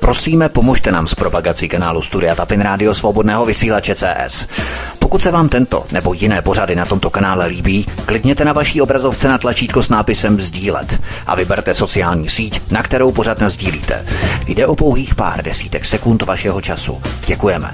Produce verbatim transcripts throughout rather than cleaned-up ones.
Prosíme, pomožte nám s propagací kanálu Studia Tapin Rádio Svobodného vysílače C S. Pokud se vám tento nebo jiné pořady na tomto kanále líbí, klikněte na vaší obrazovce na tlačítko s nápisem sdílet a vyberte sociální síť, na kterou pořad nasdílíte. Jde o pouhých pár desítek sekund vašeho času. Děkujeme.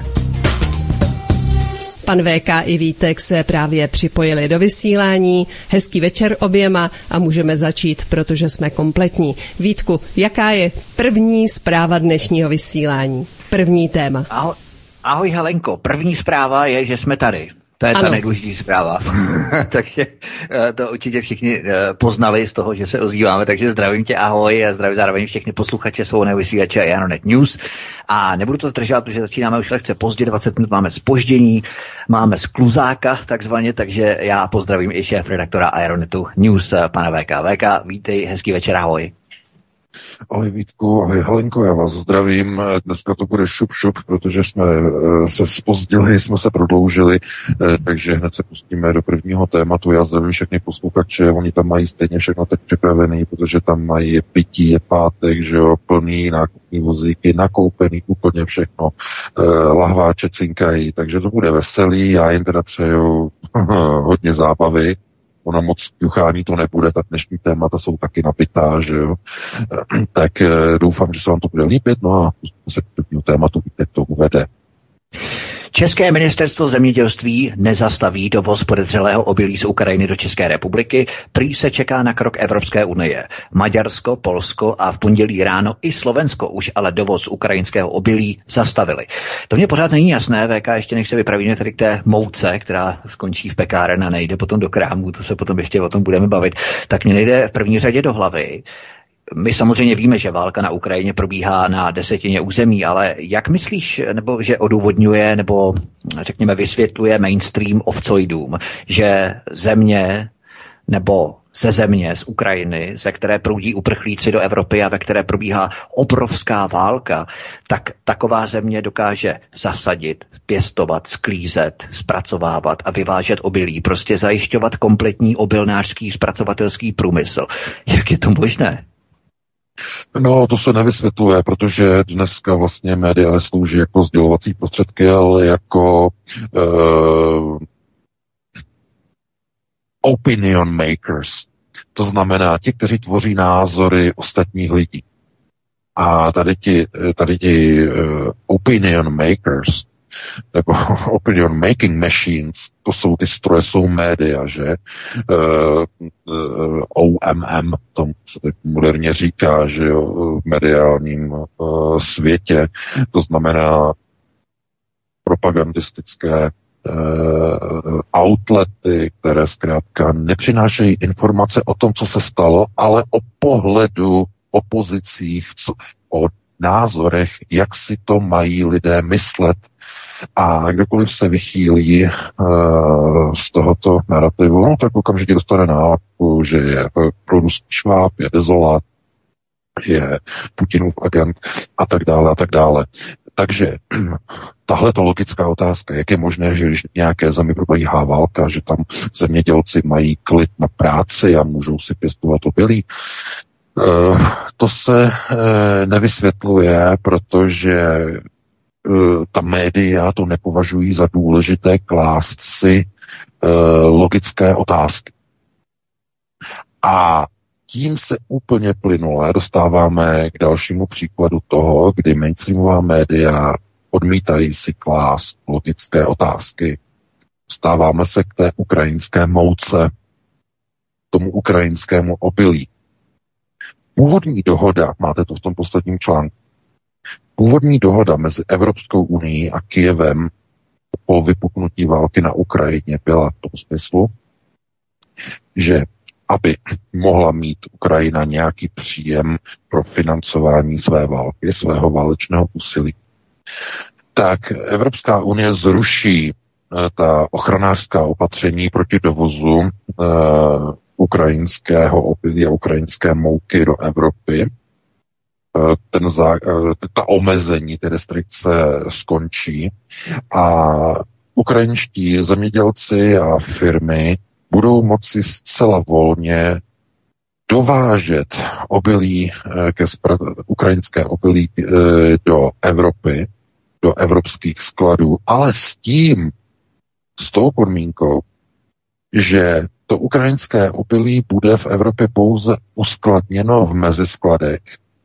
Pan V K i Vítek se právě připojili do vysílání. Hezký večer oběma a můžeme začít, protože jsme kompletní. Vítku, jaká je první zpráva dnešního vysílání? První téma. Ahoj, ahoj Helenko, první zpráva je, že jsme tady. To je ano. Ta nejdůležitější zpráva. Takže to určitě všichni poznali z toho, že se ozýváme, takže zdravím tě, ahoj, a zdravím zároveň všechny posluchače Svobodného vysílače Aeronet News. A nebudu to zdržovat, protože začínáme už lehce pozdě, dvacet minut máme zpoždění, máme skluzáka takzvaně, takže já pozdravím i šéf redaktora Aeronetu News, pana V K. V K, vítej, hezký večer, ahoj. Ahoj Vítku, ahoj Helenko, já vás zdravím. Dneska to bude šup šup, protože jsme se zpozdili, jsme se prodloužili, takže hned se pustíme do prvního tématu. Já zdravím všechny posluchače, oni tam mají stejně všechno teď připravený, protože tam mají pití, je pátek, že jo, plný nákupní vozíky, nakoupený úplně všechno, lahváče cinkají, takže to bude veselý, já jim teda přeju hodně zábavy. Ono moc juchání to nebude, tak dnešní témata jsou taky napitá, že jo. Tak doufám, že se vám to bude líbit, no a se k prvního tématu, jak to uvede. České ministerstvo zemědělství nezastaví dovoz podezřelého obilí z Ukrajiny do České republiky, prý se čeká na krok Evropské unie. Maďarsko, Polsko a v pondělí ráno i Slovensko už ale dovoz ukrajinského obilí zastavili. To mě pořád není jasné, V K, ještě než se vypravíme tady k té mouce, která skončí v pekáren a nejde potom do krámu, to se potom ještě o tom budeme bavit, tak mě nejde v první řadě do hlavy. My samozřejmě víme, že válka na Ukrajině probíhá na desetině území, ale jak myslíš, nebo že odůvodňuje, nebo řekněme vysvětluje mainstream ovcoidům, že země nebo ze země, z Ukrajiny, ze které proudí uprchlíci do Evropy a ve které probíhá obrovská válka, tak taková země dokáže zasadit, pěstovat, sklízet, zpracovávat a vyvážet obilí, prostě zajišťovat kompletní obilnářský zpracovatelský průmysl. Jak je to možné? No, to se nevysvětluje, protože dneska vlastně média neslouží jako sdělovací prostředky, ale jako uh, opinion makers. To znamená ti, kteří tvoří názory ostatních lidí. A tady ti, tady ti uh, opinion makers, nebo opinion making machines, to jsou ty stroje, jsou média, že? Uh, uh, O M M, tomu se tak moderně říká, že jo, v mediálním uh, světě, to znamená propagandistické uh, outlety, které zkrátka nepřinášejí informace o tom, co se stalo, ale o pohledu, o pozicích, co, o názorech, jak si to mají lidé myslet. A kdokoliv se vychýlí uh, z tohoto narrativu, no, tak okamžitě dostane nálepku, že je proruský šváb, je dezolát, je Putinův agent a tak dále a tak dále. Takže tahle to logická otázka, jak je možné, že když nějaké zemi probíhá válka, že tam zemědělci mají klid na práci a můžou si pěstovat obilí, uh, to se uh, nevysvětluje, protože ta média to nepovažují za důležité klást si uh, logické otázky. A tím se úplně plynule dostáváme k dalšímu příkladu toho, kdy mainstreamová média odmítají si klást logické otázky. Dostáváme se k té ukrajinské mouce, tomu ukrajinskému obilí. Původní dohoda, máte to v tom posledním článku, původní dohoda mezi Evropskou unií a Kyjevem po vypuknutí války na Ukrajině byla v tom smyslu, že aby mohla mít Ukrajina nějaký příjem pro financování své války, svého válečného úsilí, tak Evropská unie zruší ta ochranářská opatření proti dovozu uh, ukrajinského obilí a ukrajinské mouky do Evropy. Ten zá, ta omezení, ty restrikce skončí a ukrajinští zemědělci a firmy budou moci zcela volně dovážet obilí, ke spra- ukrajinské obilí do Evropy, do evropských skladů, ale s tím, s tou podmínkou, že to ukrajinské obilí bude v Evropě pouze uskladněno v meziskladech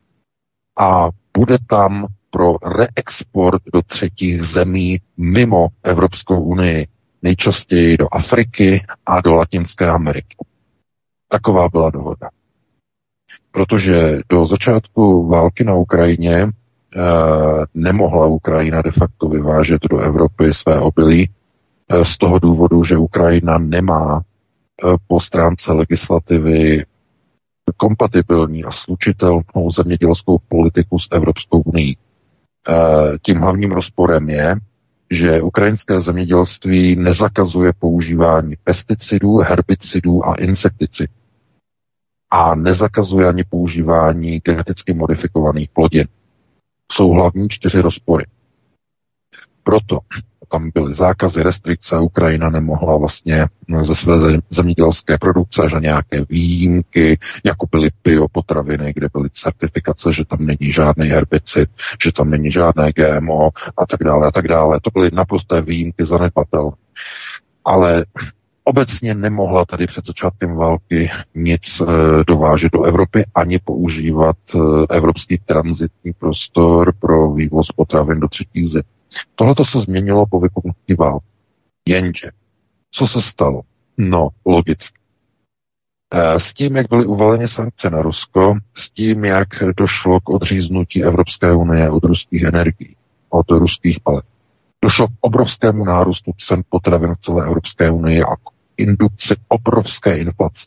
a bude tam pro reexport do třetích zemí mimo Evropskou unii, nejčastěji do Afriky a do Latinské Ameriky. Taková byla dohoda. Protože do začátku války na Ukrajině eh, nemohla Ukrajina de facto vyvážet do Evropy své obilí eh, z toho důvodu, že Ukrajina nemá eh, po stránce legislativy kompatibilní a slučitelnou zemědělskou politiku s Evropskou unii. Eh, tím hlavním rozporem je, že ukrajinské zemědělství nezakazuje používání pesticidů, herbicidů a insekticidů. A nezakazuje ani používání geneticky modifikovaných plodin. Jsou hlavní čtyři rozpory. Proto tam byly zákazy, restrikce, Ukrajina nemohla vlastně ze své zemědělské produkce až na nějaké výjimky, jako byly biopotraviny, kde byly certifikace, že tam není žádný herbicid, že tam není žádné G M O a tak dále a tak dále. To byly naprosté výjimky zanedbatelné. Ale obecně nemohla tady před začátkem války nic e, dovážet do Evropy ani používat e, evropský tranzitní prostor pro vývoz potravin do třetích zemí. Tohle to se změnilo po vypuknutí války. Jenže, co se stalo? No, logicky. E, s tím, jak byly uvaleny sankce na Rusko, s tím, jak došlo k odříznutí Evropské unie od ruských energií, od ruských paliv, došlo k obrovskému nárůstu cen potravin v celé Evropské unii a k indukci obrovské inflace.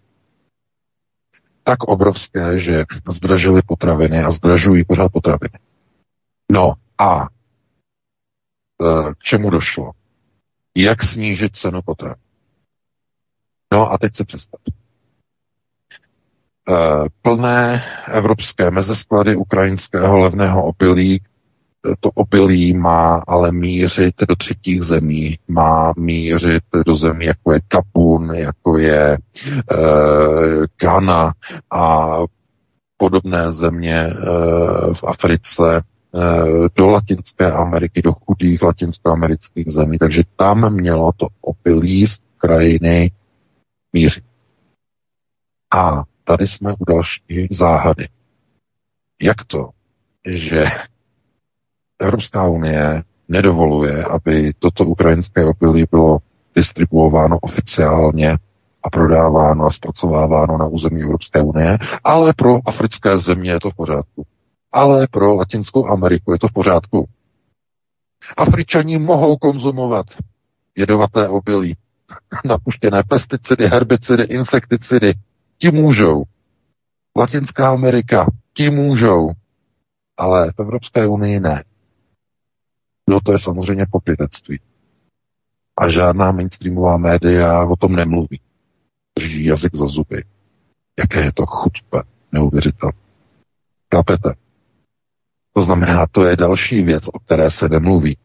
Tak obrovské, že zdražily potraviny a zdražují pořád potraviny. No a k čemu došlo? Jak snížit cenu potravin? No a teď se představte. Plné evropské mezisklady ukrajinského levného obilí, to obilí má ale mířit do třetích zemí, má mířit do zemí, jako je Gabun, jako je e, Ghana a podobné země e, v Africe, e, do Latinské Ameriky, do chudých latinskoamerických zemí. Takže tam mělo to obilí z Ukrajiny mířit. A tady jsme u další záhady. Jak to, že Evropská unie nedovoluje, aby toto ukrajinské obilí bylo distribuováno oficiálně a prodáváno a zpracováváno na území Evropské unie, ale pro africké země je to v pořádku. Ale pro Latinskou Ameriku je to v pořádku. Afričani mohou konzumovat jedovaté obilí, napuštěné pesticidy, herbicidy, insekticidy. Ti můžou. Latinská Amerika, ti můžou. Ale v Evropské unii ne. No to je samozřejmě pokrytectví. A žádná mainstreamová média o tom nemluví. Drží jazyk za zuby. Jaké je to chuťpe, neuvěřitelné. Chápete? To znamená, to je další věc, o které se nemluví.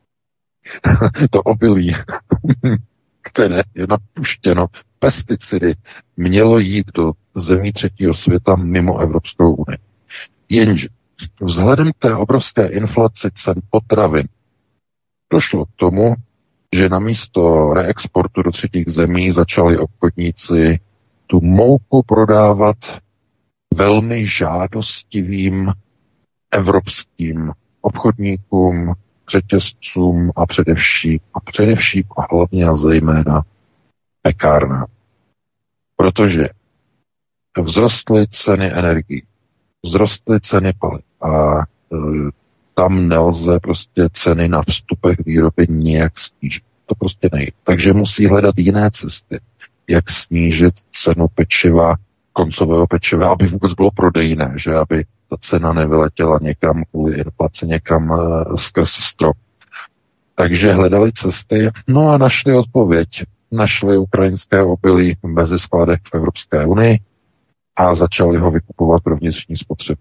To obilí, které je napuštěno pesticidy, mělo jít do zemí třetího světa mimo Evropskou unii. Jenže vzhledem k té obrovské inflaci cen potravin došlo k tomu, že namísto reexportu do třetích zemí začali obchodníci tu mouku prodávat velmi žádostivým evropským obchodníkům, řetězcům a především, a především a hlavně a zejména pekárnám. Protože vzrostly ceny energií, vzrostly ceny paliv a e, tam nelze prostě ceny na vstupech výroby nijak snížit. To prostě nejde. Takže musí hledat jiné cesty, jak snížit cenu pečiva, koncového pečiva, aby vůbec bylo prodejné, že aby ta cena nevyletěla někam kvůli inflaci, někam uh, skrz strop. Takže hledali cesty, no a našli odpověď. Našli ukrajinské obilí v meziskladech v Evropské unii a začali ho vykupovat pro vnitřní spotřebu.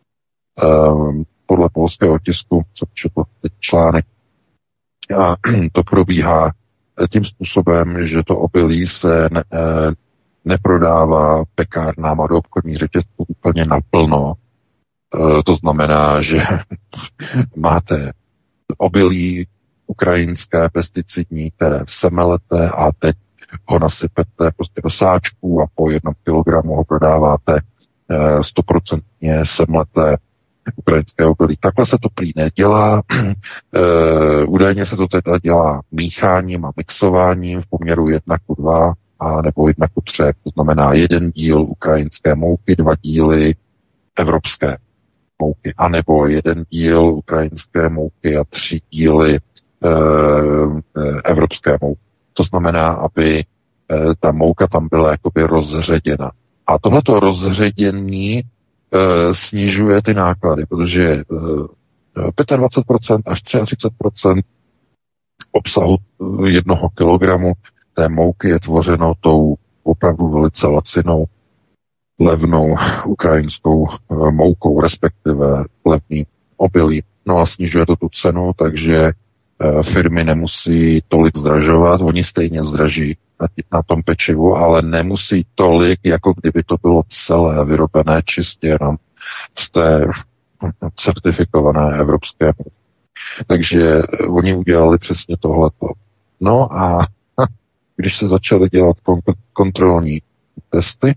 Um, podle polského tisku, co četl teď článek, a to probíhá tím způsobem, že to obilí se ne, neprodává pekárnám a do obchodních řetězců úplně naplno. E, to znamená, že máte obilí ukrajinské, pesticidní, které semelete a teď ho nasypete prostě do sáčků a po jednom kilogramu ho prodáváte stoprocentně semleté ukrajinské obilí. Takhle se to prý nedělá. E, údajně se to teda dělá mícháním a mixováním v poměru jedna ku dva a nebo jedna ku tři. To znamená jeden díl ukrajinské mouky, dva díly evropské mouky. A nebo jeden díl ukrajinské mouky a tři díly e, evropské mouky. To znamená, aby e, ta mouka tam byla jakoby rozředěna. A tohleto rozředění e, snižuje ty náklady, protože e, dvacet pět procent až třicet tři procent obsahu jednoho kilogramu té mouky je tvořeno tou opravdu velice lacinou, levnou ukrajinskou e, moukou, respektive levný obilí. No a snižuje to tu cenu, takže e, firmy nemusí tolik zdražovat, oni stejně zdraží na tom pečivu, ale nemusí tolik, jako kdyby to bylo celé vyrobené čistě jenom z té certifikované evropské. Takže oni udělali přesně tohleto. No a když se začaly dělat kontrolní testy,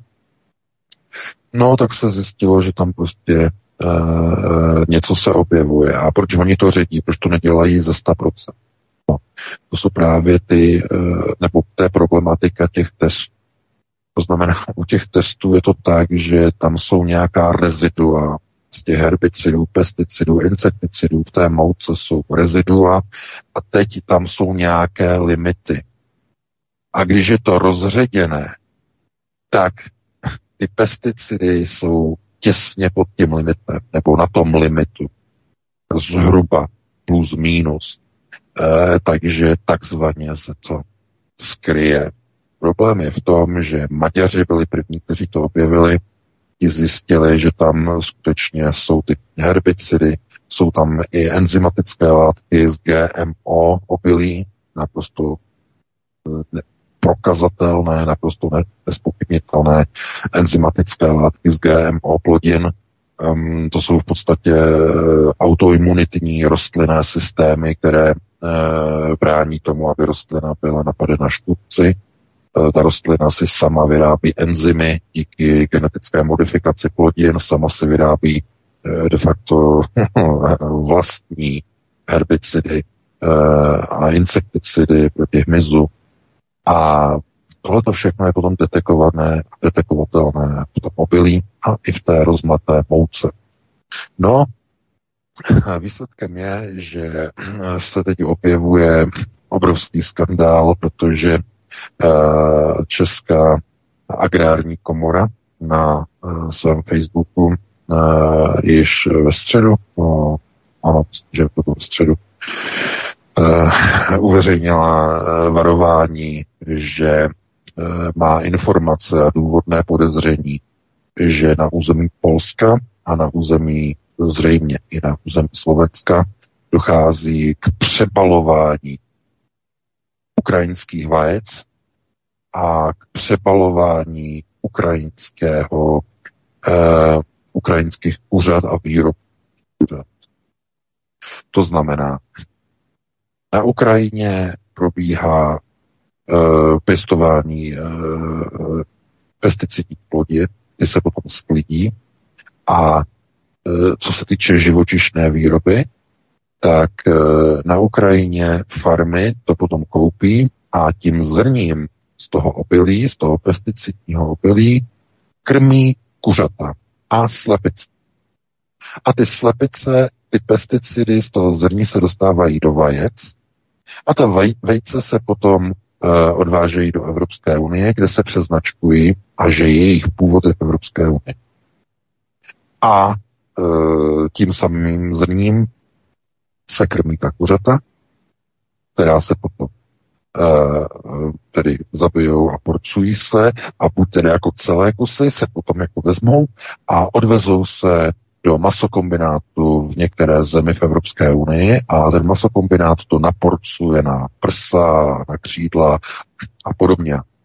no tak se zjistilo, že tam prostě e, něco se objevuje. A proč oni to ředí? Proč to nedělají ze sto procent? No, to jsou právě ty, nebo té problematika těch testů. To znamená, u těch testů je to tak, že tam jsou nějaká rezidua z těch herbicidů, pesticidů, insekticidů, v té mouce jsou rezidua a teď tam jsou nějaké limity. A když je to rozředěné, tak ty pesticidy jsou těsně pod tím limitem, nebo na tom limitu. Zhruba plus minus. E, takže takzvaně se to skryje. Problém je v tom, že Maďaři byli první, kteří to objevili, i zjistili, že tam skutečně jsou ty herbicidy, jsou tam i enzymatické látky z G M O obilí, naprosto ne, prokazatelné, naprosto nezpochybnitelné enzymatické látky z G M O plodin. Um, to jsou v podstatě autoimunitní rostlinné systémy, které uh, brání tomu, aby rostlina byla napadena škůdci. Uh, ta rostlina si sama vyrábí enzymy díky genetické modifikaci plodin, sama si vyrábí uh, de facto vlastní herbicidy uh, a insekticidy proti hmyzu. A tohle to všechno je potom detekované, detekovatelné v tom obilí a i v té rozmaté mouce. No, výsledkem je, že se teď objevuje obrovský skandál, protože Česká agrární komora na svém Facebooku již ve středu, no, ano, že to bylo ve středu, uveřejnila varování, že má informace a důvodné podezření, že na území Polska a na území zřejmě i na území Slovenska dochází k přebalování ukrajinských vajec a k přebalování ukrajinského eh, ukrajinských kuřat a výrobků kuřat. To znamená, na Ukrajině probíhá Uh, pěstování uh, pesticidních plodin, ty se potom sklidí a uh, co se týče živočišné výroby, tak uh, na Ukrajině farmy to potom koupí a tím zrním z toho obilí, z toho pesticidního obilí krmí kuřata a slepice. A ty slepice, ty pesticidy z toho zrní se dostávají do vajec a ta vaj, vejce se potom odvážejí do Evropské unie, kde se přeznačkují a že jejich původ je v Evropské unii. A e, tím samým zrním se krmí ta kuřata, která se potom e, tedy zabijou a porcují se a buď tedy jako celé kusy se potom jako vezmou a odvezou se do masokombinátu v některé zemi v Evropské unii a ten masokombinát to naporcuje na prsa, na křídla a podobně.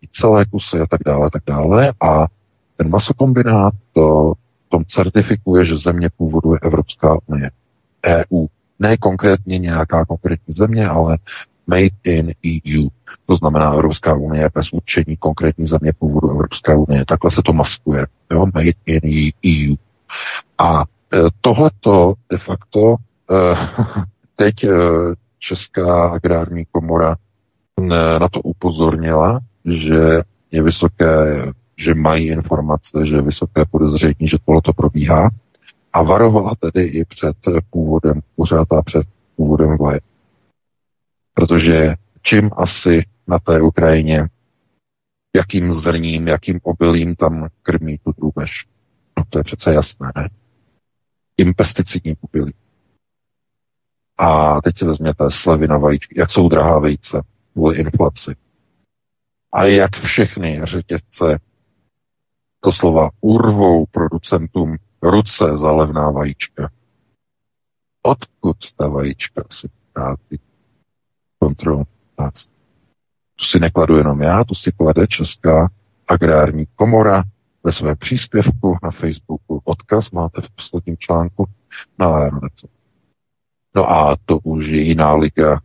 celé kusy a tak dále, a tak dále. A ten masokombinát to tom certifikuje, že země původu je Evropská unie, E U. Ne konkrétně nějaká konkrétní země, ale made in E U. To znamená Evropská unie bez určení konkrétní země původu Evropské unie. Takhle se to maskuje. Jo? Made in E U. A tohleto de facto teď Česká agrární komora na to upozornila, že je vysoké, že mají informace, že je vysoké podezření, že tohleto probíhá, a varovala tedy i před původem kuřat a před původem vaje. Protože čím asi na té Ukrajině, jakým zrním, jakým obilím tam krmí tu drůbež. No to je přece jasné, ne? Tím pesticidní obilí. A teď si vezměte slevy na vajíčky, jak jsou drahá vejce kvůli inflaci. A jak všechny řetězce doslova urvou producentům ruce za levná vajíčka. Odkud ta vajíčka si vrátí kontrolu? Tu si nekladu jenom já, tu si klade Česká agrární komora ve svém příspěvku na Facebooku. Odkaz máte v posledním článku na Aeronetu. No a to už je jiná liga.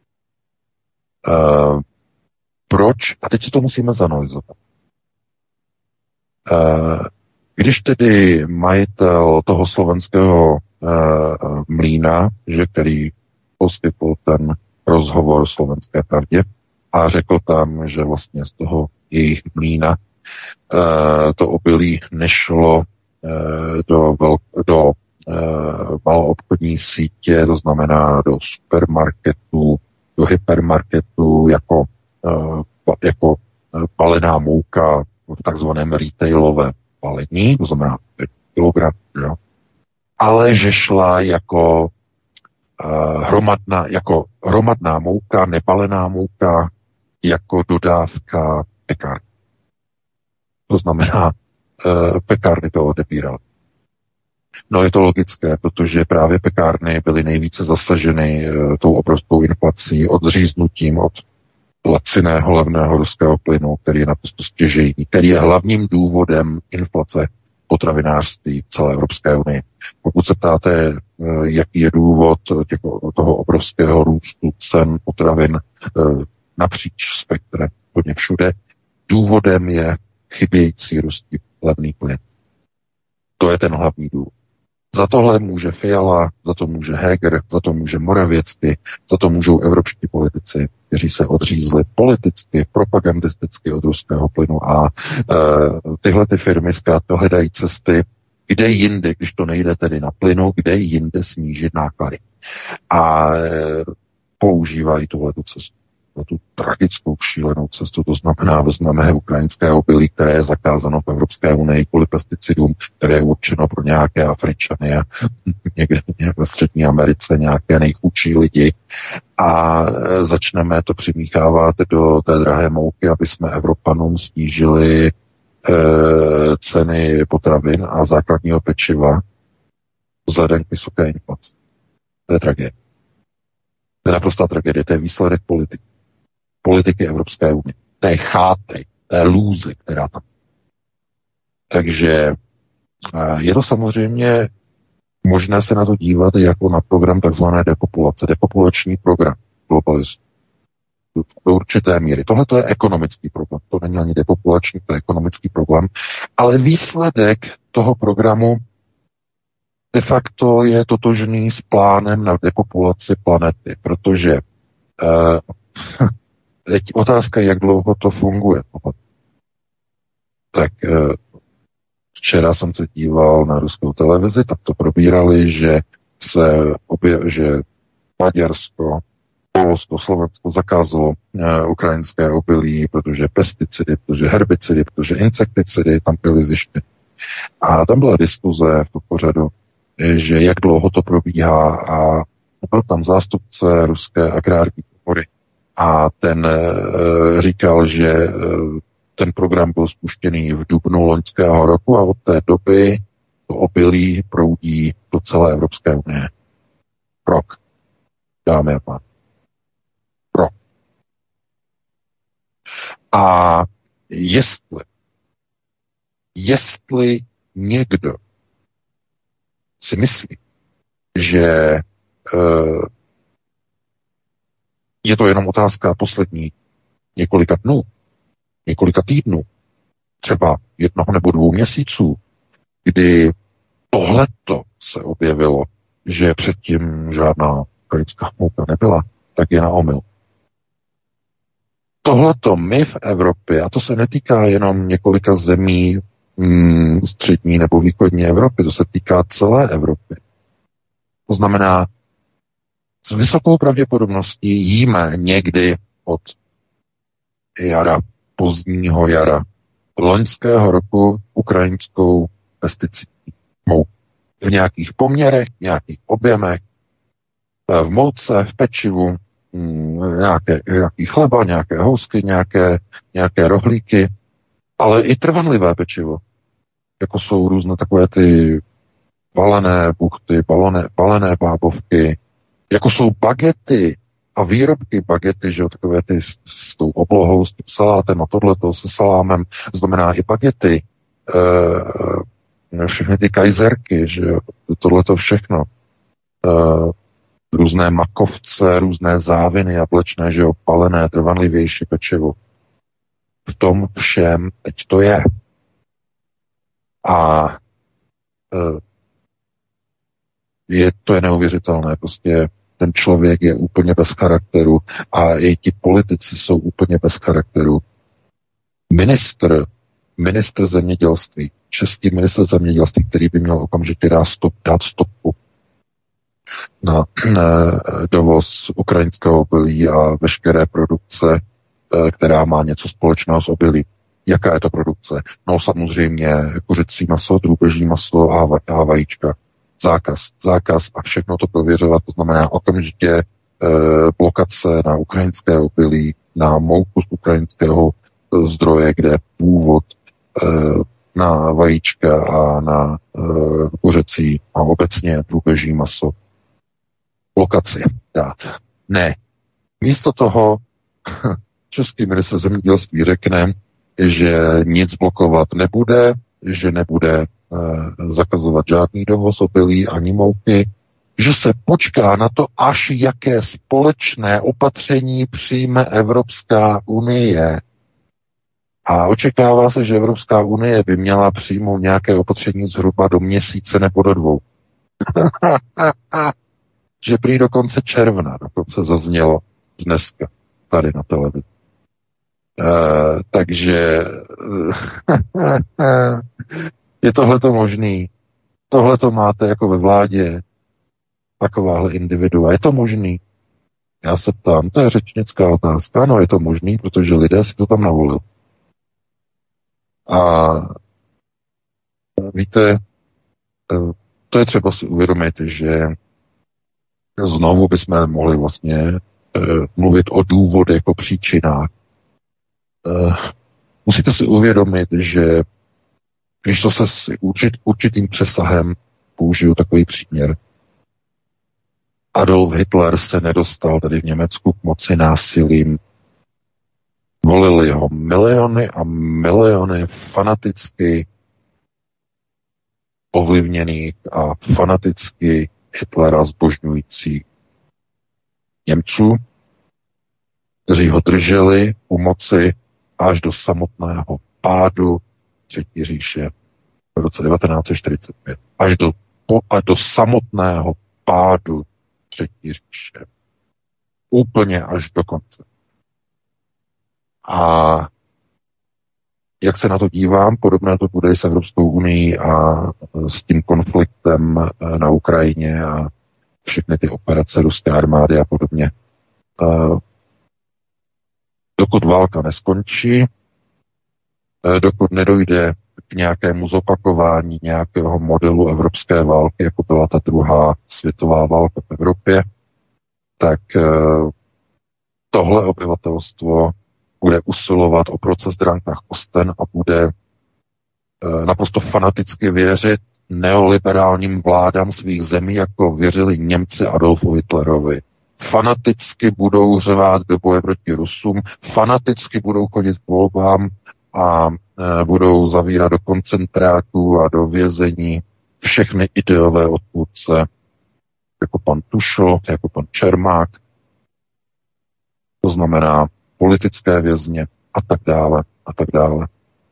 Uh, proč? A teď si to musíme zanalyzovat. Uh, když tedy majitel toho slovenského uh, mlýna, že který poskytl ten rozhovor Slovenské pravdě a řekl tam, že vlastně z toho jejich mlýna uh, to obilí nešlo uh, do, velk- do uh, maloobchodní sítě, to znamená do supermarketů, do hypermarketů jako, uh, jako palená mouka v takzvaném retailovém palení, to znamená kilogram, jo? Ale že šla jako uh, hromadná, jako hromadná mouka, nepalená mouka, jako dodávka pekárny. To znamená, uh, pekárny to odebíraly. No je to logické, protože právě pekárny byly nejvíce zasaženy uh, tou obrovskou inflací, odříznutím od laciného levného ruského plynu, který je naprosto stěžejní, který je hlavním důvodem inflace potravinářství v celé Evropské unii. Pokud se ptáte, jaký je důvod těko, toho obrovského růstu cen potravin napříč spektrem, hodně všude, důvodem je chybějící ruský levný plyn. To je ten hlavní důvod. Za tohle může Fiala, za to může Heger, za to může Morawiecki, za to můžou evropští politici, kteří se odřízli politicky, propagandisticky od ruského plynu a e, tyhle ty firmy zkrátka hledají cesty, kde jinde, když to nejde tedy na plynu, kde jinde snížit náklady. A e, používají tuhletu cestu. Na tu tragickou šílenou cestu, to znamená, vezmeme ukrajinské obilí, které je zakázáno v Evropské unii kvůli pesticidům, které je určeno pro nějaké Afričany a někde ve Střední Americe nějaké nejchudší lidi a začneme to přimíchávat do té drahé mouky, aby jsme Evropanům snížili e, ceny potravin a základního pečiva vzhledem k vysoké inflaci. To je tragédie. To je naprostá tragédie, to je výsledek politiky. Politiky Evropské unie. To je chátry, to je lůzy, která tam. Takže je to samozřejmě možné se na to dívat jako na program takzvané depopulace, depopulační program globalistů. Do určité míry. Tohle to je ekonomický problém, to není ani depopulační, to je ekonomický problém, ale výsledek toho programu de facto je totožný s plánem na depopulaci planety, protože uh, teď otázka, jak dlouho to funguje. Tak uh, včera jsem se díval na ruskou televizi, tak to probírali, že se obě, že Maďarsko, Polsko, Slovensko zakázalo uh, ukrajinské obilí, protože pesticidy, protože herbicidy, protože insekticidy tam byly zjištěny. A tam byla diskuze v tom pořadu, že jak dlouho to probíhá a byl tam zástupce ruské agrární komory a ten e, říkal, že e, ten program byl spuštěný v dubnu loňského roku a od té doby to obilí proudí do celé Evropské unie. Rok. Dámy a pánové. Rok. A jestli, jestli někdo si myslí, že uh, je to jenom otázka poslední několika dnů, několika týdnů, třeba jednoho nebo dvou měsíců, kdy tohleto se objevilo, že předtím žádná ukrajinská mouka nebyla, tak je na omyl. Tohleto my v Evropě, a to se netýká jenom několika zemí hmm, střední nebo východní Evropy, to se týká celé Evropy. To znamená, s vysokou pravděpodobností jíme někdy od jara, pozdního jara loňského roku ukrajinskou pesticidní mouku. V nějakých poměrech, v nějakých objemech, v mouce, v pečivu, nějaké, nějaký chleba, nějaké housky, nějaké, nějaké rohlíky, ale i trvanlivé pečivo. Jako jsou různé takové ty balené buchty, balené, balené bábovky, jako jsou bagety a výrobky bagety, že jo, takové ty s, s tou oblohou, s tím salátem a tohleto, se salámem, znamená i bagety, e, všechny ty kajzerky, že jo, tohleto všechno. E, různé makovce, různé záviny jablečné, že jo, palené, trvanlivější pečivo. V tom všem teď to je. A e, je, to je neuvěřitelné, prostě ten člověk je úplně bez charakteru a i ti politici jsou úplně bez charakteru. Ministr, ministr zemědělství, český ministr zemědělství, který by měl okamžitě dát, stop, dát stopku na e, dovoz ukrajinského obilí a veškeré produkce, e, která má něco společného s obilí. Jaká je to produkce? No samozřejmě kuřecí maso, drůbeží maso a, vaj, a vajíčka. Zákaz, zákaz a všechno to prověřovat, to znamená okamžitě e, blokace na ukrajinské obilí, na mouku z ukrajinského e, zdroje, kde je původ, e, na vajíčka a na e, kuřecí a obecně drůbeží maso. Blokaci dát. Ne. Místo toho český ministr zemědělství řekne, že nic blokovat nebude, že nebude zakazovat žádný dovoz obilí ani mouky, že se počká na to, až jaké společné opatření přijme Evropská unie. A očekává se, že Evropská unie by měla přijmout nějaké opatření zhruba do měsíce nebo do dvou. Že prý do konce června, dokonce zaznělo dneska tady na televizi. Uh, takže je tohleto možný. Tohleto máte jako ve vládě takováhle individua. Je to možný? Já se ptám, to je řečnická otázka. Ano, je to možný, protože lidé si to tam navolili. A víte, to je třeba si uvědomit, že znovu bychom mohli vlastně mluvit o důvodech, o příčinách. Musíte si uvědomit, že když to se s určit, určitým přesahem, použiju takový příměr, Adolf Hitler se nedostal tady v Německu k moci násilím. Volili ho miliony a miliony fanaticky ovlivněných a fanaticky Hitlera zbožňujících Němců, kteří ho drželi u moci až do samotného pádu Třetí říše v roce devatenáct set čtyřicet pět. Až do, po, a do samotného pádu Třetí říše. Úplně až do konce. A jak se na to dívám, podobné to bude i s Evropskou unií a s tím konfliktem na Ukrajině a všechny ty operace ruské armády a podobně. Dokud válka neskončí, dokud nedojde k nějakému zopakování nějakého modelu evropské války, jako byla ta druhá světová válka v Evropě, tak tohle obyvatelstvo bude usilovat o proces Drang nach Osten a bude naprosto fanaticky věřit neoliberálním vládám svých zemí, jako věřili Němci Adolfu Hitlerovi. Fanaticky budou řvát do boje proti Rusům, fanaticky budou chodit k volbám a e, budou zavírat do koncentráků a do vězení všechny ideové odpůrce, jako pan Tušl, jako pan Čermák, to znamená politické vězně a tak dále a tak dále.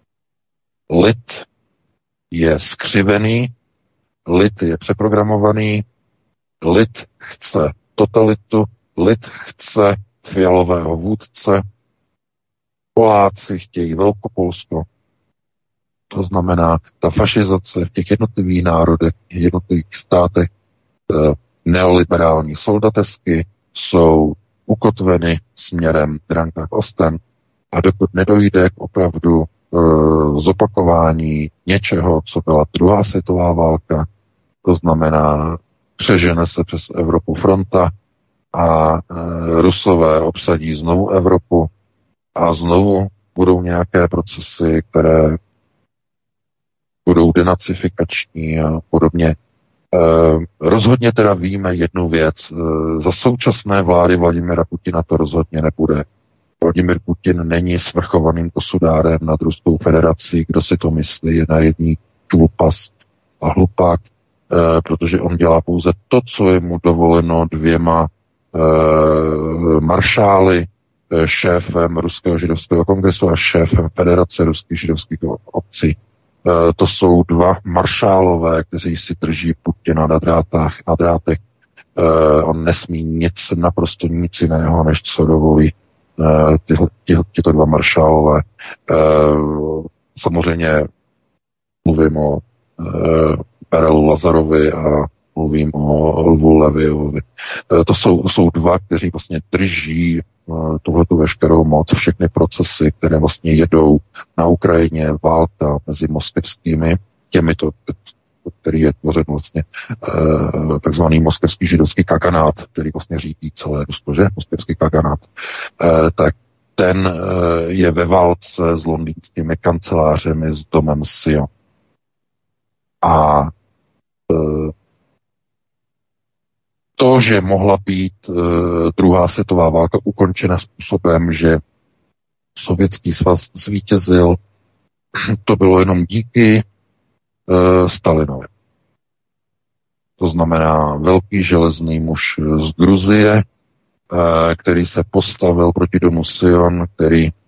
Lid je skřivený, lid je přeprogramovaný, lid chce totalitu, lid chce fialového vůdce, Poláci chtějí Velkopolsko. To znamená, ta fašizace v těch jednotlivých národech, jednotlivých státech, neoliberální soldatesky jsou ukotveny směrem Dranka k Osten a dokud nedojde k opravdu e, zopakování něčeho, co byla druhá světová válka, to znamená, přežene se přes Evropu fronta a e, Rusové obsadí znovu Evropu a znovu budou nějaké procesy, které budou denacifikační a podobně. E, rozhodně teda víme jednu věc. E, za současné vlády Vladimira Putina to rozhodně nebude. Vladimir Putin není svrchovaným posudárem nad Ruskou federací, kdo si to myslí, je najedný tulpas a hlupák, e, protože on dělá pouze to, co je mu dovoleno dvěma e, maršály, šéfem Ruského židovského kongresu a šéfem Federace ruských židovských obcí. E, to jsou dva maršálové, kteří si drží Putina na drátách, na drátech. E, on nesmí nic, naprosto nic jiného, než co dovolí e, tyhle, tyhle, tyto dva maršálové. E, samozřejmě mluvím o e, Perelu Lazarovi a mluvím o Lvu Leviovi. E, to jsou, jsou dva, kteří vlastně drží tuhletu veškerou moc, všechny procesy, které vlastně jedou na Ukrajině, válka mezi moskevskými, těmito, který je tvořen vlastně takzvaný moskevský židovský kaganát, který vlastně řídí celé Rusko, že? Moskevský kaganát. Tak ten je ve válce s londýnskými kancelářemi, s domem Sion. A to, že mohla být e, druhá světová válka ukončena způsobem, že Sovětský svaz zvítězil, to bylo jenom díky e, Stalinovi. To znamená velký železný muž z Gruzie, e, který se postavil proti domu Sion, který e,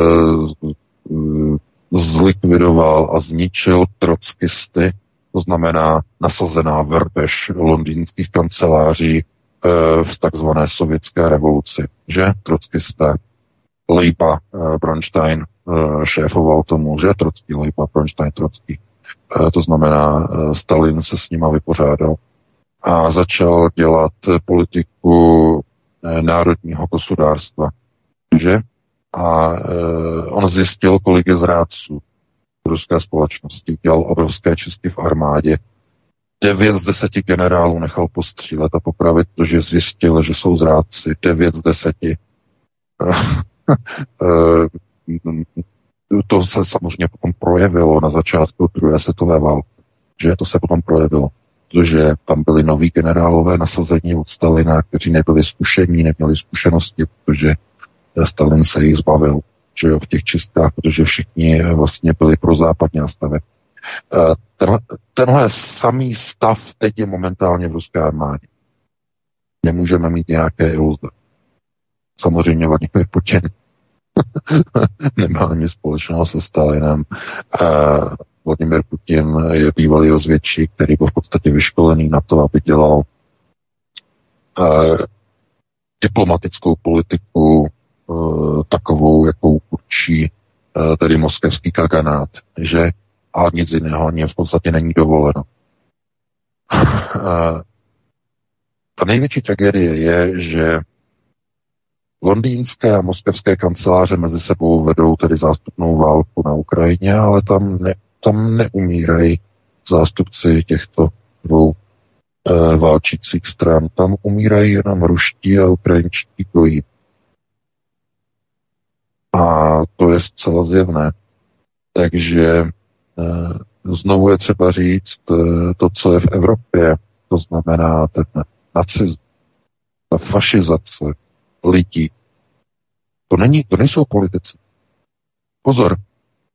zlikvidoval a zničil trockisty, to znamená nasazená verbež londýnských kanceláří e, v takzvané sovětské revoluci, že trockisté. Leipa e, Bronstein e, šéfoval tomu, že Trocký, Leipa Bronstein Trocký. E, to znamená, e, Stalin se s nima vypořádal a začal dělat politiku e, národního hospodářstva, že? A e, on zjistil, kolik je zrádců ruské společnosti, dělal obrovské čistky v armádě. Devět z deseti generálů nechal postřílet a popravit, protože zjistil, že jsou zrádci. Devět z deseti. To se samozřejmě potom projevilo na začátku druhé světové války. Že to se potom projevilo. Protože tam byli noví generálové nasazení od Stalina, kteří nebyli zkušení, neměli zkušenosti, protože Stalin se jich zbavil. Že jo, v těch čistkách, protože všichni vlastně byli pro západně nastavení. Tenhle, tenhle samý stav teď je momentálně v ruské armádě. Nemůžeme mít nějaké iluze. Samozřejmě Vladimír Putin nemá nic společného se Stalinem. Vladimír Putin je bývalý rozvědčík, který byl v podstatě vyškolený na to, aby dělal diplomatickou politiku takovou, jakou určí tedy moskevský kaganát, že a nic jiného ani v podstatě není dovoleno. Ta největší tragédie je, že londýnské a moskevské kanceláře mezi sebou vedou tedy zástupnou válku na Ukrajině, ale tam, ne, tam neumírají zástupci těchto dvou e, válčících stran. Tam umírají jenom ruští a ukrajinští gojí. A to je zcela zjevné. Takže e, znovu je třeba říct e, to, co je v Evropě, to znamená ten nacismus, ta fašizace lidí. To, není, to nejsou politici. Pozor,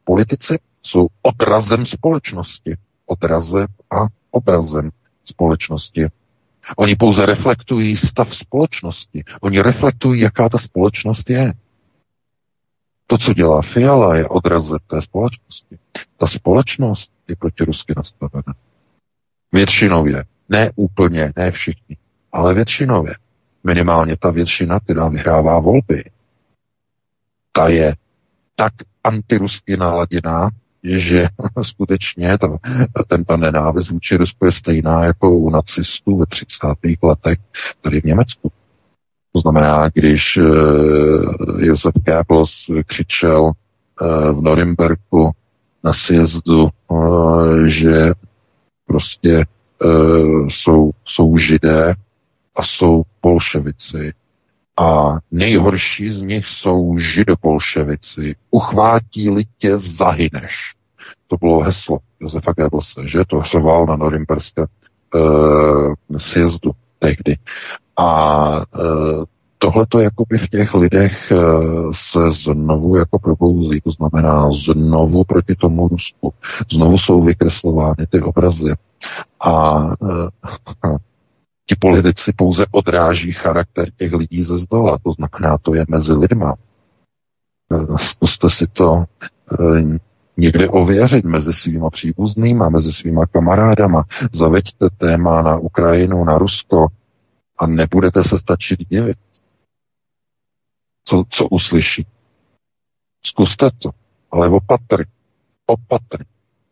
politici jsou odrazem společnosti. Odrazem a obrazem společnosti. Oni pouze reflektují stav společnosti. Oni reflektují, jaká ta společnost je. To, co dělá Fiala, je odrazem té společnosti. Ta společnost je protirusky nastavená. Většinově. Ne úplně, ne všichni, ale většinově. Minimálně ta většina, která vyhrává volby. Ta je tak antirusky naladěná, že skutečně ta, ten ta nenávist vůči Rusku je stejná jako u nacistů ve třicátých letech tady v Německu. To znamená, když uh, Josef Goebbels křičel uh, v Norimberku na sjezdu, uh, že prostě uh, jsou, jsou židé a jsou bolševici. A nejhorší z nich jsou židopolševici. Uchvátí-li tě, zahyneš. To bylo heslo Josefa Goebbelse, že to řval na norimberském uh, sjezdu tehdy. A uh, tohle to jakoby v těch lidech uh, se znovu jako probouzí, to znamená znovu proti tomu Rusku. Znovu jsou vykreslovány ty obrazy. A uh, ti politici pouze odráží charakter těch lidí ze zdola, to znamená, to je mezi lidma. Zkuste si to e, někde ověřit mezi svýma příbuznýma, mezi svýma kamarádama. Zaveďte téma na Ukrajinu, na Rusko a nebudete se stačit divit. Co, co uslyší? Zkuste to, ale opatrně. Opatrně.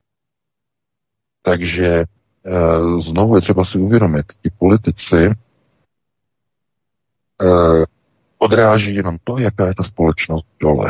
Takže znovu je třeba si uvědomit, ti politici eh, odráží jenom to, jaká je ta společnost dole.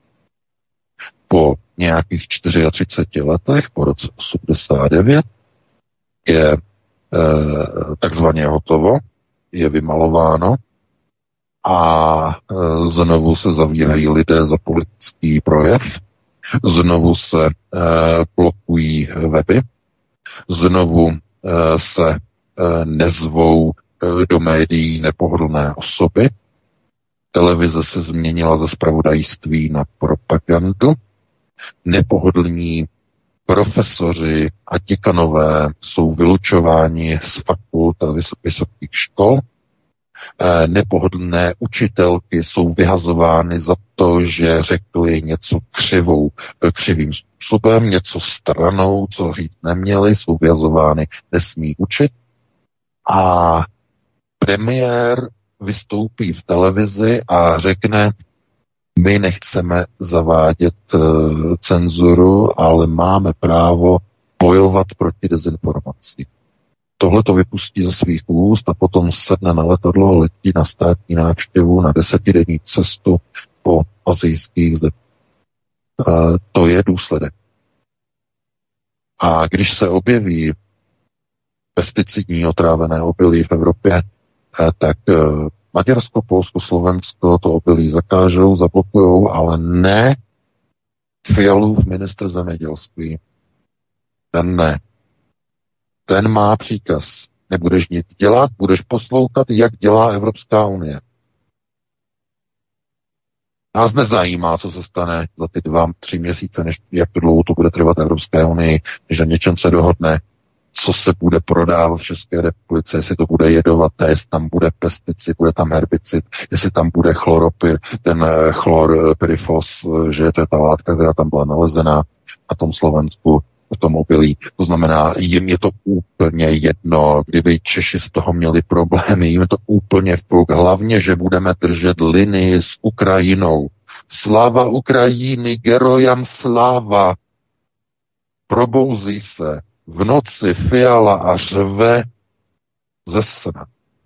Po nějakých třiceti čtyřech letech, po roce osmdesát devět, je eh, takzvaně hotovo, je vymalováno a eh, znovu se zavírají lidé za politický projev, znovu se eh, blokují weby, znovu uh, se uh, nezvou uh, do médií nepohodlné osoby. Televize se změnila ze zpravodajství na propagandu. Nepohodlní profesoři a děkanové jsou vylučováni z fakult a vys- vysokých škol. Uh, nepohodlné učitelky jsou vyhazovány za to, že řekli něco křivou, křivým způsobem, něco stranou, co říct neměli, jsou vyhazovány, nesmí učit. A premiér vystoupí v televizi a řekne, my nechceme zavádět uh, cenzuru, ale máme právo bojovat proti dezinformaci. Tohle to vypustí ze svých úst a potom sedne na letadlo a letí na státní návštěvu na desetidenní cestu po asijských zemích. Uh, to je důsledek. A když se objeví pesticidní otrávené obilí v Evropě, uh, tak uh, Maďarsko, Polsko, Slovensko to obilí zakážou, zablokujou, ale ne Fialův ministr zemědělství. Ten ne. Ten má příkaz. Nebudeš nic dělat, budeš poslouchat, jak dělá Evropská unie. Nás nezajímá, co se stane za ty dva, tři měsíce, než jak dlouho to bude trvat Evropské unii, než na něčem se dohodne, co se bude prodávat v České republice, jestli to bude jedovaté, jestli tam bude pesticid, bude tam herbicid, jestli tam bude chloropyr, ten chlorpyrifos, že to je ta látka, která tam byla nalezená na tom Slovensku, v tom obilí. To znamená, jim je to úplně jedno, kdyby Češi z toho měli problémy, jim je to úplně v průk. Hlavně, že budeme držet linii s Ukrajinou. Sláva Ukrajiny, gerojam sláva. Probouzí se v noci Fiala a řve ze sna.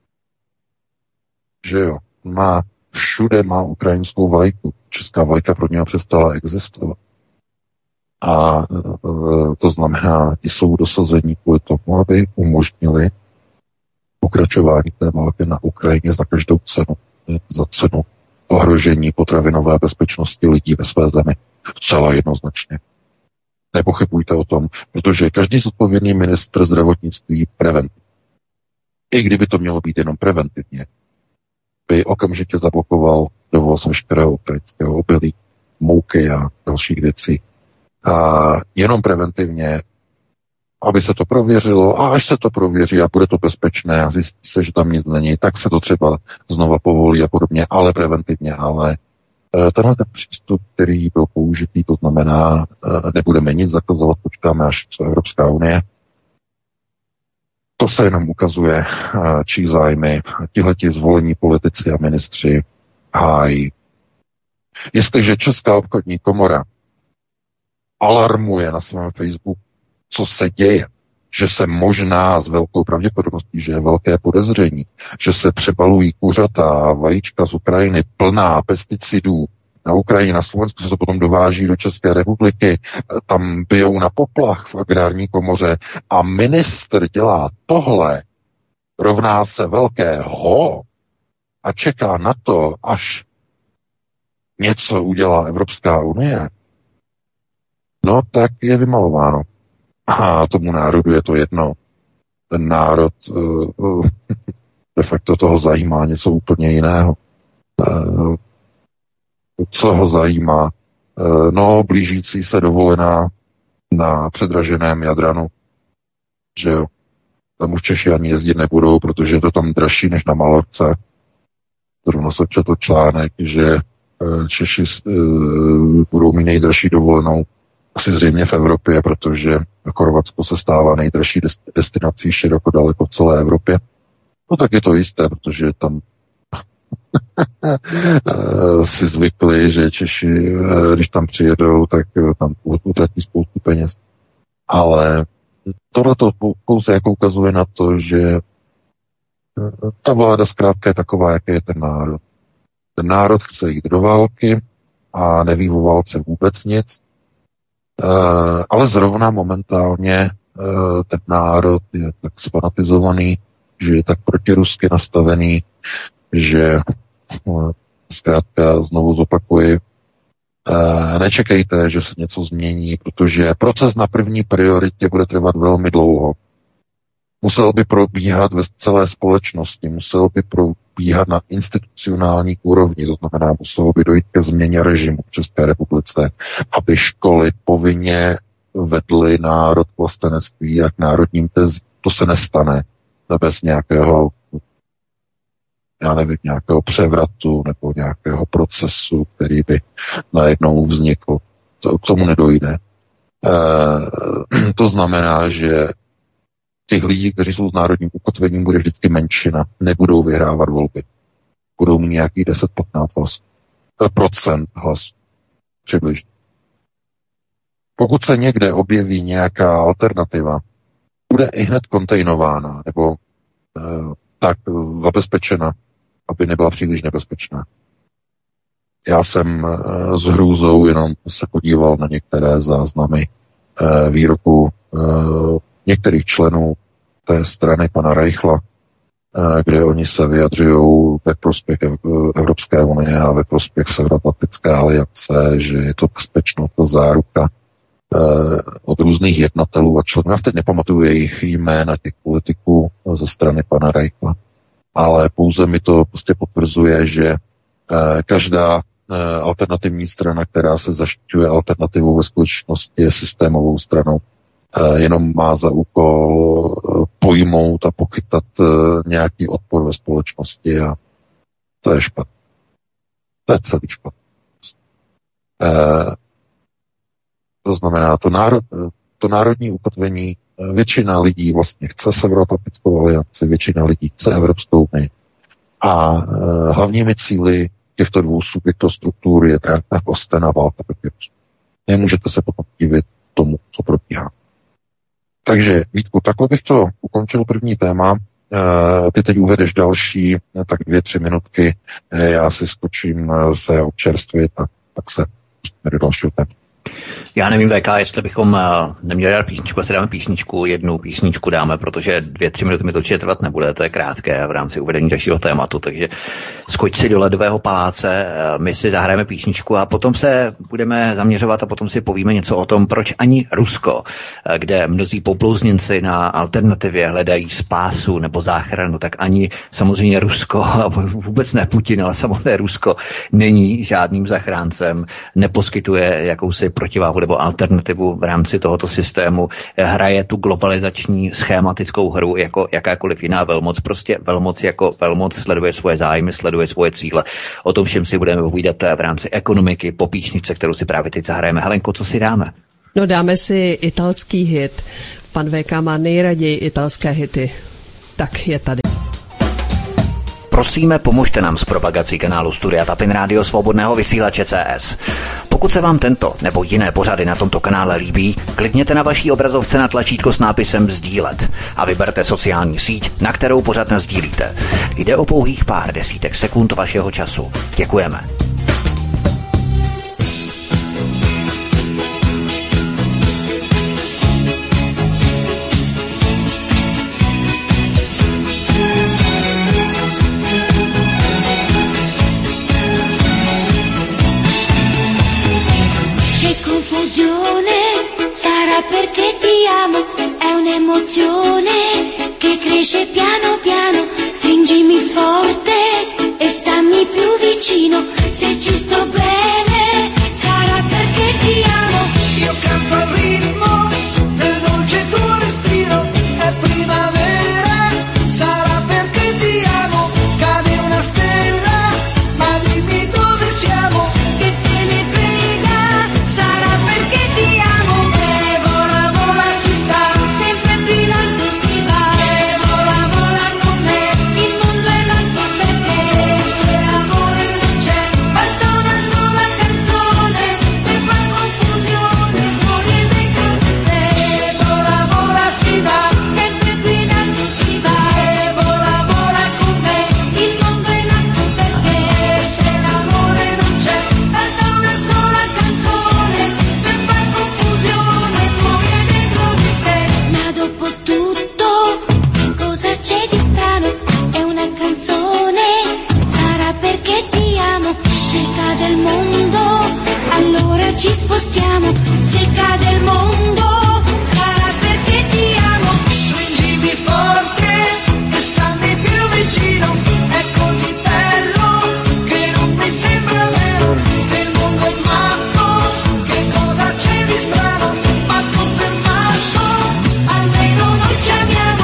Že jo, má, všude má ukrajinskou vlajku. Česká vlajka pro něho přestala existovat. A e, to znamená, ti jsou dosazení kvůli tomu, aby umožnili pokračování té války na Ukrajině za každou cenu, za cenu ohrožení potravinové bezpečnosti lidí ve své zemi. Zcela jednoznačně. Nepochybujte o tom, protože každý zodpovědný ministr zdravotnictví preventivně. I kdyby to mělo být jenom preventivně, by okamžitě zablokoval dovoz veškerého ukrajinského obilí, mouky a dalších věcí. A jenom preventivně, aby se to prověřilo, a až se to prověří a bude to bezpečné a zjistí se, že tam nic není, tak se to třeba znova povolí a podobně, ale preventivně, ale tenhle ten přístup, který byl použitý, to znamená, nebudeme nic zakazovat, počkáme, až co Evropská unie, to se jenom ukazuje, čí zájmy tihleti zvolení politici a ministři hájí. Jestliže Česká obchodní komora alarmuje na svém Facebooku, co se děje, že se možná s velkou pravděpodobností, že je velké podezření, že se přebalují kuřata a vajíčka z Ukrajiny plná pesticidů, na Ukrajině, na Slovensku se to potom dováží do České republiky, tam bijou na poplach v agrární komoře a ministr dělá tohle, rovná se velké ho a čeká na to, až něco udělá Evropská unie, no tak je vymalováno. A tomu národu je to jedno. Ten národ uh, uh, de facto toho zajímá něco úplně jiného. Uh, co ho zajímá? Uh, no, blížící se dovolená na předraženém Jadranu, že jo. Tam už Češi ani jezdit nebudou, protože je to tam dražší než na Malorce. Zrovna se četl článek, že uh, Češi uh, budou mít nejdražší dovolenou asi zřejmě v Evropě, protože Chorvatsko se stává nejdražší destinací široko daleko v celé Evropě. No tak je to jisté, protože tam si zvykli, že Češi, když tam přijedou, tak tam utratí spoustu peněz. Ale tohleto pouze jako ukazuje na to, že ta vláda zkrátka je taková, jaký je ten národ. Ten národ chce jít do války a neví o válce vůbec nic. Uh, ale zrovna momentálně uh, ten národ je tak sfanatizovaný, že je tak protirusky nastavený, že uh, zkrátka znovu zopakuji, uh, nečekejte, že se něco změní, protože proces na první prioritě bude trvat velmi dlouho. Musel by probíhat ve celé společnosti, musel by probíhat na institucionální úrovni, to znamená, muselo by dojít ke změně režimu v České republice, aby školy povinně vedly národ k vlastenectví a k národním tezím. To se nestane bez nějakého, já nevím, nějakého převratu nebo nějakého procesu, který by najednou vznikl. To, k tomu nedojde. E, to znamená, že těch lidí, kteří jsou s národním ukotvením, bude vždycky menšina. Nebudou vyhrávat volby. Budou mít nějakých deset patnáct hlasů. Procent hlasů. Přibližně. Pokud se někde objeví nějaká alternativa, bude i hned kontejnována, nebo e, tak zabezpečena, aby nebyla příliš nebezpečná. Já jsem e, s hrůzou jenom se podíval na některé záznamy e, výroku e, některých členů té strany pana Reichla, kde oni se vyjadřují ve prospěch Evropské unie a ve prospěch Severoatlantické aliance, že je to bezpečnost a záruka od různých jednatelů a členů. Já teď nepamatuju jejich jména těch politiků ze strany pana Reichla, ale pouze mi to prostě potvrzuje, že každá alternativní strana, která se zaštiťuje alternativou ve společnosti, je systémovou stranou. Jenom má za úkol pojmout a pochytat nějaký odpor ve společnosti a to je špatné. To je celý špatný. To znamená, to, národ, to národní ukotvení, většina lidí vlastně chce Severoatlantickou alianci, většina lidí chce Evropskou unii. A hlavními cíli těchto dvou subjektů struktur je trátná kostená válka proti Rusku. Nemůžete se potom divit tomu, co probíhá. Takže, Vítku, takhle bych to ukončil první téma. E, ty teď uvedeš další, tak dvě, tři minutky. E, já si skočím se občerstvit a tak se pustíme do dalšího téma. Já nevím, V K, jestli bychom neměli dát písničku, asi dáme písničku, jednu písničku dáme, protože dvě, tři minuty mi to určitě trvat nebude, to je krátké v rámci uvedení dalšího tématu, takže skoč si do ledového paláce, my si zahrajeme písničku a potom se budeme zaměřovat a potom si povíme něco o tom, proč ani Rusko, kde mnozí poblouzněnci na alternativě hledají spásu nebo záchranu, tak ani samozřejmě Rusko, a vůbec ne Putin, ale samotné Rusko není žádným zachráncem, neposkytuje jakousi protiváhu nebo alternativu v rámci tohoto systému, hraje tu globalizační schématickou hru jako jakákoliv jiná velmoc. Prostě velmoc jako velmoc sleduje svoje zájmy, sleduje svoje cíle. O tom všem si budeme povídat v rámci ekonomiky po píšničce, kterou si právě teď zahrajeme. Helenko, co si dáme? No dáme si italský hit. Pan V K má nejraději italské hity. Tak je tady. Prosíme, pomožte nám s propagací kanálu Studia Tapin Rádio Svobodného vysílače C S. Pokud se vám tento nebo jiné pořady na tomto kanále líbí, klikněte na vaší obrazovce na tlačítko s nápisem sdílet a vyberte sociální síť, na kterou pořad nasdílíte. Jde o pouhých pár desítek sekund vašeho času. Děkujeme. Sarà perché ti amo, è un'emozione che cresce piano piano, stringimi forte e stammi più vicino, se ci sto bene, sarà perché ti amo. Io canto al ritmo del dolce tuo respiro, è primavera, sarà perché ti amo, cade una stella, ma dimmi dove siamo, che te ne frega, sarà perché ti amo. Ci spostiamo, se cade il mondo, sarà perché ti amo. Stringimi forte e stammi più vicino, è così bello che non mi sembra vero. Se il mondo è matto, che cosa c'è di strano? Matto per matto, almeno noi ci amiamo.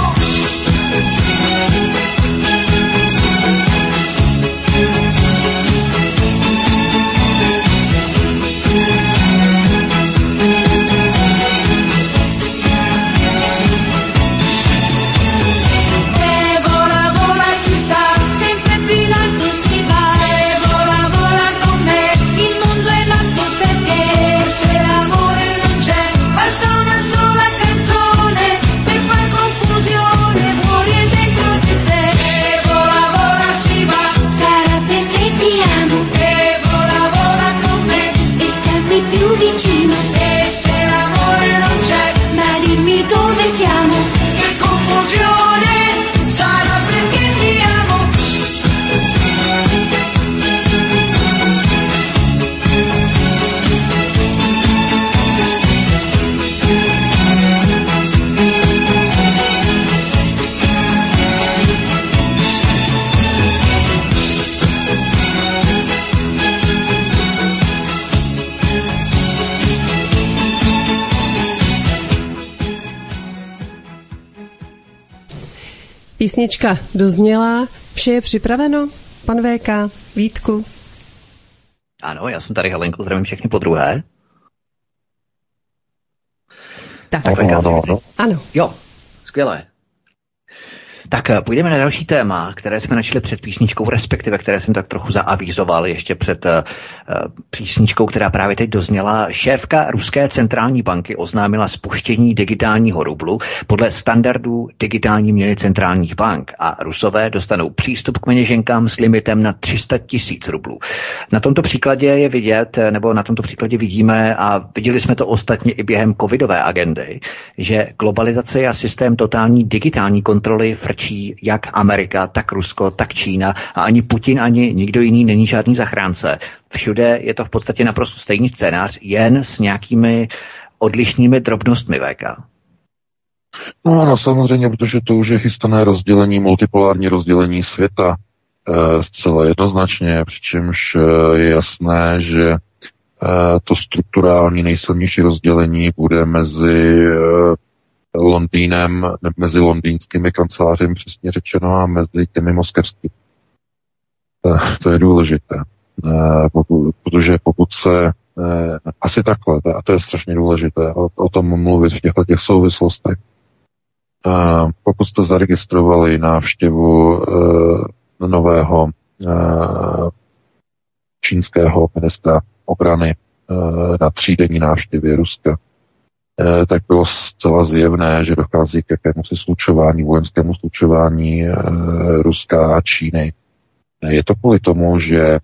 E se l'amore non c'è, ma dimmi dove siamo, che confusione, sarà perché ti amo. Písnička dozněla, vše je připraveno, pan V K, Vítku. Ano, já jsem tady, Helenko, zdravím všechny po druhé. Tak, tak ano, ano, ano. Ano. Jo, skvělé. Tak půjdeme na další téma, které jsme načali před písničkou, respektive které jsem tak trochu zaavízoval ještě před uh, písničkou, která právě teď dozněla. Šéfka Ruské centrální banky oznámila spuštění digitálního rublu podle standardů digitální měny centrálních bank a Rusové dostanou přístup k peněženkám s limitem na tři sta tisíc rublů. Na tomto příkladě je vidět, nebo na tomto příkladě vidíme, a viděli jsme to ostatně i během covidové agendy, že globalizace a systém totální digitální kontroly frčí jak Amerika, tak Rusko, tak Čína a ani Putin, ani nikdo jiný není žádný zachránce. Všude je to v podstatě naprosto stejný scénář, jen s nějakými odlišnými drobnostmi V K. No, no samozřejmě, protože to už je chystané rozdělení, multipolární rozdělení světa e, zcela jednoznačně, přičemž je jasné, že to strukturální nejsilnější rozdělení bude mezi Londýnem, mezi londýnskými kancelářemi přesně řečeno a mezi těmi moskevskými. To je důležité, protože pokud se asi takhle, a to je strašně důležité o, o tom mluvit v těchto těch souvislostech, pokud jste zaregistrovali návštěvu nového čínského ministra obrany na třídenní návštěvě Ruska, tak bylo zcela zjevné, že dochází k jakémusi slučování, vojenskému slučování Ruska a Číny. Je to kvůli tomu, že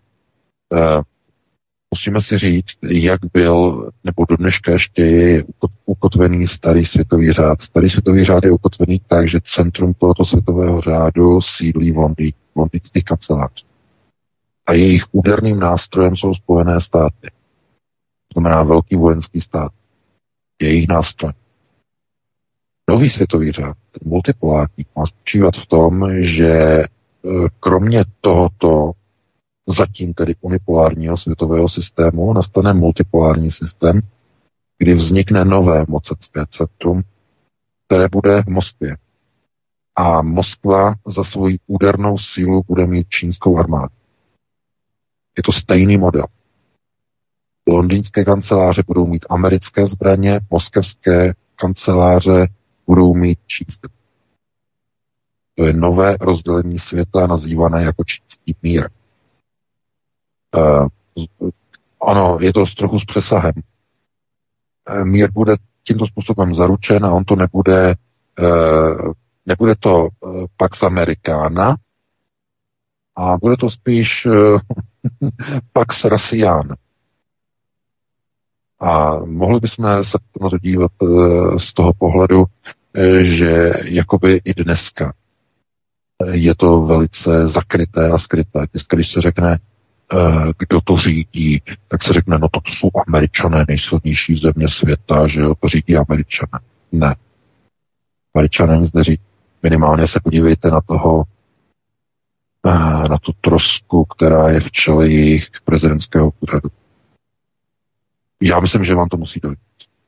musíme si říct, jak byl, nebo do dneška ještě je ukotvený starý světový řád. Starý světový řád je ukotvený tak, že centrum tohoto světového řádu sídlí v Londýně, v londýnských kancelářích. A jejich úderným nástrojem jsou Spojené státy. To znamená velký vojenský stát. Jejich nástroj. Nový světový řád, ten multipolární, má spočívat v tom, že kromě tohoto zatím tedy unipolárního světového systému nastane multipolární systém, kdy vznikne nové mocenské centrum, které bude v Moskvě. A Moskva za svoji údernou sílu bude mít čínskou armádu. Je to stejný model. Londýnské kanceláře budou mít americké zbraně, moskevské kanceláře budou mít čínské. To je nové rozdělení světa nazývané jako čínský mír. Uh, ano, je to trochu s přesahem. Uh, mír bude tímto způsobem zaručen a on to nebude, uh, nebude to uh, Pax Americana, a bude to spíš uh, Pax Rasiana. A mohli bychom se na to dívat uh, z toho pohledu, uh, že jakoby i dneska je to velice zakryté a skryté. Dneska, když se řekne, kdo to řídí, tak se řekne, no to jsou Američané, nejsilnější země světa, že jo, to řídí Američané. Ne. Američané nic neřídí. Minimálně se podívejte na toho, na tu trosku, která je v čele jejich prezidentského úřadu. Já myslím, že vám to musí dojít.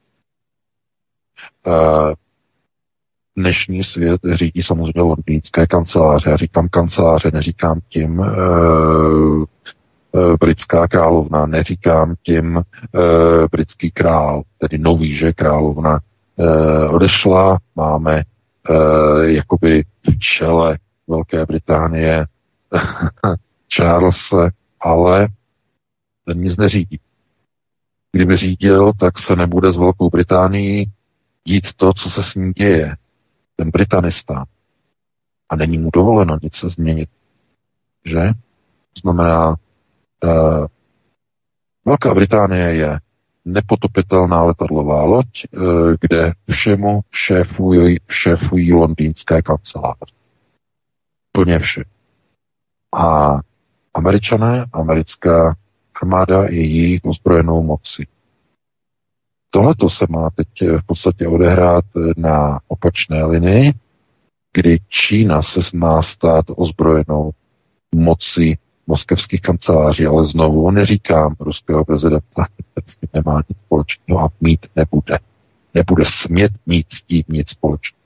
Dnešní svět řídí samozřejmě londýnské kanceláře. Já říkám kanceláře, neříkám tím e, e, britská královna, neříkám tím e, britský král, tedy nový, že královna e, odešla. Máme e, jakoby v čele Velké Británie Charlese, ale ten nic neřídí. Kdyby řídil, tak se nebude s Velkou Británií dít to, co se s ní děje. Ten Britanista. A není mu dovoleno nic se změnit. Že? To znamená, uh, Velká Británie je nepotopitelná letadlová loď, uh, kde všemu šéfují, šéfují londýnské kanceláře. Plně vše. A Američané, americká armáda je jejich ozbrojenou mocí. Tohleto se má teď v podstatě odehrát na opačné linii, kdy Čína se má stát ozbrojenou mocí moskevských kanceláří, ale znovu neříkám ruského prezidenta, s tím nemá nic společného a mít nebude. Nebude smět mít s tím nic společného.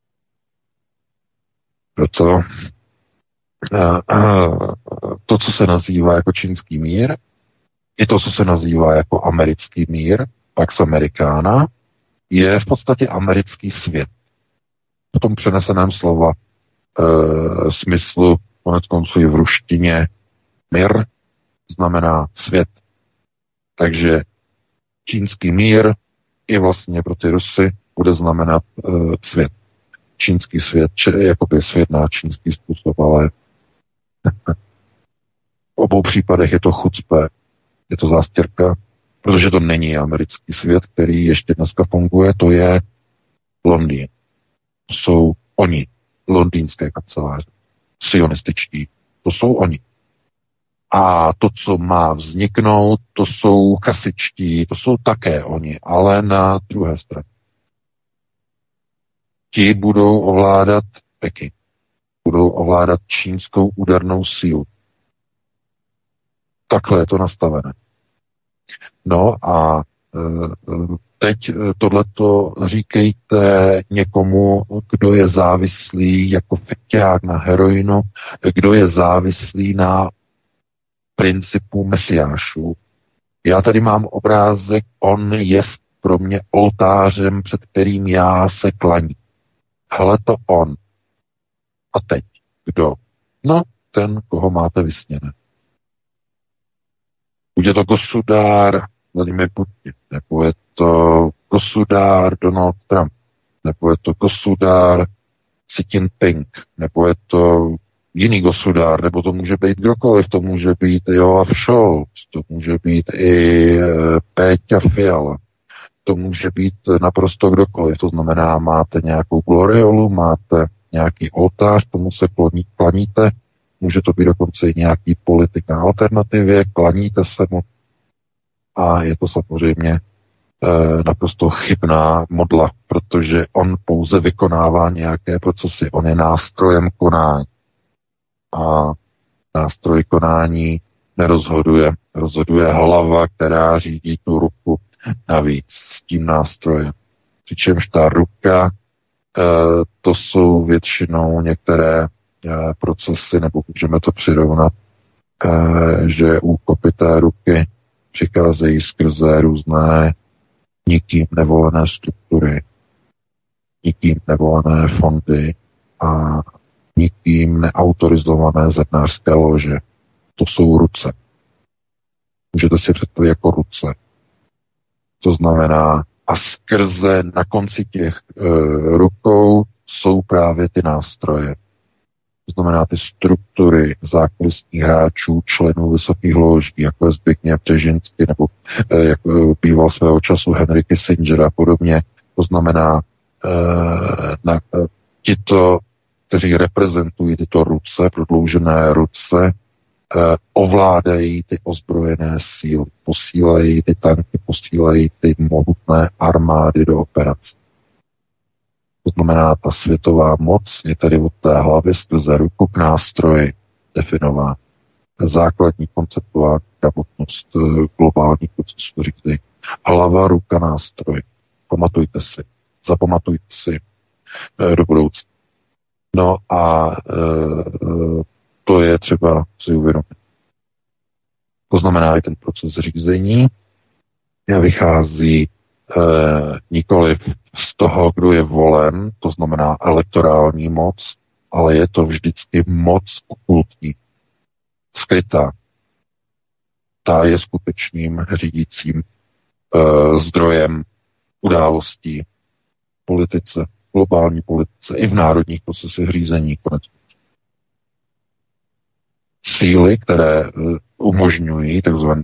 Proto to, co se nazývá jako čínský mír, i to, co se nazývá jako americký mír, Pax Americana, je v podstatě americký svět. V tom přeneseném slova e, smyslu, konec konců i v ruštině, mír znamená svět. Takže čínský mír i vlastně pro ty Rusy bude znamenat e, svět. Čínský svět, či jakoby svět na čínský způsob, ale v obou případech je to chucpe, je to zástěrka, protože to není americký svět, který ještě dneska funguje, to je Londýn. To jsou oni, londýnské kanceláře, sionističtí, to jsou oni. A to, co má vzniknout, to jsou chasičtí, to jsou také oni, ale na druhé straně. Ti budou ovládat Peking, budou ovládat čínskou údernou sílu. Takhle je to nastavené. No a teď tohleto říkejte někomu, kdo je závislý jako feťák na heroinu, kdo je závislý na principu mesiášů. Já tady mám obrázek, on je pro mě oltářem, před kterým já se klaním. Hele to on. A teď kdo? No, ten, koho máte vysněné. Buď je to Gosudár Vladimír Putin, nebo je to Gosudár Donald Trump, nebo je to Gosudár Xi Jinping, nebo je to jiný Gosudár, nebo to může být kdokoliv, to může být i Olaf Scholz, to může být i Péťa Fiala, to může být naprosto kdokoliv, to znamená, máte nějakou gloriolu, máte nějaký oltář, tomu se kloní, klaníte, může to být dokonce i nějaký politik na alternativě, klaníte se mu a je to samozřejmě e, naprosto chybná modla, protože on pouze vykonává nějaké procesy, on je nástrojem konání a nástroj konání nerozhoduje, rozhoduje hlava, která řídí tu ruku navíc s tím nástrojem. Přičemž ta ruka, e, to jsou většinou některé e, procesy, nebo můžeme to přirovnat, e, že úkopy té ruky přicházejí skrze různé nikým nevolené struktury, nikým nevolené fondy a nikým neautorizované zednářské lože. To jsou ruce. Můžete si představit jako ruce. To znamená, a skrze na konci těch e, rukou jsou právě ty nástroje. To znamená ty struktury zákulisních hráčů, členů vysokých loží, jako je Zbigněv Břežinský, nebo e, jak býval svého času Henry Kissinger a podobně. To znamená, e, na, e, tito, kteří reprezentují tyto ruce, prodloužené ruce, ovládají ty ozbrojené síly, posílají ty tanky, posílají ty mohutné armády do operace. To znamená, ta světová moc je tedy od té hlavy skrze ruku k nástroji definová. Základní konceptuální gramotnost globální procesu říkají. Hlava, ruka, nástroj. Pamatujte si. Zapamatujte si do budoucna. No a e, to je třeba si uvědomit. To znamená, i ten proces řízení vychází e, nikoliv z toho, kdo je volen, to znamená elektorální moc, ale je to vždycky moc okultní, skrytá. Ta je skutečným řídícím e, zdrojem událostí v politice, globální politice, i v národních procesech řízení konec. Síly, které umožňují takzvaně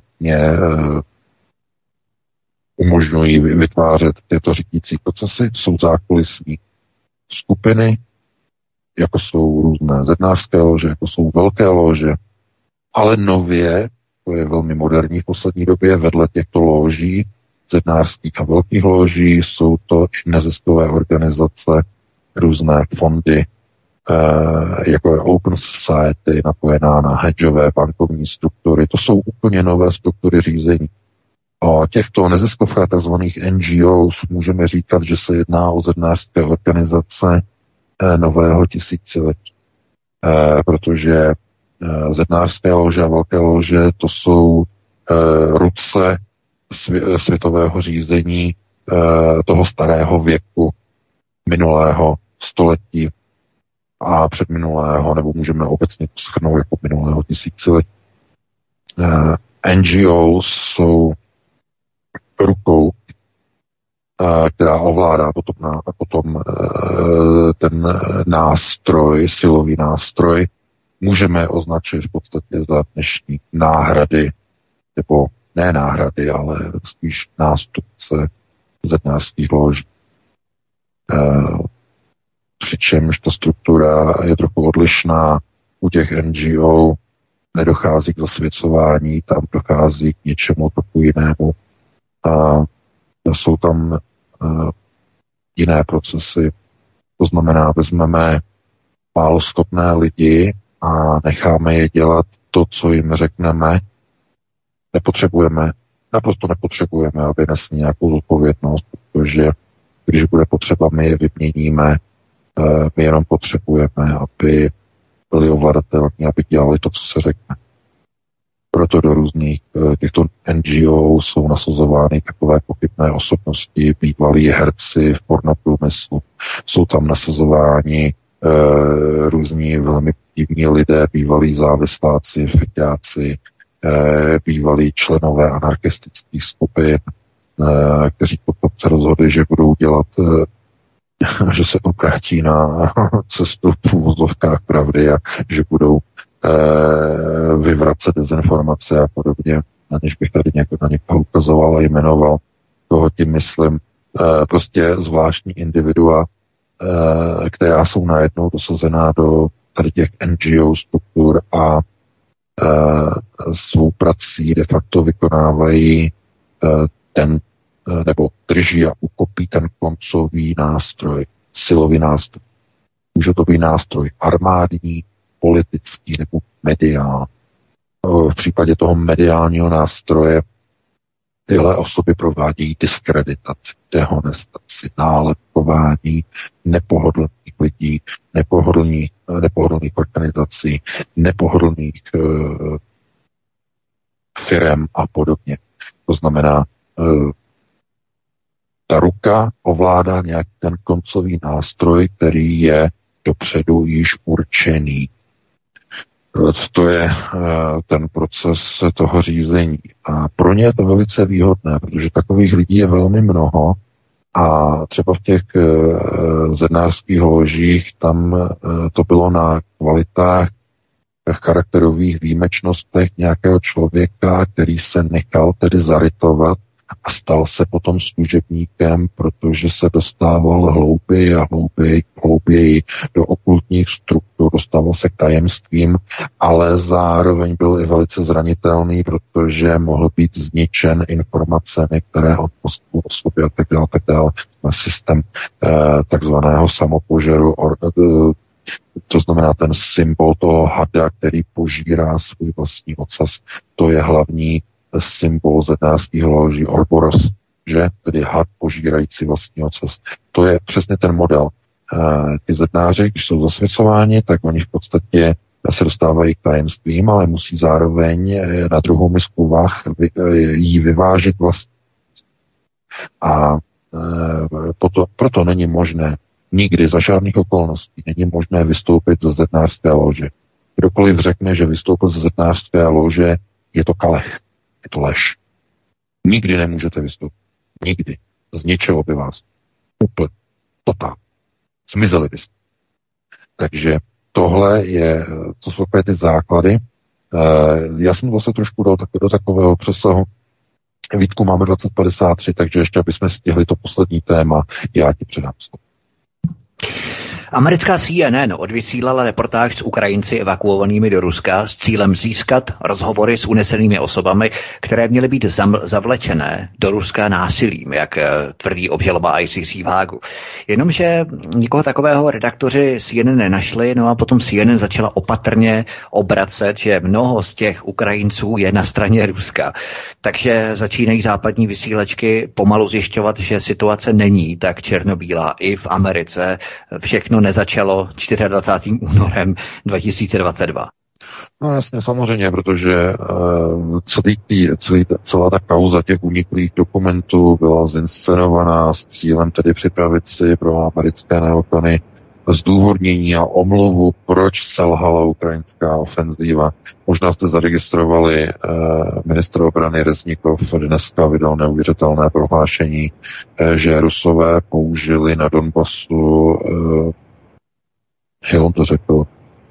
umožňují vytvářet tyto řídící procesy, jsou zákulisní skupiny, jako jsou různé zednářské lože, jako jsou velké lože, ale nově, to je velmi moderní v poslední době, vedle těchto loží, zednářských a velkých loží, jsou to i neziskové organizace, různé fondy, jako je Open Society, napojená na hedžové bankovní struktury. To jsou úplně nové struktury řízení. O těchto neziskových tzv. N G Os můžeme říkat, že se jedná o zednářské organizace nového tisíciletí. Protože zednářské lože a velké lože to jsou ruce světového řízení toho starého věku, minulého století a předminulého, nebo můžeme obecně shrnout jako minulého tisíciletí. N G Os jsou rukou, která ovládá potom, na, potom ten nástroj, silový nástroj, můžeme označit v podstatě za dnešní náhrady, nebo ne náhrady, ale spíš nástupce zednářských loží. Přičemž ta struktura je trochu odlišná. U těch N G O nedochází k zasvěcování, tam dochází k něčemu trochu jinému. A jsou tam uh, jiné procesy. To znamená, vezmeme málo schopné lidi a necháme je dělat to, co jim řekneme. Nepotřebujeme naprosto nepotřebujeme, aby nesli nějakou zodpovědnost, protože když bude potřeba, my je vyměníme, my jenom potřebujeme, aby byli ovladatelní, aby dělali to, co se řekne. Proto do různých těchto N G O jsou nasazovány takové pochybné osobnosti, bývalí herci v pornoprůmyslu. Jsou tam nasazováni e, různí velmi divní lidé, bývalí závisláci, feťáci, e, bývalí členové anarchistických skupin, e, kteří potom se rozhodli, že budou dělat, e, že se obrátí na cestu v úvozovkách pravdy a že budou vyvracet dezinformace a podobně, aniž bych tady někoho, na někoho ukazoval a jmenoval, koho tím myslím. Prostě zvláštní individua, která jsou najednou dosazená do tady těch N G O struktur a svou prací de facto vykonávají ten, nebo drží a ukopí ten koncový nástroj, silový nástroj. Může to být nástroj armádní, politický nebo mediální. V případě toho mediálního nástroje tyhle osoby provádějí diskreditaci, dehonestaci, nálepkování nepohodlných lidí, nepohodlných, nepohodlných organizací, nepohodlných uh, firem a podobně. To znamená, uh, ta ruka ovládá nějaký ten koncový nástroj, který je dopředu již určený. To je ten proces toho řízení. A pro ně je to velice výhodné, protože takových lidí je velmi mnoho a třeba v těch zednářských ložích tam to bylo na kvalitách, charakterových výjimečnostech nějakého člověka, který se nechal tedy zarytovat a stal se potom služebníkem, protože se dostával hlouběji a hlouběji, hlouběji do okultních struktur, dostával se k tajemstvím, ale zároveň byl i velice zranitelný, protože mohl být zničen informacemi, které on poskytl o sobě a tak dále, tak dále. Systém eh, takzvaného samopožeru, or, eh, to znamená ten symbol toho hada, který požírá svůj vlastní ocas, to je hlavní symbol zednářských loží Orboros, že? Tedy had požírající vlastní ocas. To je přesně ten model. E, ty zednáři, když jsou zasvěcováni, tak oni v podstatě se dostávají k tajemstvím, ale musí zároveň na druhou misku vah vy, jí vyvážit vlastní. A e, proto, proto není možné nikdy za žádných okolností není možné vystoupit ze zednářské lože. Kdokoliv řekne, že vystoupil ze zednářské lože, je to kalech. Je to lež. Nikdy nemůžete vystoupit. Nikdy. Zničilo by vás. Úplně. Totál. Zmizeli byste. Takže tohle je, to jsou takové ty základy. Já jsem to se trošku dal tak, do takového přesahu. Vítku, máme dvacet padesát tři, takže ještě, aby jsme stihli to poslední téma, já ti předám slovo. Americká C N N odvysílala reportáž s Ukrajinci evakuovanými do Ruska s cílem získat rozhovory s unesenými osobami, které měly být zavlečené do Ruska násilím, jak tvrdí obžaloba I C C v Hágu. Jenomže nikoho takového redaktoři C N N nenašli, no a potom C N N začala opatrně obracet, že mnoho z těch Ukrajinců je na straně Ruska. Takže začínají západní vysílačky pomalu zjišťovat, že situace není tak černobílá i v Americe. Všechno nezačalo dvacátým čtvrtým únorem dva tisíce dvacet dva. No jasně, samozřejmě, protože uh, celý tý, celý, celá ta kauza těch uniklých dokumentů byla zinscenovaná s cílem tedy připravit si pro americké neokony zdůvodnění a omluvu, proč selhala ukrajinská ofenzíva. Možná jste zaregistrovali, uh, ministr obrany Reznikov dneska vydal neuvěřitelné prohlášení, uh, že Rusové použili na Donbasu, uh, jak on to řekl, uh,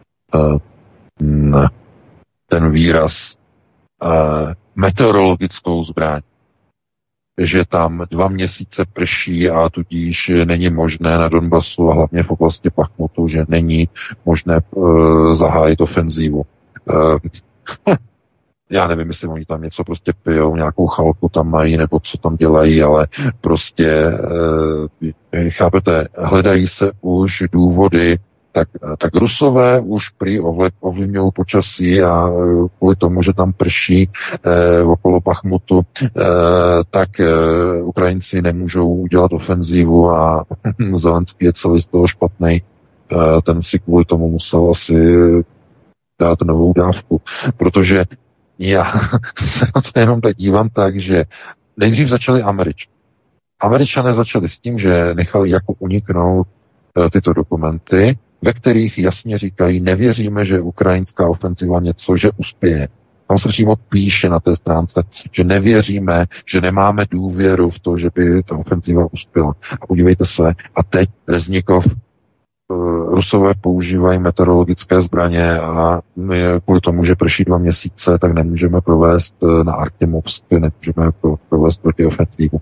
ne, ten výraz uh, meteorologickou zbraň, že tam dva měsíce prší a tudíž není možné na Donbasu a hlavně v oblasti Bachmutu, že není možné uh, zahájit ofenzívu. Uh, já nevím, jestli oni tam něco prostě pijou, nějakou chalku tam mají, nebo co tam dělají, ale prostě, uh, chápete, hledají se už důvody tak, tak Rusové už prý ovlivňují počasí a kvůli tomu, že tam prší eh, okolo Bachmutu, eh, tak eh, Ukrajinci nemůžou udělat ofenzívu a Zelenský je celý z toho špatný. Eh, ten si kvůli tomu musel asi dát novou dávku, protože já se na to jenom tak dívám tak, že nejdřív začali Američané. Američané začali s tím, že nechali jako uniknout e, tyto dokumenty, ve kterých jasně říkají, nevěříme, že ukrajinská ofenziva něco, že uspěje. Tam se přímo píše na té stránce, že nevěříme, že nemáme důvěru v to, že by ta ofenziva uspěla. A podívejte se, a teď Reznikov, Rusové používají meteorologické zbraně a my kvůli tomu, že prší dva měsíce, tak nemůžeme provést na Artemovsk, nemůžeme provést protiofenzivu.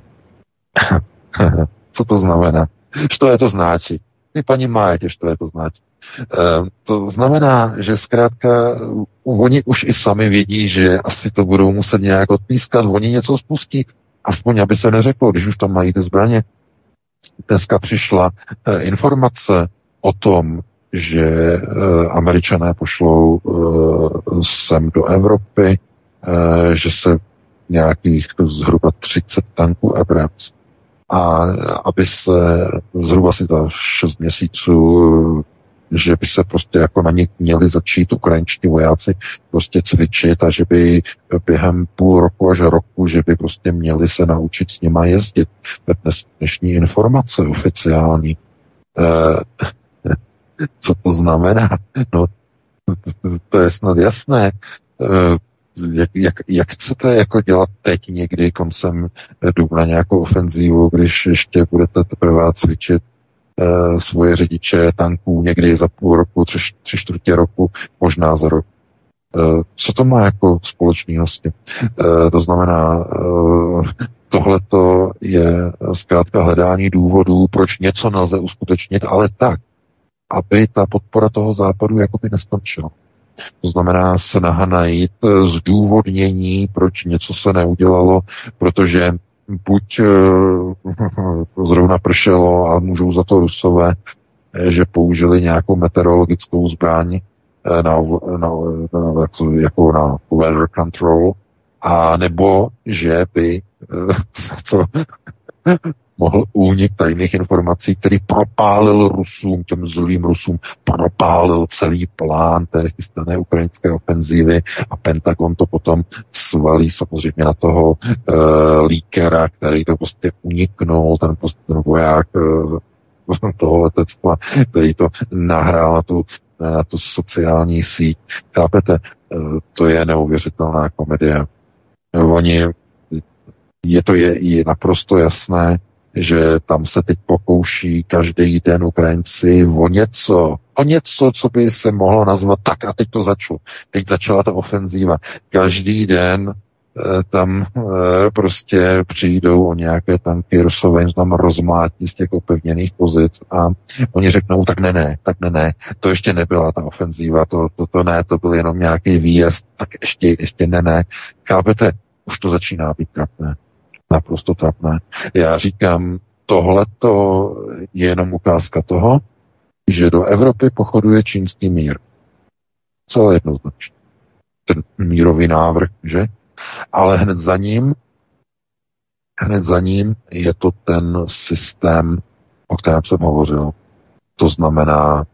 Co to znamená? Što je to značí? Ty paní máte, što je to značí? E, to znamená, že zkrátka oni už i sami vědí, že asi to budou muset nějak odpískat, oni něco spustí, aspoň aby se neřeklo, když už tam mají ty zbraně. Dneska přišla e, informace o tom, že e, Američané pošlou e, sem do Evropy, e, že se nějakých zhruba třicet tanků Abrams. A aby se zhruba si ta šest měsíců, že by se prostě jako na ně měli začít ukrajinští vojáci prostě cvičit a že by během půl roku až roku, že by prostě měli se naučit s nima jezdit. Dnes, dnešní informace oficiální. E, co to znamená? No, to, to je snad jasné. E, Jak, jak, jak chcete jako dělat teď někdy koncem dubna nějakou ofenzívu, když ještě budete teprve cvičit e, svoje řidiče tanků někdy za půl roku, tři, tři čtvrtě roku, možná za rok. E, co to má jako společného s tím? E, to znamená, e, tohleto je zkrátka hledání důvodů, proč něco nelze uskutečnit, ale tak, aby ta podpora toho západu jakoby neskončila. To znamená snaha najít zdůvodnění, proč něco se neudělalo, protože buď zrovna pršelo a můžou za to Rusové, že použili nějakou meteorologickou zbraň na, na, na, jako na weather control, a nebo že by to mohl únik tajných informací, který propálil Rusům, těm zlým Rusům, propálil celý plán té chystané ukrajinské ofenzívy a Pentagon to potom svalí samozřejmě na toho uh, líkera, který to prostě uniknul, ten, prostě, ten voják uh, toho letectva, který to nahrál na tu, na tu sociální síť. Chápete? Uh, to je neuvěřitelná komedie. Oni, je to je, je naprosto jasné, že tam se teď pokouší každý den Ukrajinci o něco, o něco, co by se mohlo nazvat tak a teď to začalo. Teď začala ta ofenzíva. Každý den e, tam e, prostě přijdou o nějaké tanky, Rusové jim tam rozmátí z těch opevněných pozic a oni řeknou, tak ne, ne, tak ne, ne, to ještě nebyla ta ofenzíva, to, to, to ne, to byl jenom nějaký výjezd, tak ještě, ještě ne, ne. Chápete, už to začíná být trapné. Naprosto trapné. Já říkám, tohleto je jenom ukázka toho, že do Evropy pochoduje čínský mír. Celé jednoznačně. Ten mírový návrh, že? Ale hned za ním, hned za ním je to ten systém, o kterém jsem hovořil. To znamená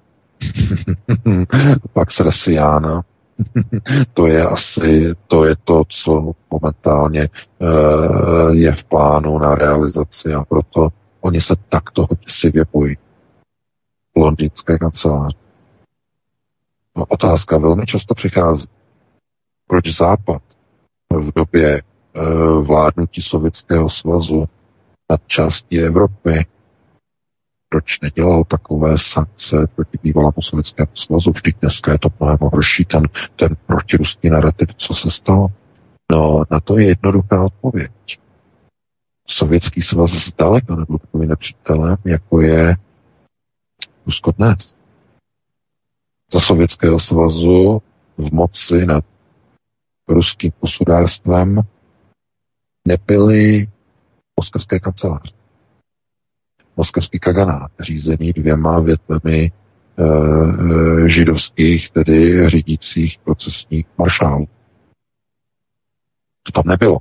Pax Resiana. To je asi, to je to, co momentálně uh, je v plánu na realizaci a proto oni se takto děsivě bojí. Londýnské kanceláře. No, otázka velmi často přichází. Proč Západ v době uh, vládnutí Sovětského svazu nad částí Evropy proč nedělal takové sankce proti bývalému Sovětskému svazu? Vždyť dneska je to mnohem horší, ten, ten protiruský narrativ, co se stalo. No, na to je jednoduchá odpověď. Sovětský svaz zdaleka nebyl takovým nepřítelem, jako je Rusko dnes. Za Sovětského svazu v moci nad ruským hospodářstvem nebyly moskevské kanceláře. Moskevský kaganát, řízený dvěma větvemi e, židovských, tedy řídících procesních maršálů. To tam nebylo.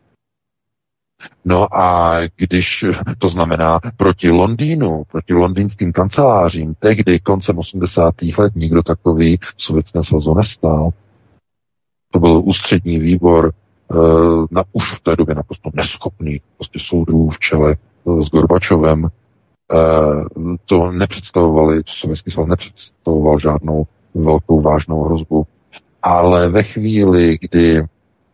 No a když, to znamená proti Londýnu, proti londýnským kancelářím, tehdy koncem osmdesátých let nikdo takový v Sovětském svazu nestál. To byl ústřední výbor, na, už v té době naprosto neschopný, prostě soudrů v čele s Gorbačovem, to nepředstavovali, Sovětský svaz nepředstavoval žádnou velkou vážnou hrozbu, ale ve chvíli, kdy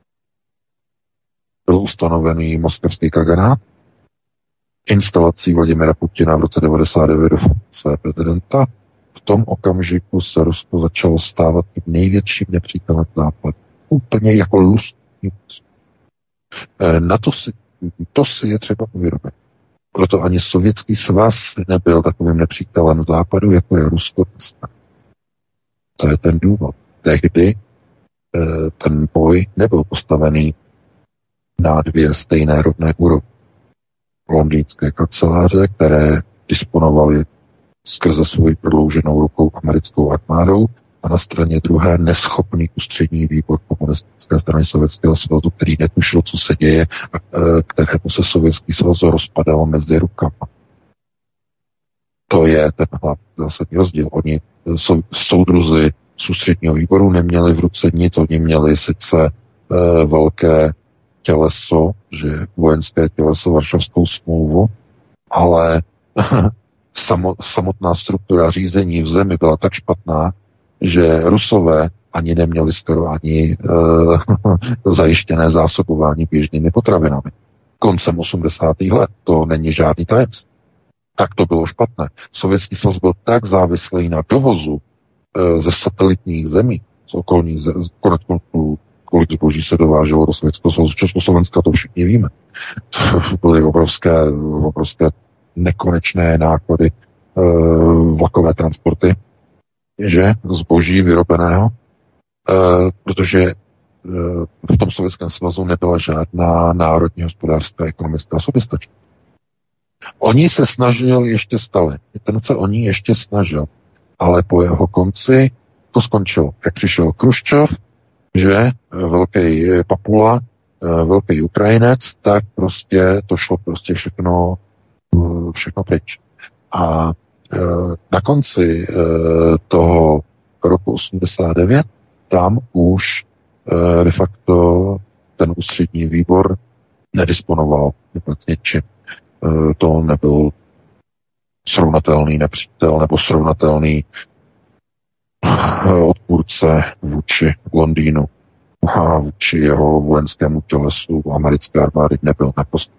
byl ustanovený moskevský kaganát, instalací Vladimira Putina v roce devadesát devět do funkce prezidenta, v tom okamžiku se Rusko začalo stávat tím největším nepřítelem západu. Úplně jako luský. Na to si, to si je třeba uvědomit. Proto ani Sovětský svaz nebyl takovým nepřítelem západu, jako je Rusko. To je ten důvod. Tehdy ten boj nebyl postavený na dvě stejné rovné úrovně. Londýnské kanceláře, které disponovaly skrze svoji prodlouženou rukou americkou armádou, a na straně druhé neschopný ústřední výbor komunistické strany Sovětského svazu, který netušil, co se děje a kterému se Sovětský svaz rozpadal mezi rukama. To je ten hlavní zásadní rozdíl. Oni sou, soudruzi z ústředního výboru neměli v ruce nic, oni měli sice e, velké těleso, že vojenské těleso, Varšavskou smlouvu, ale samotná struktura řízení v zemi byla tak špatná, že Rusové ani neměli skoro ani e, zajištěné zásobování běžnými potravinami. Koncem osmdesátých let, to není žádný tajemství. Tak to bylo špatné. Sovětský svaz byl tak závislý na dovozu e, ze satelitních zemí, z okolních zemí, konec konců, kolik zboží se dováželo do Sovětského svazu, Československa, to všichni víme. To byly obrovské, obrovské nekonečné náklady, e, vlakové transporty, že zboží vyrobeného, e, protože e, v tom Sovětském svazu nebyla žádná národní hospodářská ekonomická soběstačnost. Oni se snažili ještě stále, ten se oni ještě snažil, ale po jeho konci to skončilo. Jak přišel Chruščov, že velký Papula, velký Ukrajinec, tak prostě to šlo prostě všechno, všechno pryč. A na konci toho roku osmdesát devět tam už de facto ten ústřední výbor nedisponoval vůbec něčím. To nebyl srovnatelný nepřítel nebo srovnatelný odpůrce vůči Londýnu a vůči jeho vojenskému tělesu americké armády nebyl naprosto.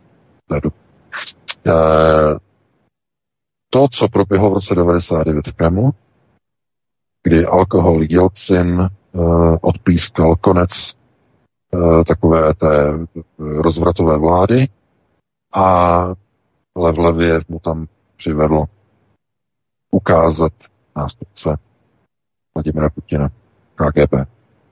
To, co proběhlo v roce devadesát devět v Kremlu, kdy alkohol Jelcin odpískal konec takové té rozvratové vlády a Levlevě mu tam přivedl ukázat nástupce Vladimira Putina, K G B.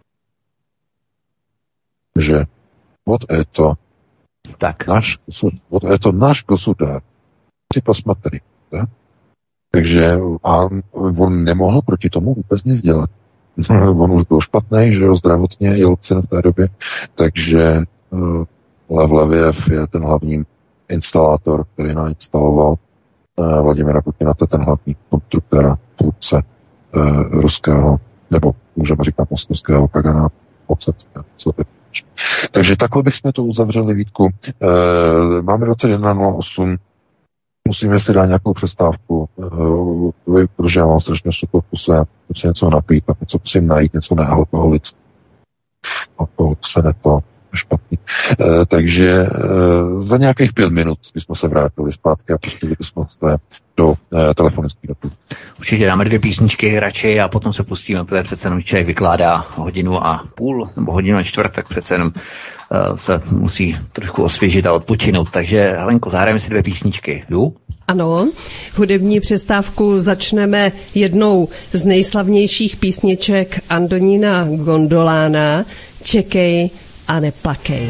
Že вот это tak. Náš, вот это náš gosudár. Ty posmatry. Tak? Takže a on nemohl proti tomu vůbec nic dělat. On už byl špatný, že jo, zdravotně, Jelcin v té době, takže uh, Levlevěv je ten hlavní instalátor, který nainstaloval uh, Vladimira Putina, to je ten hlavní konstruktéra, tvůrce uh, ruského, nebo můžeme říkat moskevského kaganátu, mocenského. Takže takhle bychom to uzavřeli, Vítku. Uh, máme dvacet jedna nula osm, musíme si dát nějakou přestávku, uh, protože já mám strašně super puse, musím něco napít, a něco musím najít, něco nealkoholické. Alkohol se ne to špatný. Uh, takže uh, za nějakých pět minut bychom se vrátili zpátky a pustili bychom se do uh, telefonických dotů. Určitě dáme dvě písničky radši a potom se pustíme, protože přece jenom člověk vykládá hodinu a půl nebo hodinu a čtvrt, tak přece jenom uh, se musí trošku osvěžit a odpočinout. Takže Helenko, zahrajeme si dvě písničky. Jo? Ano, hudební přestávku začneme jednou z nejslavnějších písniček Antonína Gondolána, Čekej a neplakej.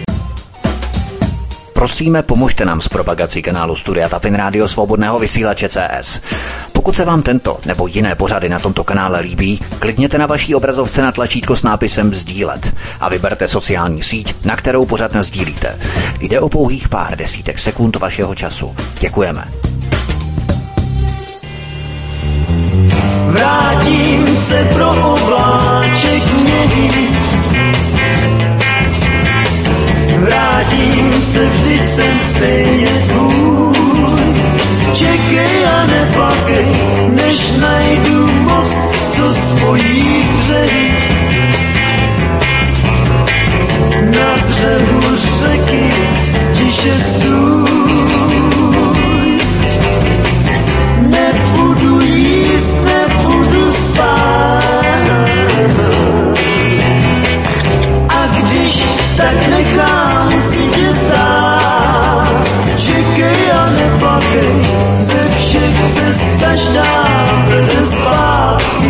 Prosíme, pomožte nám s propagací kanálu Studia Tapin Rádio Svobodného vysílače C S. Pokud Pokud se vám tento nebo jiné pořady na tomto kanále líbí, klikněte na vaší obrazovce na tlačítko s nápisem sdílet a vyberte sociální síť, na kterou pořad nasdílíte. Jde o pouhých pár desítek sekund vašeho času. Děkujeme. Vrátím se pro obláček něhy, vrátím se, vždyť jsem stejně tvůj. Čekej a neplakej, než najdu most, co spojí břehy. Na břehu řeky tiše stůj. Nebudu jíst, nebudu spát, a když tak nechám si tě zdát. Čekej a neplakej, ze všech cest každá vede zpátky.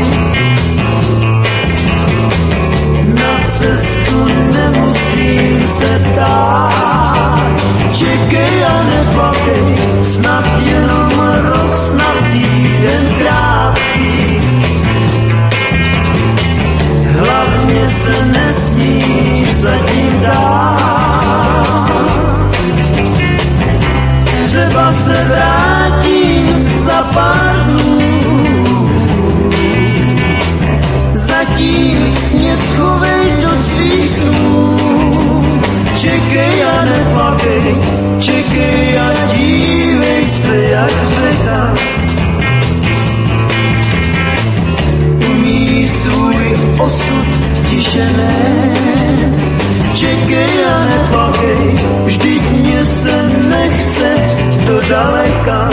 Na cestu nemusím se ptát. Čekej a neplakej, snad jenom rok, snad týden krátký. Hlavně se nesmíš zatím dát. Třeba se vrátím za pár dnů, zatím mě schovej do svých snů. Čekej a neplakej, čekej a dívej se, jak řeka umí svůj osud tiše nést. Čekej a neplakej, vždyť mě se nechce do daleka.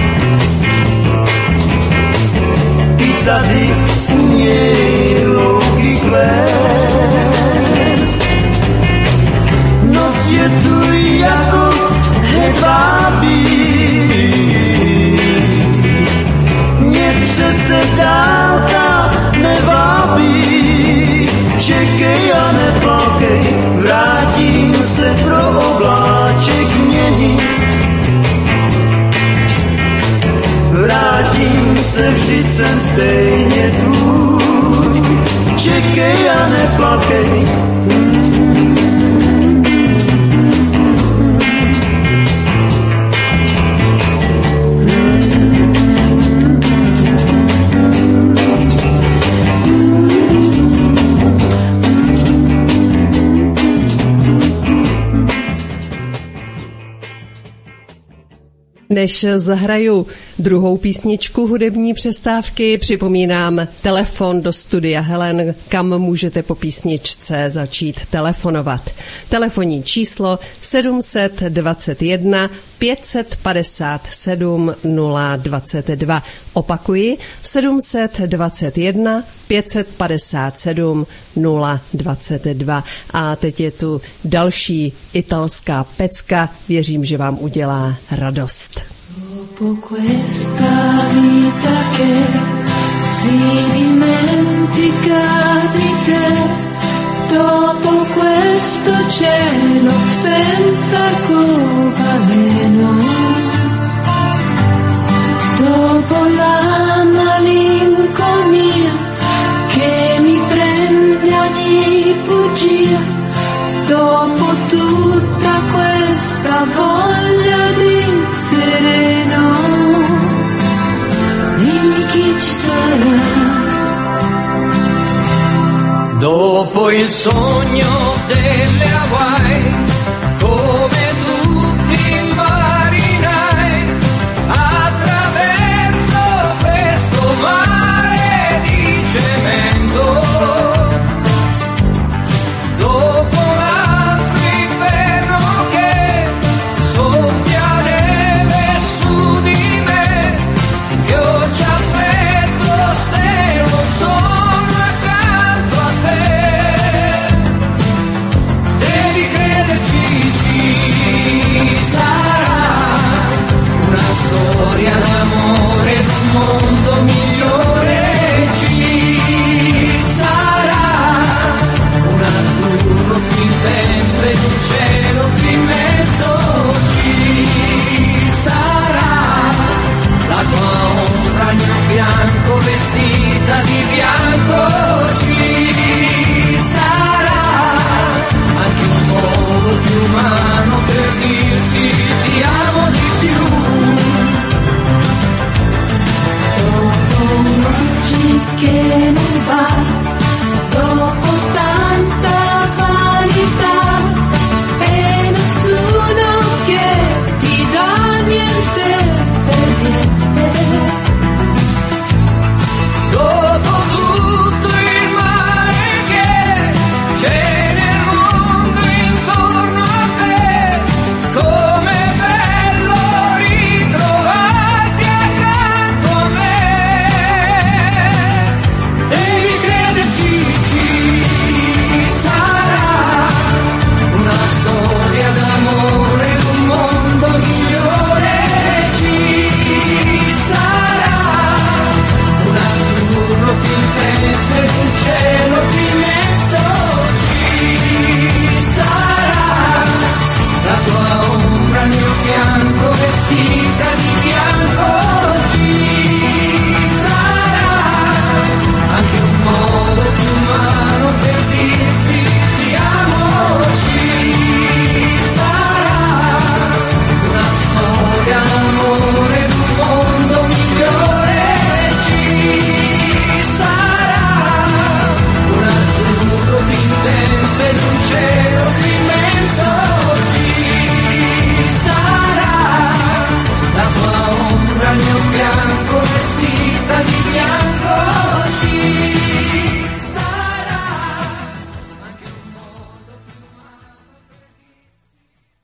I tady uměj louky kvést. Noc je tu jako hedvábí, mě přece dálka nevábí. Čekej a neplakej, vrátím se pro obláček něhy. Vrátím se, vždyť jsem stejně tvůj. Čekej a neplakej. Než zahraju druhou písničku hudební přestávky, připomínám telefon do studia Helen, kam můžete po písničce začít telefonovat. Telefonní číslo sedm set dvacet jedna pět set padesát sedm nula dvacet dva. Opakuji, sedm set dvacet jedna pět set padesát sedm nula dvacet dva. A teď je tu další italská pecka, věřím, že vám udělá radost. Dopo questa vita che si dimentica di te, dopo questo cielo senza arcobaleno, dopo la malinconia che mi prende ogni bugia, dopo tutta questa voglia di sereno, dimmi chi ci sarà. Dopo il sogno delle Hawaii, come tutti i marinai, attraverso questo mare di cemento, dopo l'altro inverno che soffia neve su di me, che ho già freddo se non sono accanto a te. Devi crederci, ci sarà una storia d'amore, d'un mondo migliore, ci sarà.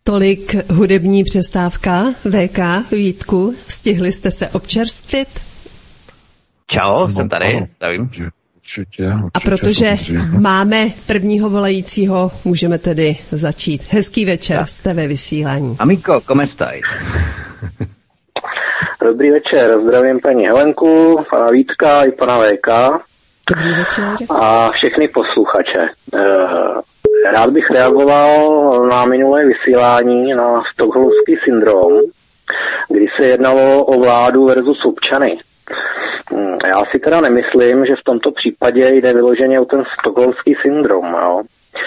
Tolik hudební přestávka. V K, Vítku, stihli jste se občerstvit? Čau, No, jsem tady, ano. stavím. Určitě, určitě, A protože máme prvního volajícího, můžeme tedy začít. Hezký večer, Tak. jste ve vysílání. Amico, come stai? Dobrý večer, zdravím paní Helenku, pana Vítka i pana V K Dobrý večer. a všechny posluchače. Eh, Rád bych reagoval na minulé vysílání na stockholmský syndrom, kdy se jednalo o vládu versus občany. Hm, Já si teda nemyslím, že v tomto případě jde vyloženě o ten stockholmský syndrom. Jo.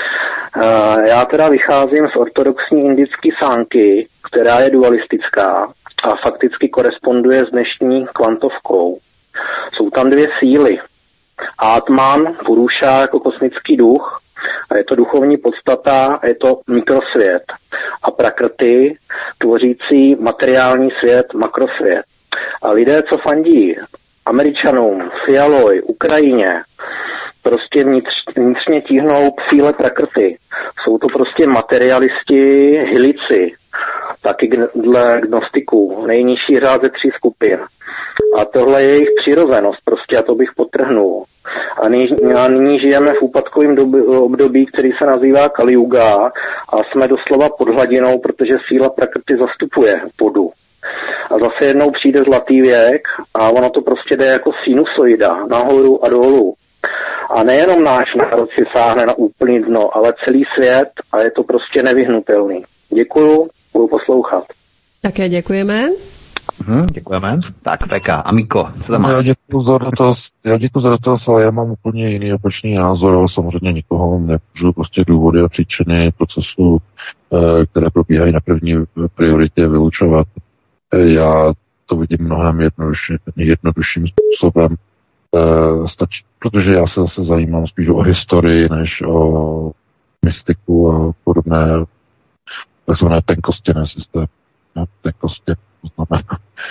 Eh, Já teda vycházím z ortodoxní indické sánky, která je dualistická a fakticky koresponduje s dnešní kvantovkou. Jsou tam dvě síly. Atman, Purusha jako kosmický duch, a je to duchovní podstata, a je to mikrosvět. A Prakrti, tvořící materiální svět, makrosvět. A lidé, co fandí Američanům, Fialoj, Ukrajině, prostě vnitř, vnitřně tíhnou k síle Prakrti. Jsou to prostě materialisti, hilici, taky dle gnostiků, nejnižší řád ze tří skupin. A tohle je jejich přirozenost, prostě, a to bych podtrhnul. A nyní, a nyní žijeme v úpadkovém doby, období, který se nazývá Kali Yuga, a jsme doslova pod hladinou, protože síla Prakrti zastupuje vodu. A zase jednou přijde zlatý věk a ono to prostě jde jako sinusoida, nahoru a dolů. A nejenom náš národ si sáhne na úplný dno, ale celý svět, a je to prostě nevyhnutelný. Děkuju, budu poslouchat. Také děkujeme. Hm, děkujeme. Tak, V K, Amico, co tam No, já máš? děkuji za dotaz, já děkuji za dotaz, ale já mám úplně jiný opačný názor, ale samozřejmě nikoho nemůžu prostě důvody a příčiny procesu, které probíhají na první prioritě, vylučovat. Já to vidím mnohem jednodušší, jednodušším způsobem, stačí, protože já se zase zajímám spíš o historii, než o mystiku a podobné takzvané tenkostěné systémy. Tenkostě, to znamená,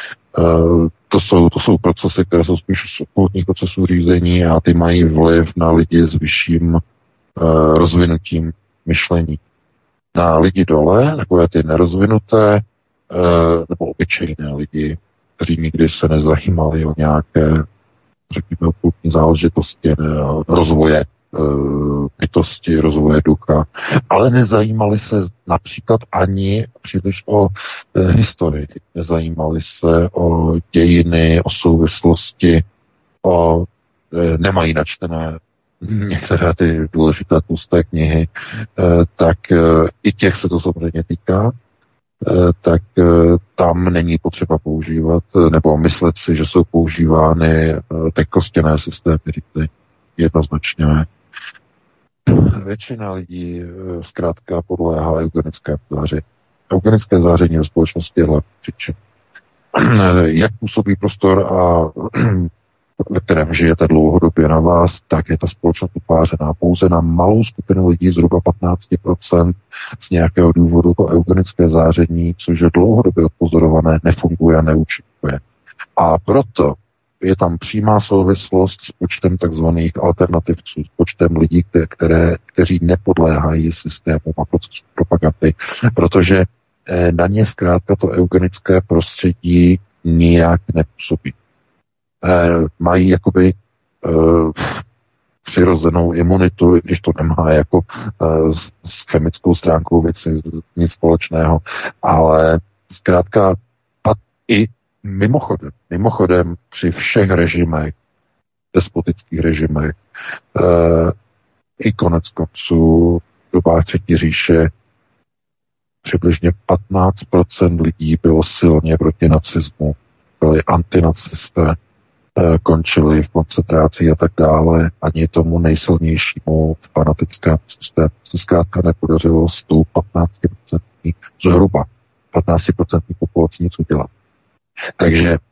to jsou, to jsou procesy, které jsou spíš z okultních procesů řízení a ty mají vliv na lidi s vyšším uh, rozvinutím myšlení. Na lidi dole, takové ty nerozvinuté, uh, nebo obyčejné lidi, kteří nikdy se nezajímali o nějaké, řekněme, okultní záležitosti, rozvoje bytosti, rozvoje ducha, ale nezajímali se například ani příliš o e, historii, nezajímali se o dějiny, o souvislosti, o, e, nemají načtené některé ty důležité tlusté knihy, e, tak e, i těch se to samozřejmě týká, e, tak e, tam není potřeba používat, nebo myslet si, že jsou používány e, tenkostěné systémy řízení. Jednoznačně ne. Většina lidí zkrátka podléhá eugenickému záření. Eugenické záření ve společnosti je hlavní příčin. Jak působí prostor, a ve kterém žijete dlouhodobě na vás, tak je ta společnost upářená pouze na malou skupinu lidí, zhruba patnáct procent z nějakého důvodu. To eugenické záření, což je dlouhodobě odpozorované, nefunguje a neúčinkuje. A proto je tam přímá souvislost s počtem takzvaných alternativců, s počtem lidí, které, kteří nepodléhají systému a procesu propagandy, protože na ně zkrátka to eugenické prostředí nijak nepůsobí. Mají jakoby uh, přirozenou imunitu, když to nemá jako uh, s, s chemickou stránkou věci nic společného, ale zkrátka i Mimochodem, mimochodem při všech režimech, despotických režimech, e, i konec konců v dobách Třetí říše přibližně patnáct procent lidí bylo silně proti nacismu, byli antinacisté, e, končili v koncentraci a tak dále. Ani tomu nejsilnějšímu v fanatickém systému se zkrátka nepodařilo s tou patnáct procent zhruba patnáct procent populací něco dělat. Takže e,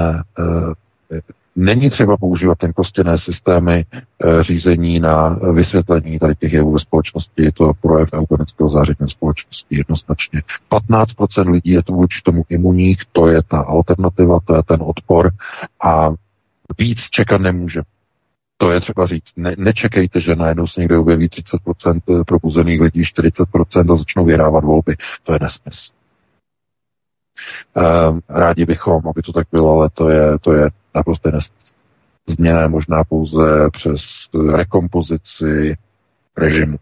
e, není třeba používat ten kostěné systémy e, řízení na vysvětlení tady těch jevů ve společnosti. Je to projev eugenického záření ve společnosti jednoznačně. patnáct procent lidí je to vůči tomu imunních, to je ta alternativa, to je ten odpor a víc čekat nemůže. To je třeba říct. Ne, nečekejte, že najednou se někde objeví třicet procent probuzených lidí, čtyřicet procent a začnou vyhrávat volby. To je nesmysl. Um, rádi bychom, aby to tak bylo, ale to je, to je naprosto nesmysl. Změna je možná pouze přes rekompozici režimu.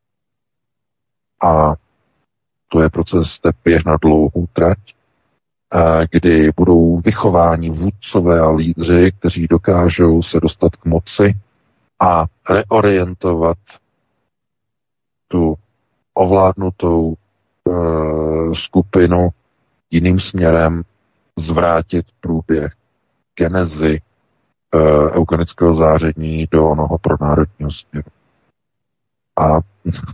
A to je proces běh na dlouhou trať, kdy budou vychováni vůdcové a lídři, kteří dokážou se dostat k moci a reorientovat tu ovládnutou e, skupinu jiným směrem, zvrátit průběh genezi e, eugenického záření do onoho pronárodního směru. A e,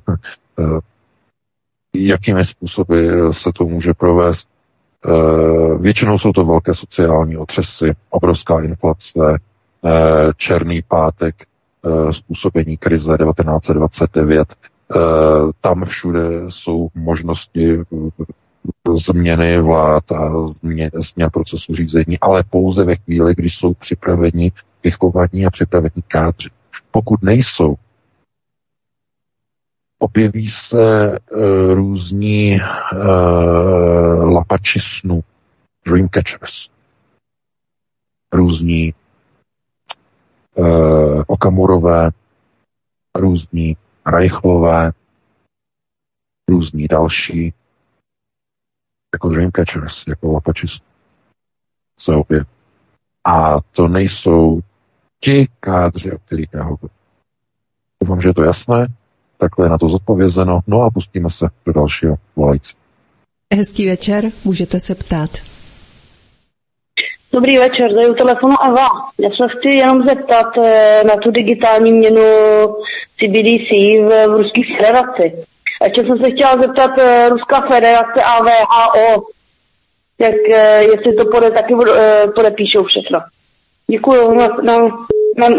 jakými způsoby se to může provést? Většinou jsou to velké sociální otřesy, obrovská inflace, černý pátek, způsobení krize devatenáct set dvacet devět. Tam všude jsou možnosti změny vlád a změn, změn procesu řízení, ale pouze ve chvíli, když jsou připraveni vychovaní a připraveni kádři. Pokud nejsou, objeví se uh, různí uh, lapači snů, dreamcatchers, různí uh, Okamurové, různí Reichlové, různí další, jako dreamcatchers, jako lapači snů se objeví. A to nejsou ti kádři, o kterých já hovořím. Doufám, že je to jasné. Takhle je na to zodpovězeno. No a pustíme se do dalšího volající. Hezký večer, můžete se ptát. Dobrý večer, tady u telefonu Eva. Já se chci jenom zeptat na tu digitální měnu C B D C v, v Ruské federaci. A ještě jsem se chtěla zeptat Ruská federace a W H O, jak, jestli to pode, taky podepíšou všechno. Děkuju. Na, na, na,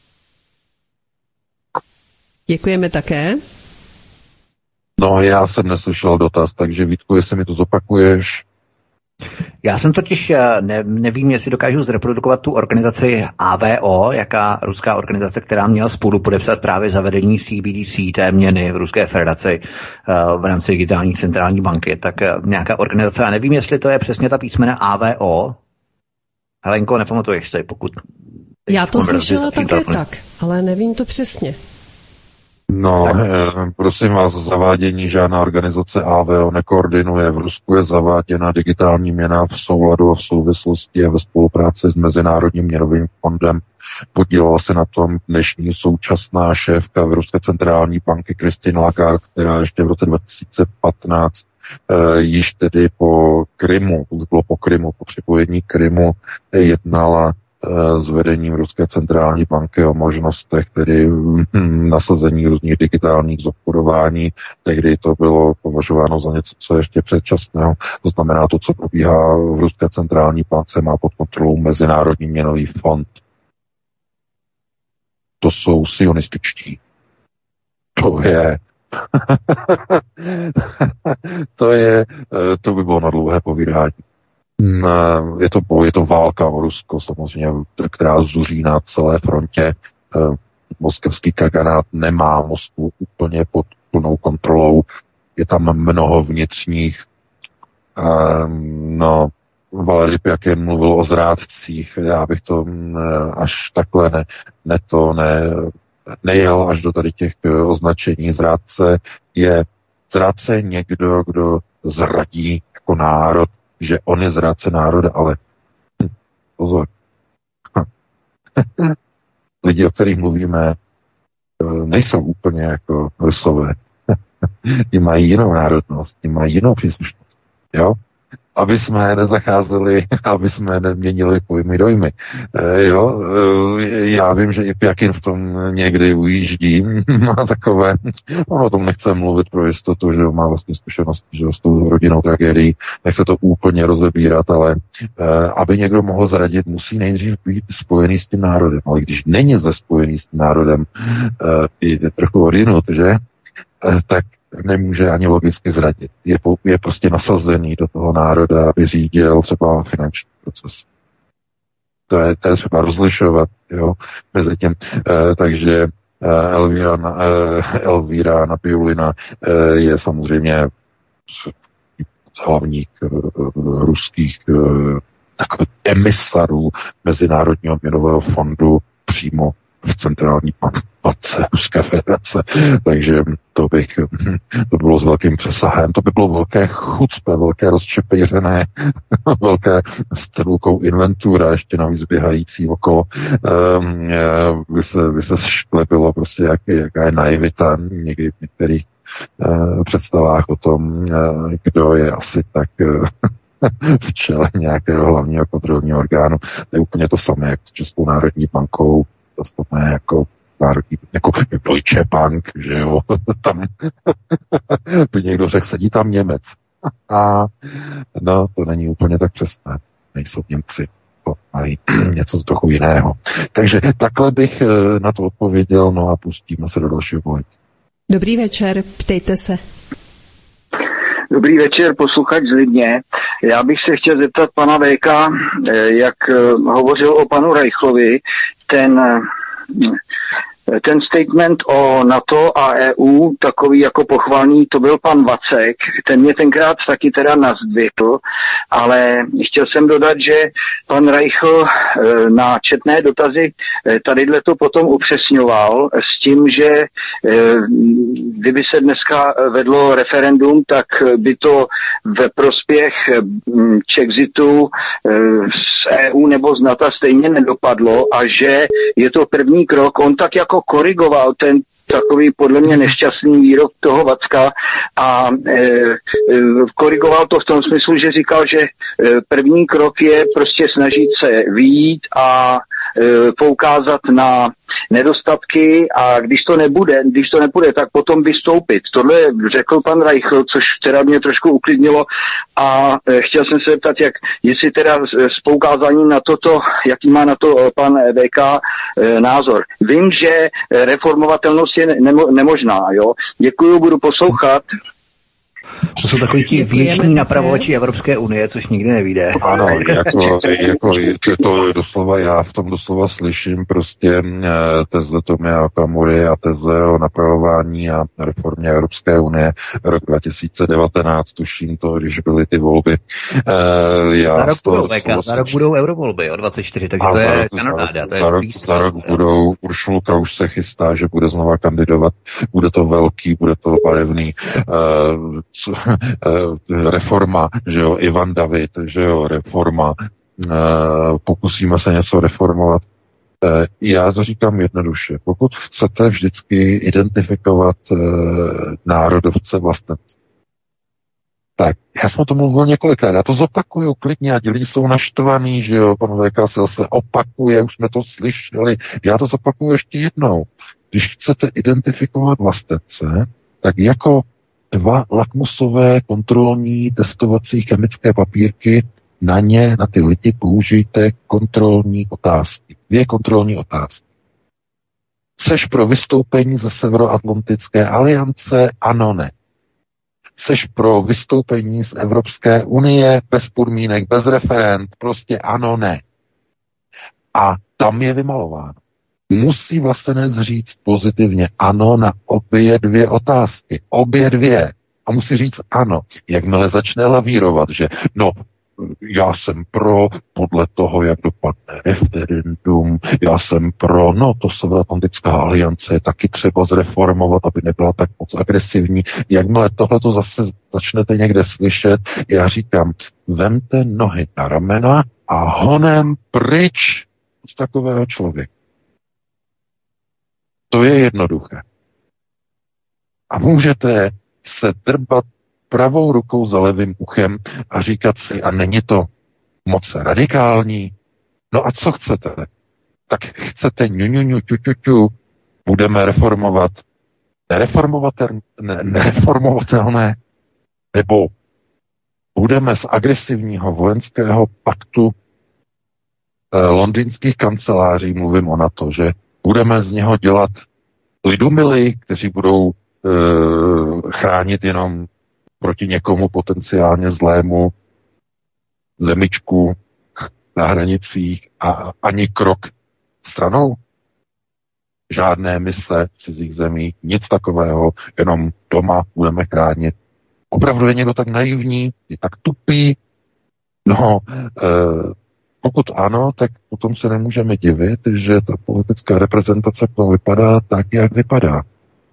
Děkujeme také. No, já jsem neslyšel dotaz, takže Vítku, jestli mi to zopakuješ. Já jsem totiž, ne, nevím, jestli dokážu zreprodukovat tu organizaci A V O, jaká ruská organizace, která měla spolu podepsat právě zavedení C B D C, té měny v Ruské federaci v rámci digitální centrální banky, tak nějaká organizace, a nevím, jestli to je přesně ta písmena A V O. Helenko, nepamatuješ si, pokud... Já to slyšela také tak, ale nevím to přesně. No, tak. Prosím vás, zavádění žádná organizace A V O nekoordinuje. V Rusku je zaváděna digitální měna v souladu a v souvislosti a ve spolupráci s Mezinárodním měnovým fondem. Podílela se na tom dnešní současná šéfka v Ruské centrální banky Christine Lagarde, která ještě v roce dva tisíce patnáct eh, již tedy po Krymu, už bylo po Krymu, po připojení Krymu, jednala s vedením Ruské centrální banky o možnostech tedy hm, nasazení různých digitálních zobchodování. Tehdy to bylo považováno za něco, co je ještě předčasného. To znamená, to, co probíhá v Ruské centrální bance, má pod kontrolou Mezinárodní měnový fond. To jsou sionističtí. To je to je, to by bylo na dlouhé povídání. Je to, je to válka o Rusko, samozřejmě, která zuří na celé frontě. Moskevský kaganát nemá Moskvu úplně pod plnou kontrolou. Je tam mnoho vnitřních. No, Valery Pjakin mluvil o zrádcích. Já bych to až takhle ne, ne to ne, nejel až do tady těch označení. Zrádce je, zrádce je někdo, kdo zradí jako národ, že on je zrádce národa, ale hm, pozor. Lidi, o kterých mluvíme, nejsou úplně jako Rusové. Ti mají jinou národnost, ti mají jinou příslušnost. Jo? Aby jsme nezacházeli, aby jsme neměnili pojmy dojmy. E, jo? E, já vím, že i Pjakin v tom někdy ujíždí. Má takové, on o tom nechce mluvit pro jistotu, že má vlastní zkušenost, že s tou rodinnou tragédií, nechce to úplně rozebírat, ale e, aby někdo mohl zradit, musí nejdřív být spojený s tím národem. Ale když není zde spojený s tím národem, e, je trochu odjinut, že? E, tak nemůže ani logicky zradit. Je, po, je prostě nasazený do toho národa, aby řídil třeba finanční proces. to je, to je třeba rozlišovat, jo, mezi tím. E, takže Elvíra, e, Elvíra Nabiulina e, je samozřejmě z hlavních e, ruských e, takových emisarů Mezinárodního měnového fondu přímo v centrální bance Ruské federace. Takže to bych, to bylo s velkým přesahem, to by bylo velké chucpe, velké rozčepejřené, velké středulkou inventura, ještě navíc běhající okolo. Um, by, se, by se šklepilo prostě, jak, jaká je naivita někdy v některých uh, představách o tom, uh, kdo je asi tak uh, v čele nějakého hlavního kontrolního orgánu. To je úplně to samé, jak s Českou národní bankou, to je jako národní, jako Deutsche Bank, že jo, tam by někdo řekl, sedí tam Němec. A no, to není úplně tak přesné. Nejsou Němci, to mají něco trochu jiného. Takže takhle bych na to odpověděl, no a pustíme se do dalšího boje. Dobrý večer, ptejte se. Dobrý večer, posluchač z Lidně. Já bych se chtěl zeptat pana V K, jak hovořil o panu Reichlovi, ten, ten statement o NATO a E U, takový jako pochvalný, to byl pan Vacek, ten mě tenkrát taky teda nazdvihl, ale chtěl jsem dodat, že pan Reichl na četné dotazy tadyhle to potom upřesňoval s tím, že kdyby se dneska vedlo referendum, tak by to ve prospěch Chexitu z E U nebo z NATO stejně nedopadlo a že je to první krok. On tak jako korigoval ten takový podle mě nešťastný výrok toho Vacka a e, e, korigoval to v tom smyslu, že říkal, že e, první krok je prostě snažit se vyjít a e, poukázat na nedostatky a když to nebude, když to nepůjde, tak potom vystoupit. Tohle řekl pan Reichl, což teda mě trošku uklidnilo a e, chtěl jsem se zeptat, jak, jestli teda s poukázáním na toto, jaký má na to pan V K e, názor. Vím, že reformovatelnost je nemo, nemožná, jo. Děkuju, budu poslouchat. To jsou takový ti věční napravovači Evropské unie, což nikdy nevíde. Ano, jako, jako to doslova, já v tom doslova slyším prostě teze Tomia Okamury a teze o napravování a reformě Evropské unie rok dva tisíce devatenáct, tuším to, když byly ty volby. Já za rok budou, veka, za rok budou eurovolby o dvacet čtyři, takže to je kanonáda. Za rok, za rok budou, Uršulka už se chystá, že bude znova kandidovat, bude to velký, bude to barevný, uh, reforma, že jo, Ivan David, že jo, reforma, pokusíme se něco reformovat. Já to říkám jednoduše. Pokud chcete vždycky identifikovat národovce vlastence, tak já jsem o tom mluvil několikrát, já to zopakuju klidně, a ti lidi jsou naštvaný, že jo, pan V K se zase opakuje, už jsme to slyšeli, já to zopakuju ještě jednou. Když chcete identifikovat vlastence, tak jako dva lakmusové kontrolní testovací chemické papírky, na ně, na ty lidi použijte kontrolní otázky. Dvě kontrolní otázky. Seš pro vystoupení ze Severoatlantické aliance? Ano, ne. Seš pro vystoupení z Evropské unie bez podmínek, bez referend? Prostě ano, ne. A tam je vymalováno. Musí vlastenec říct pozitivně ano na obě dvě otázky. Obě dvě. A musí říct ano. Jakmile začne lavírovat, že no, já jsem pro podle toho, jak dopadne referendum, já jsem pro, no to Severoatlantická aliance je taky třeba zreformovat, aby nebyla tak moc agresivní. Jakmile tohleto zase začnete někde slyšet, já říkám, vemte nohy na ramena a honem pryč z takového člověka. To je jednoduché. A můžete se drbat pravou rukou za levým uchem a říkat si, a není to moc radikální? No a co chcete? Tak chcete ňu, ňu, ňu, ťu, ťu, ťu, budeme reformovat nereformovatelné, ne, nereformovatelné, nebo budeme z agresivního vojenského paktu eh, londýnských kanceláří, mluvím o NATO, že budeme z něho dělat lidumily, kteří budou e, chránit jenom proti někomu potenciálně zlému zemičku, na hranicích a ani krok stranou. Žádné mise v cizích zemích, nic takového, jenom doma budeme chránit. Opravdu je někdo tak naivní, je tak tupý. No, e, pokud ano, tak potom se nemůžeme divit, že ta politická reprezentace to vypadá tak, jak vypadá.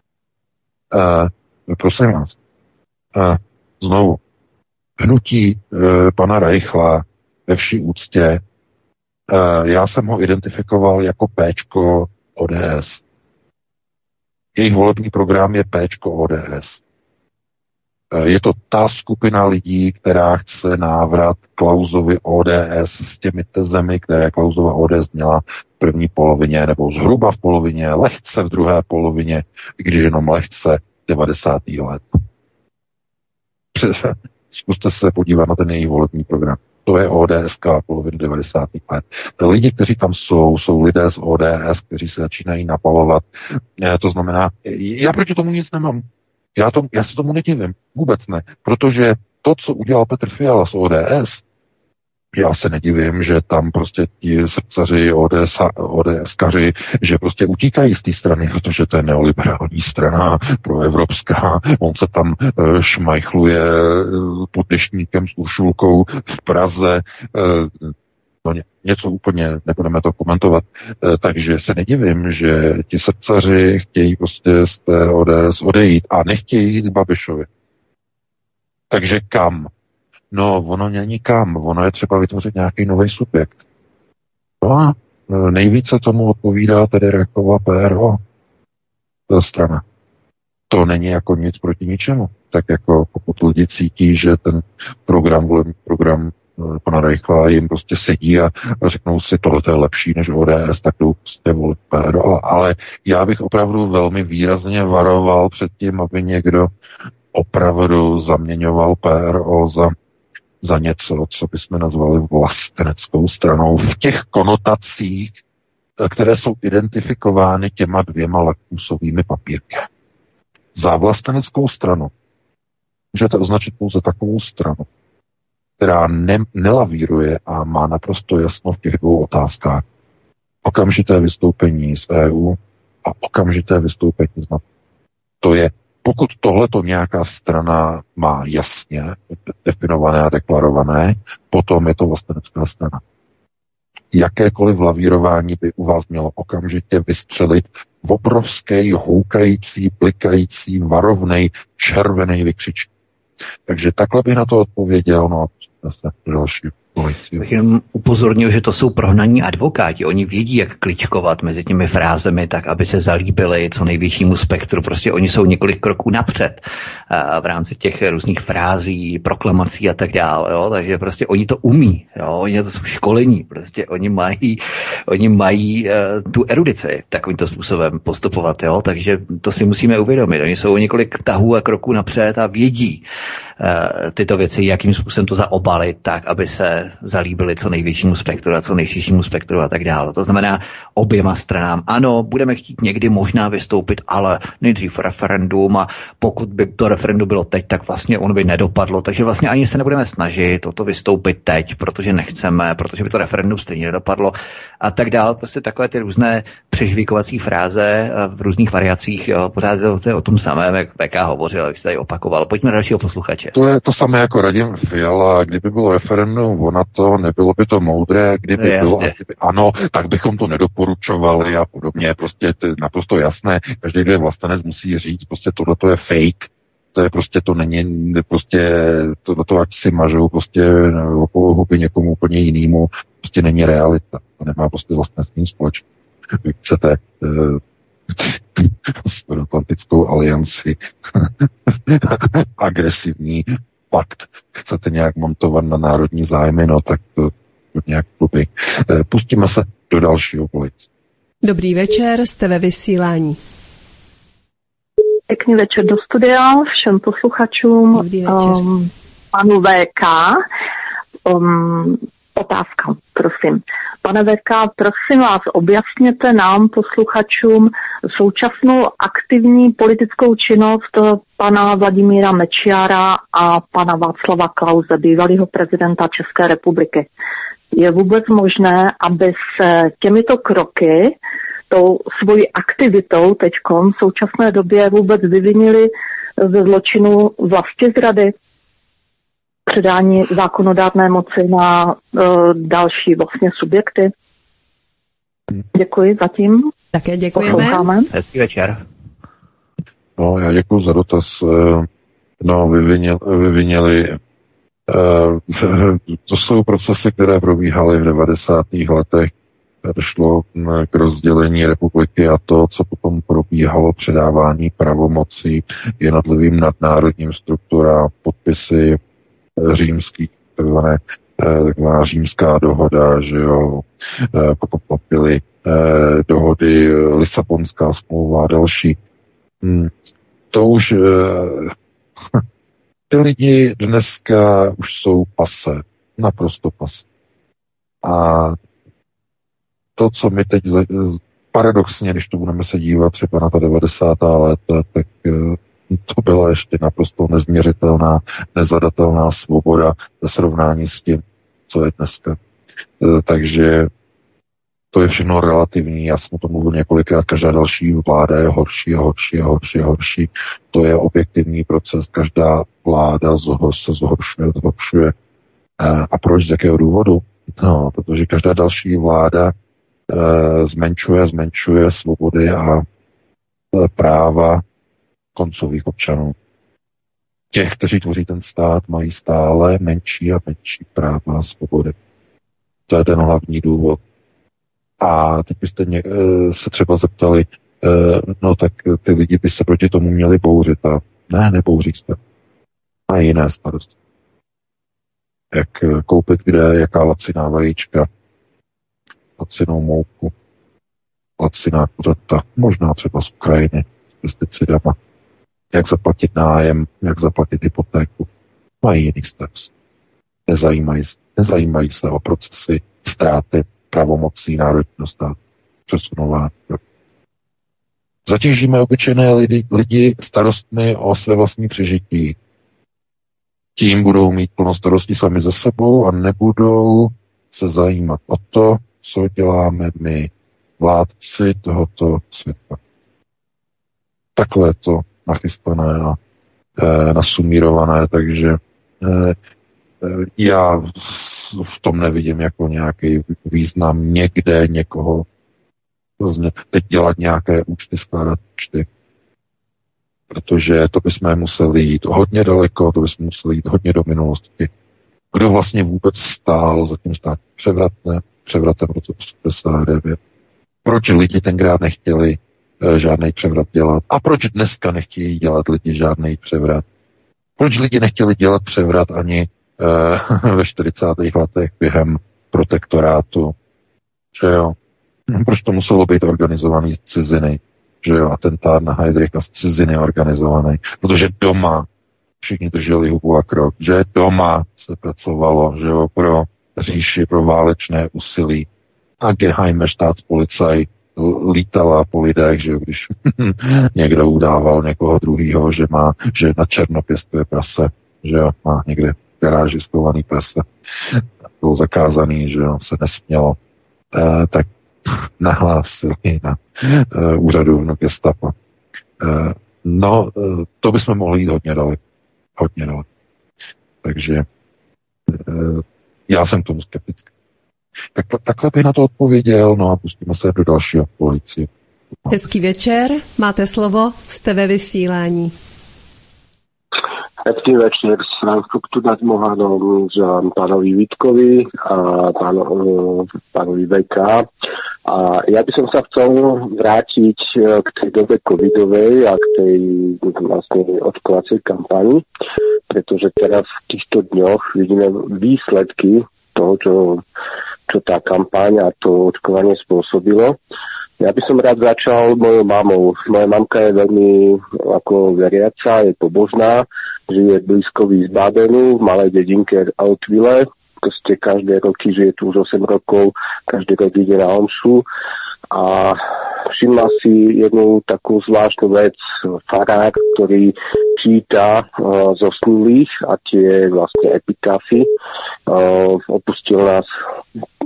E, prosím vás, e, znovu, hnutí e, pana Reichla ve vší úctě, e, já jsem ho identifikoval jako péčko O D S. Jejich volební program je péčko O D S. Je to ta skupina lidí, která chce návrat Klausovi O D S s těmi tezemi, které Klausova O D S měla v první polovině, nebo zhruba v polovině, lehce v druhé polovině, i když jenom lehce devadesátých let. Zkuste se podívat na ten její volební program. To je O D S K polovinu devadesátých let. Lidi, kteří tam jsou, jsou lidé z O D S, kteří se začínají napalovat. To znamená, já proti tomu nic nemám. Já, to, já se tomu nedivím. Vůbec ne. Protože to, co udělal Petr Fiala z O D S, já se nedivím, že tam prostě ti srdcaři, ODSkaři, že prostě utíkají z té strany, protože to je neoliberální strana proevropská. On se tam uh, šmajchluje pod deštníkem s Uršulkou v Praze. Uh, no ně, něco úplně, nebudeme to komentovat. Uh, takže se nedivím, že ti srdcaři chtějí prostě z té O D S odejít a nechtějí jít k Babišovi. Takže kam? No, ono není kam. Ono je třeba vytvořit nějaký nový subjekt. No a nejvíce tomu odpovídá tedy Reichova P R O. Ta strana. To není jako nic proti ničemu. Tak jako pokud lidi cítí, že ten program, program pana Reichla jim prostě sedí a řeknou si, tohle je lepší než O D S, tak jdou prostě volit P R O. Ale já bych opravdu velmi výrazně varoval před tím, aby někdo opravdu zaměňoval P R O za za něco, co bychom nazvali vlasteneckou stranou v těch konotacích, které jsou identifikovány těma dvěma lakmusovými papírky. Za vlasteneckou stranu můžete označit pouze takovou stranu, která ne, nelavíruje a má naprosto jasno v těch dvou otázkách. Okamžité vystoupení z E U a okamžité vystoupení z NATO. To je Pokud tohleto nějaká strana má jasně definované a deklarované, potom je to vlastenecká strana. Jakékoliv lavírování by u vás mělo okamžitě vystřelit v obrovské, houkající, blikající, varovnej, červený vykřič. Takže takhle bych na to odpověděl, no a zase další. Bych jenom upozornil, že to jsou prohnaní advokáti. Oni vědí, jak kličkovat mezi těmi frázemi, tak aby se zalíbili co největšímu spektru. Prostě oni jsou několik kroků napřed v rámci těch různých frází, proklamací a tak dále. Jo? Takže prostě oni to umí. Jo? Oni to jsou školení. Prostě oni mají, oni mají uh, tu erudici takovýmto způsobem postupovat. Jo? Takže to si musíme uvědomit. Oni jsou několik tahů a kroků napřed a vědí uh, tyto věci, jakým způsobem to zaobalit tak, aby se zalíbili co největšímu spektru a co nejširšímu spektru a tak dále. To znamená oběma stranám. Ano, budeme chtít někdy možná vystoupit, ale nejdřív referendum a pokud by to referendum bylo teď, tak vlastně ono by nedopadlo, takže vlastně ani se nebudeme snažit o to vystoupit teď, protože nechceme, protože by to referendum stejně nedopadlo a tak dále. Prostě takové ty různé přežvíkovací fráze v různých variacích, jo, pořád je o tom samém, jak V K hovořil, jak se tady opakoval. Pojďme na dalšího posluchače. To je to samé jako Radim Fiala, kdyby bylo referendum o NATO, nebylo by to moudré, kdyby no, bylo, a kdyby ano, tak bychom to nedoporučovali a podobně, prostě to je naprosto jasné, každý, kdo je vlastenec, musí říct, prostě tohle to je fake, to je prostě, to není, prostě to, to ať si mažou prostě okolo huby někomu úplně jinému, prostě není realita, to nemá prostě vlastně s tím společného. Vy chcete uh, Severoatlantickou alianci agresivní pakt chcete nějak montovat na národní zájmy, no tak to, to nějak blbý. Pustíme se do dalšího policie. Dobrý večer, jste ve vysílání. Pěkný večer do studia všem posluchačům. Um, panu V K. Um, otázka, prosím. Pane V K, prosím vás, objasněte nám, posluchačům, současnou aktivní politickou činnost pana Vladimíra Mečiara a pana Václava Klause, bývalého prezidenta České republiky. je vůbec možné, aby se těmito kroky, tou svojí aktivitou teďkom v současné době vůbec vyvinili ze zločinu vlastizrady, předání zákonodárné moci na uh, další vlastně subjekty. Děkuji zatím. Také děkujeme. Posloucháme. Hezký večer. No, já děkuji za dotaz. No, vyvinili. To jsou procesy, které probíhaly v devadesátých letech. Došlo k rozdělení republiky a to, co potom probíhalo, předávání pravomocí jednotlivým nadnárodním strukturám, podpisy římských, takzvané, takzvaná římská dohoda, že jo, potom byly dohody, Lisabonská smlouva a další. To už ty lidi dneska už jsou pase, naprosto pase. A to, co my teď paradoxně, když to budeme se dívat třeba na ta devadesátá léta, tak to byla ještě naprosto nezměřitelná, nezadatelná svoboda ve srovnání s tím, co je dneska. Takže to je všechno relativní, já jsem o tom mluvil několikrát, každá další vláda je horší a horší a horší a horší. To je objektivní proces, každá vláda se zhoršuje, zhoršuje. A proč, z jakého důvodu? No, protože každá další vláda e, zmenšuje, zmenšuje svobody a e, práva koncových občanů. Těch, kteří tvoří ten stát, mají stále menší a menší práva a svobody. To je ten hlavní důvod. A teď byste ně, se třeba zeptali, no tak ty lidi by se proti tomu měli bouřit. A ne, nebouří se. Mají jiné starosti. Jak koupit kde, jaká laciná vajíčka, lacinou mouku, laciná kuřata, možná třeba z Ukrajiny, s pesticidama, jak zaplatit nájem, jak zaplatit hypotéku. Mají jiný starost. Nezajímají, nezajímají se o procesy ztráty pravomocí národního státu. Přesunování. Zatížíme obyčejné lidi, lidi starostmi o své vlastní přežití. Tím budou mít plno starostí sami za sebou a nebudou se zajímat o to, co děláme my, vládci tohoto světa. Takhle je to nachystané a e, nasumírované, takže e, já v tom nevidím jako nějaký význam někde někoho teď dělat nějaké účty, skládat účty. Protože to bychom museli jít hodně daleko, to bychom museli jít hodně do minulosti. Kdo vlastně vůbec stál za tím státním převratem, převratem v roce osmdesát devět? Proč lidi tenkrát nechtěli e, žádný převrat dělat? A proč dneska nechtějí dělat lidi žádný převrat? Proč lidi nechtěli dělat převrat ani ve čtyřicátých letech během protektorátu, že jo. Proč to muselo být organizovaný z ciziny, že jo, atentát na Heydricha z ciziny organizovaný, protože doma všichni drželi hubu a krok, že doma se pracovalo, že jo, pro říši, pro válečné úsilí a Geheime Staatspolizei lítala po lidech, že jo, když někdo udával někoho druhýho, že má, že na černo pěstuje prase, že jo, má někde garáži skovaný prase, bylo zakázaný, že se nesmělo, e, tak nahlásili na e, úřadu no, gestapa. E, no, e, to bychom mohli jít hodně daleko. Hodně daleko. Takže e, já jsem k tomu skeptický. Tak, takhle bych na to odpověděl, no a pustíme se do dalšího policie. Hezký večer, máte slovo, jste ve vysílání. Pekný večer, Franko tu dať Mohanom za pánovi Vítkovi a páno, pánovi vé ká. A ja by som sa chcel vrátiť k tej dobe covidovej a k tej vlastne očkovacej kampani, pretože teraz v týchto dňoch vidíme výsledky toho, čo, čo tá kampaň a to očkovanie spôsobilo. Ja by som rád začal mojou mamou. Moja mamka je veľmi ako veriaca, je pobožná, žije blízko Wiesbadenu, v malej dedinke Altwille. Proste každé roky, žije tu už osem rokov, každý rok ide na omšu. A všimla si jednu takú zvláštnu vec, farár, ktorý číta uh, zosnulých a tie vlastne epitafy. Uh, opustil nás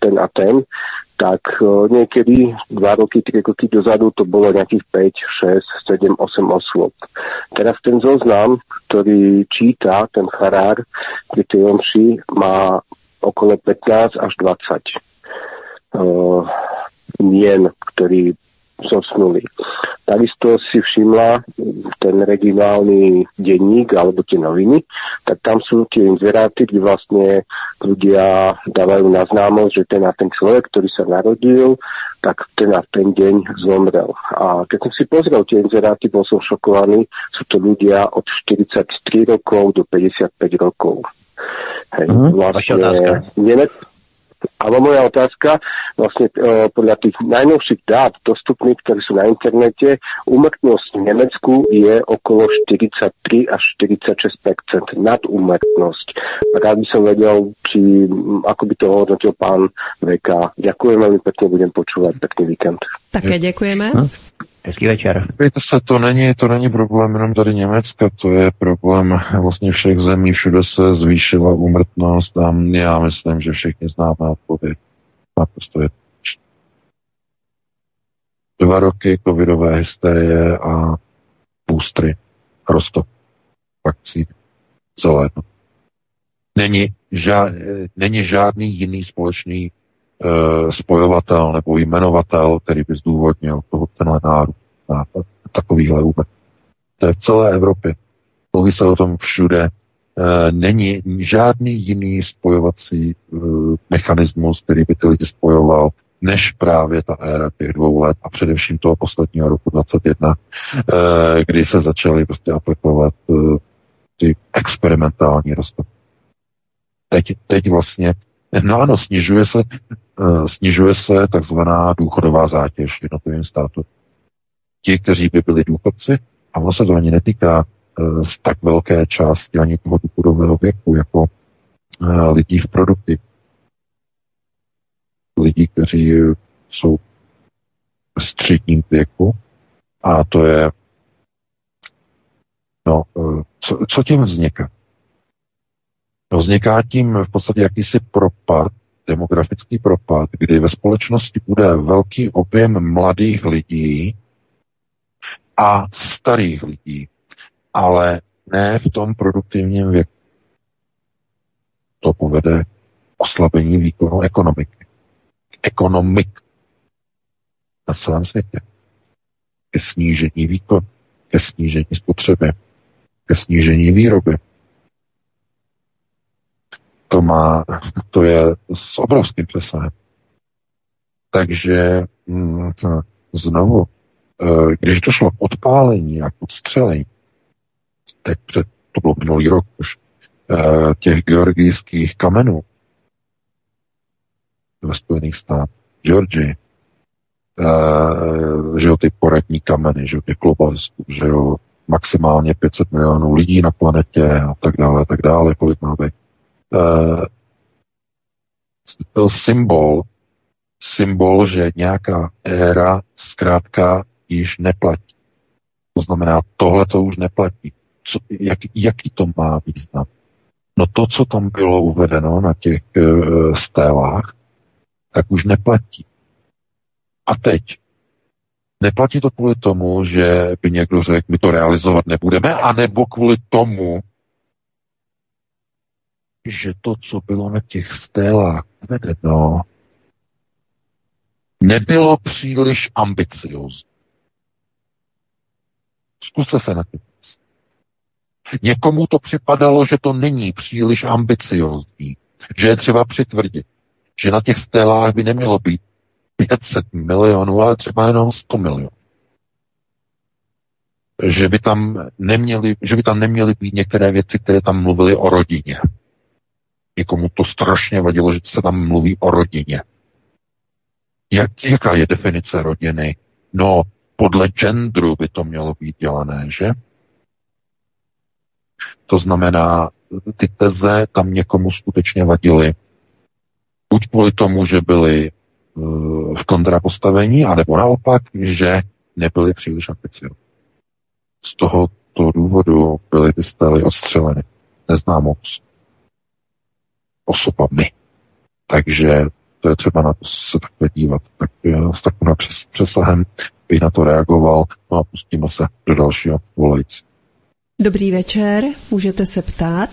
ten a ten, tak niekedy dva roky, tri roky dozadu to bolo nejakých päť, šesť, sedem, osem osôb. Teraz ten zoznam, ktorý číta ten farár pri tej omši, má okolo pätnásť až dvadsať uh, mien, ktorí zosnuli. Takisto si všimla ten regionálny denník alebo tie noviny, tak tam sú tie inzeráty, kde vlastne ľudia dávajú na známosť, že ten a ten človek, ktorý sa narodil, tak ten a ten deň zomrel. A keď som si pozrel tie inzeráty, bol som šokovaný, sú to ľudia od štyridsaťtri rokov do päťdesiatpäť rokov. Hej, mm, vlastne Nemec... Ale moja otázka, vlastne e, podľa tých najnovších dát dostupných, ktoré sú na internete, úmrtnosť v Nemecku je okolo štyridsaťtri až štyridsaťšesť percent nadúmrtnosť. Rád by som vedel, či, ako by to hodnotil pán vé ká. Ďakujem veľmi pekne, budem počúvať, pekný víkend. Také děkujeme. Hm? Hezký večer. Víte se, to není, to není problém jenom tady Německa, to je problém vlastně všech zemí, všude se zvýšila úmrtnost a já myslím, že všichni známe odpověď. Naprosto je. Dva roky covidové hysterie a boostry, roztok vakcín za léto. Není, žád, není žádný jiný společný uh, spojovatel nebo jmenovatel, který by zdůvodnil toho, tenhle nárůst na takovýhle úmrt. To je v celé Evropě. Mluví se o tom všude. Uh, není žádný jiný spojovací uh, mechanismus, který by ty lidi spojoval, než právě ta éra těch dvou let a především toho posledního roku dvacet jedna, uh, kdy se začaly prostě aplikovat uh, ty experimentální roztoky. Teď, teď vlastně, no ano, snižuje se, uh, snižuje se takzvaná důchodová zátěž jednotlivým státům. Ti, kteří by byli důchodci, a ono se to ani netýká uh, z tak velké části ani toho důchodového věku, jako uh, lidí v produkci. Lidí, kteří jsou v středním věku, a to je, no, uh, co, co tím vzniká? No, vzniká tím v podstatě jakýsi propad, demografický propad, kdy ve společnosti bude velký objem mladých lidí a starých lidí, ale ne v tom produktivním věku. To povede k oslabení výkonu ekonomiky. Ekonomik na celém světě. Ke snížení výkonu, ke snížení spotřeby, ke snížení výroby. To má, to je s obrovským přesahem. Takže mm, znovu, když došlo k odpálení a k odstřelení, teď před, to bylo minulý rok už, těch georgijských kamenů ve Spojených státech, Georgii, že jo, ty poradní kameny, že jo, těch globalistů, že jo, maximálně pět set milionů lidí na planetě a tak dále, a tak dále, kolik má být. Uh, byl symbol, symbol, že nějaká éra zkrátka již neplatí. To znamená, tohle to už neplatí. Co, jak, jaký to má význam? No to, co tam bylo uvedeno na těch uh, stélách, tak už neplatí. A teď neplatí to kvůli tomu, že by někdo řekl, my to realizovat nebudeme, anebo kvůli tomu, že to, co bylo na těch stélách vedeno, nebylo příliš ambiciozní. Zkuste se na tím. Někomu to připadalo, že to není příliš ambiciozní, že je třeba přitvrdit, že na těch stélách by nemělo být pět set milionů, ale třeba jenom sto milionů. Že by tam neměly, že by tam neměly být některé věci, které tam mluvily o rodině. Někomu to strašně vadilo, že se tam mluví o rodině. Jak, jaká je definice rodiny? No, podle genderu by to mělo být dělané, že? To znamená, ty teze tam někomu skutečně vadily. Buď kvůli tomu, že byly uh, v kontrapostavení, anebo naopak, že nebyly příliš ambiciozní. Z tohoto důvodu byly ty stely odstřeleny neznámou osobami. Takže to je třeba na to se takhle dívat. Tak s takovým přesahem bych na to reagoval, no a pustíme se do dalšího volající. Dobrý večer, můžete se ptát?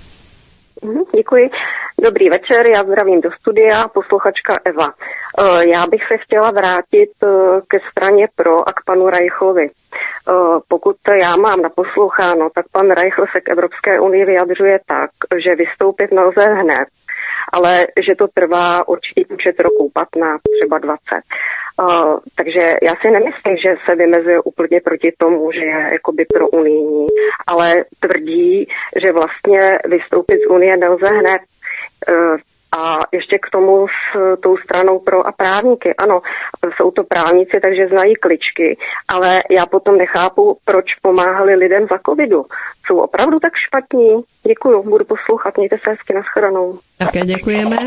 Děkuji. Dobrý večer, já zdravím do studia, posluchačka Eva. Já bych se chtěla vrátit ke straně pro a k panu Reichlovi. Pokud já mám naposloucháno, tak pan Reichl se k Evropské unii vyjadřuje tak, že vystoupit nelze hned, ale že to trvá určitý počet roků, patnáct, třeba dvacet. Uh, takže já si nemyslím, že se vymezuje úplně proti tomu, že je jakoby pro unijní, ale tvrdí, že vlastně vystoupit z unie nelze hned. Uh, a ještě k tomu s tou stranou pro a právníky. Ano, jsou to právníci, takže znají kličky, ale já potom nechápu, proč pomáhali lidem za covidu. Jsou opravdu tak špatní? Děkuju, budu poslouchat, mějte se hezky, nashledanou. Také děkujeme.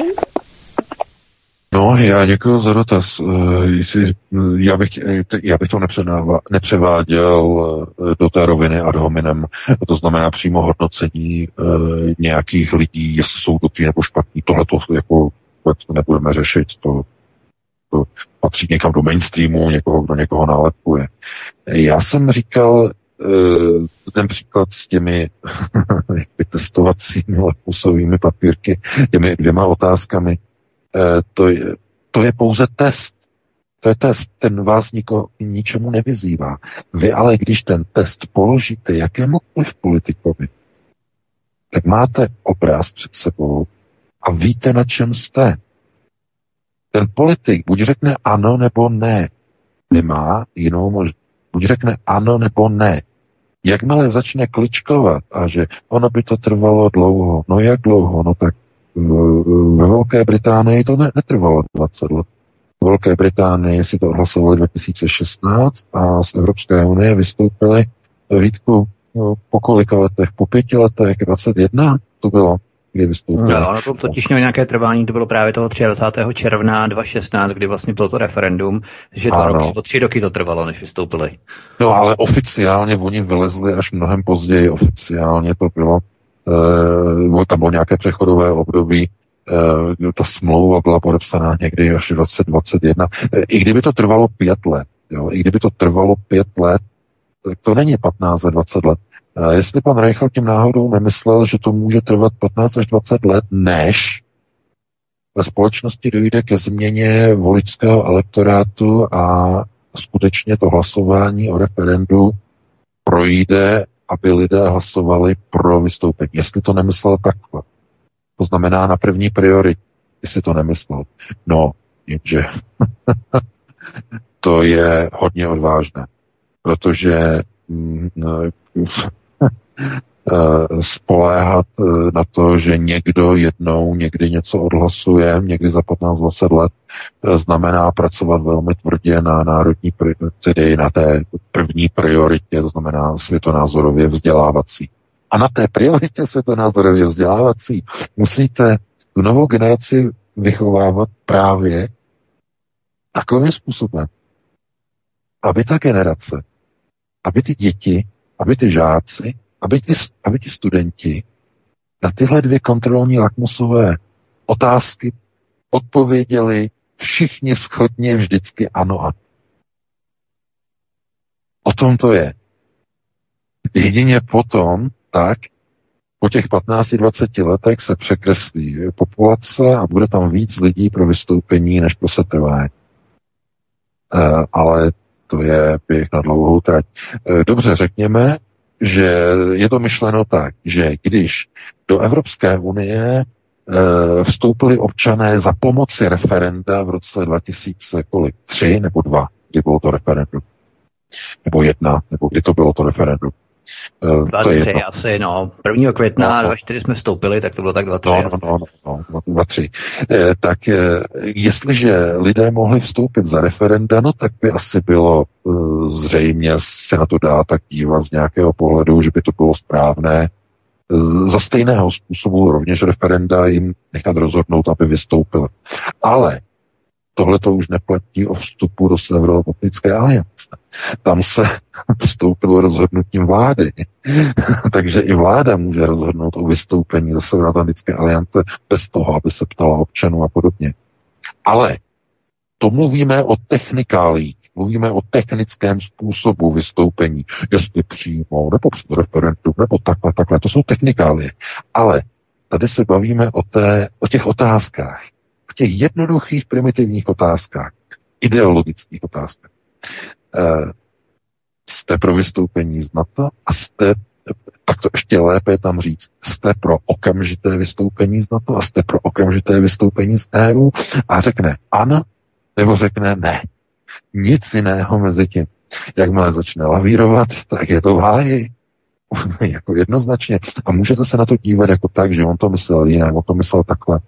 No, já děkuji za dotaz. Já bych, já bych to nepřeváděl do té roviny ad hominem, to znamená přímo hodnocení nějakých lidí, jestli jsou dobří nebo špatní. Tohle to jako nebudeme řešit, to, to patří někam do mainstreamu, někoho, kdo někoho nálepkuje. Já jsem říkal ten příklad s těmi testovacími lakmusovými papírky, těmi dvěma otázkami, To je, to je pouze test. To je test. Ten vás niko, ničemu nevyzývá. Vy ale, když ten test položíte jakémukoliv politikovi, tak máte obraz před sebou a víte, na čem jste. Ten politik buď řekne ano nebo ne. Nemá jinou možnost. Buď řekne ano nebo ne. Jakmile začne kličkovat a že ono by to trvalo dlouho. No jak dlouho? No tak ve Velké Británii to netrvalo dvacet let. V Velké Británii si to odhlasovali dva tisíce šestnáct a z Evropské unie vystoupili, Vítku, po kolika letech? Po pěti letech, dvacet jedna to bylo, kdy vystoupili. No, na tom totiž mělo nějaké trvání, to bylo právě toho dvacátého třetího června dva tisíce šestnáct, kdy vlastně bylo to referendum, že dva roky, to tři roky to trvalo, než vystoupili. No, ale oficiálně oni vylezli až mnohem později, oficiálně to bylo Uh, tam bylo nějaké přechodové období, uh, ta smlouva byla podepsaná někdy až dvacet dvacet jedna. Uh, I kdyby to trvalo pět let, jo, i kdyby to trvalo pět let, tak to není patnáct a dvacet let. Uh, jestli pan Reichl tím náhodou nemyslel, že to může trvat patnáct až dvacet let, než ve společnosti dojde ke změně voličského elektorátu a skutečně to hlasování o referendu projde, aby lidé hlasovali pro vystoupení. Jestli to nemyslel takhle. To znamená na první prioritě, jestli to nemyslel. No, jenže to je hodně odvážné, protože mm, spoléhat na to, že někdo jednou někdy něco odhlasuje, někdy za patnáct dvacet let, znamená pracovat velmi tvrdě na národní, tedy na té první prioritě, to znamená světonázorově vzdělávací. A na té prioritě světonázorově vzdělávací musíte tu novou generaci vychovávat právě takovým způsobem, aby ta generace, aby ty děti, aby ty žáci, aby ti, aby ti studenti na tyhle dvě kontrolní lakmusové otázky odpověděli všichni shodně vždycky ano a. O tom to je. Jedině potom, tak, po těch patnácti dvaceti letech se překreslí populace a bude tam víc lidí pro vystoupení než pro setrvání. E, ale to je běh na dlouhou trať. E, dobře, řekněme, že je to myšleno tak, že když do Evropské unie e, vstoupili občané za pomoci referenda v roce dva tisíce tři nebo dva, kdy bylo to referendum, nebo jedna, nebo kdy to bylo to referendum. dva tři asi, no. prvního května no, no. dva čtyři jsme vstoupili, tak to bylo tak dva tři. No, no, no, no, dva tři. E, tak e, jestliže lidé mohli vstoupit za referenda, no tak by asi bylo e, zřejmě se na to dá tak dívat z nějakého pohledu, že by to bylo správné. E, za stejného způsobu rovněž referenda jim nechat rozhodnout, aby vystoupili. Ale tohle to už neplatí o vstupu do Severoatlantické aliance. Tam se vstoupilo rozhodnutím vlády. Takže i vláda může rozhodnout o vystoupení ze Severoatlantické aliance bez toho, aby se ptala občanů a podobně. Ale to mluvíme o technikálích, mluvíme o technickém způsobu vystoupení, jestli přímo, nebo před referendum, nebo takhle, takhle, to jsou technikálie. Ale tady se bavíme o, té, o těch otázkách, o těch jednoduchých primitivních otázkách, ideologických otázkách. E, jste pro vystoupení z NATO a jste, tak to ještě lépe je tam říct, jste pro okamžité vystoupení z NATO a jste pro okamžité vystoupení z E U a řekne ano, nebo řekne ne. Nic jiného mezi tím. Jakmile začne lavírovat, tak je to v háji. Jako jednoznačně. A můžete se na to dívat jako tak, že on to myslel jinak, on to myslel takhle.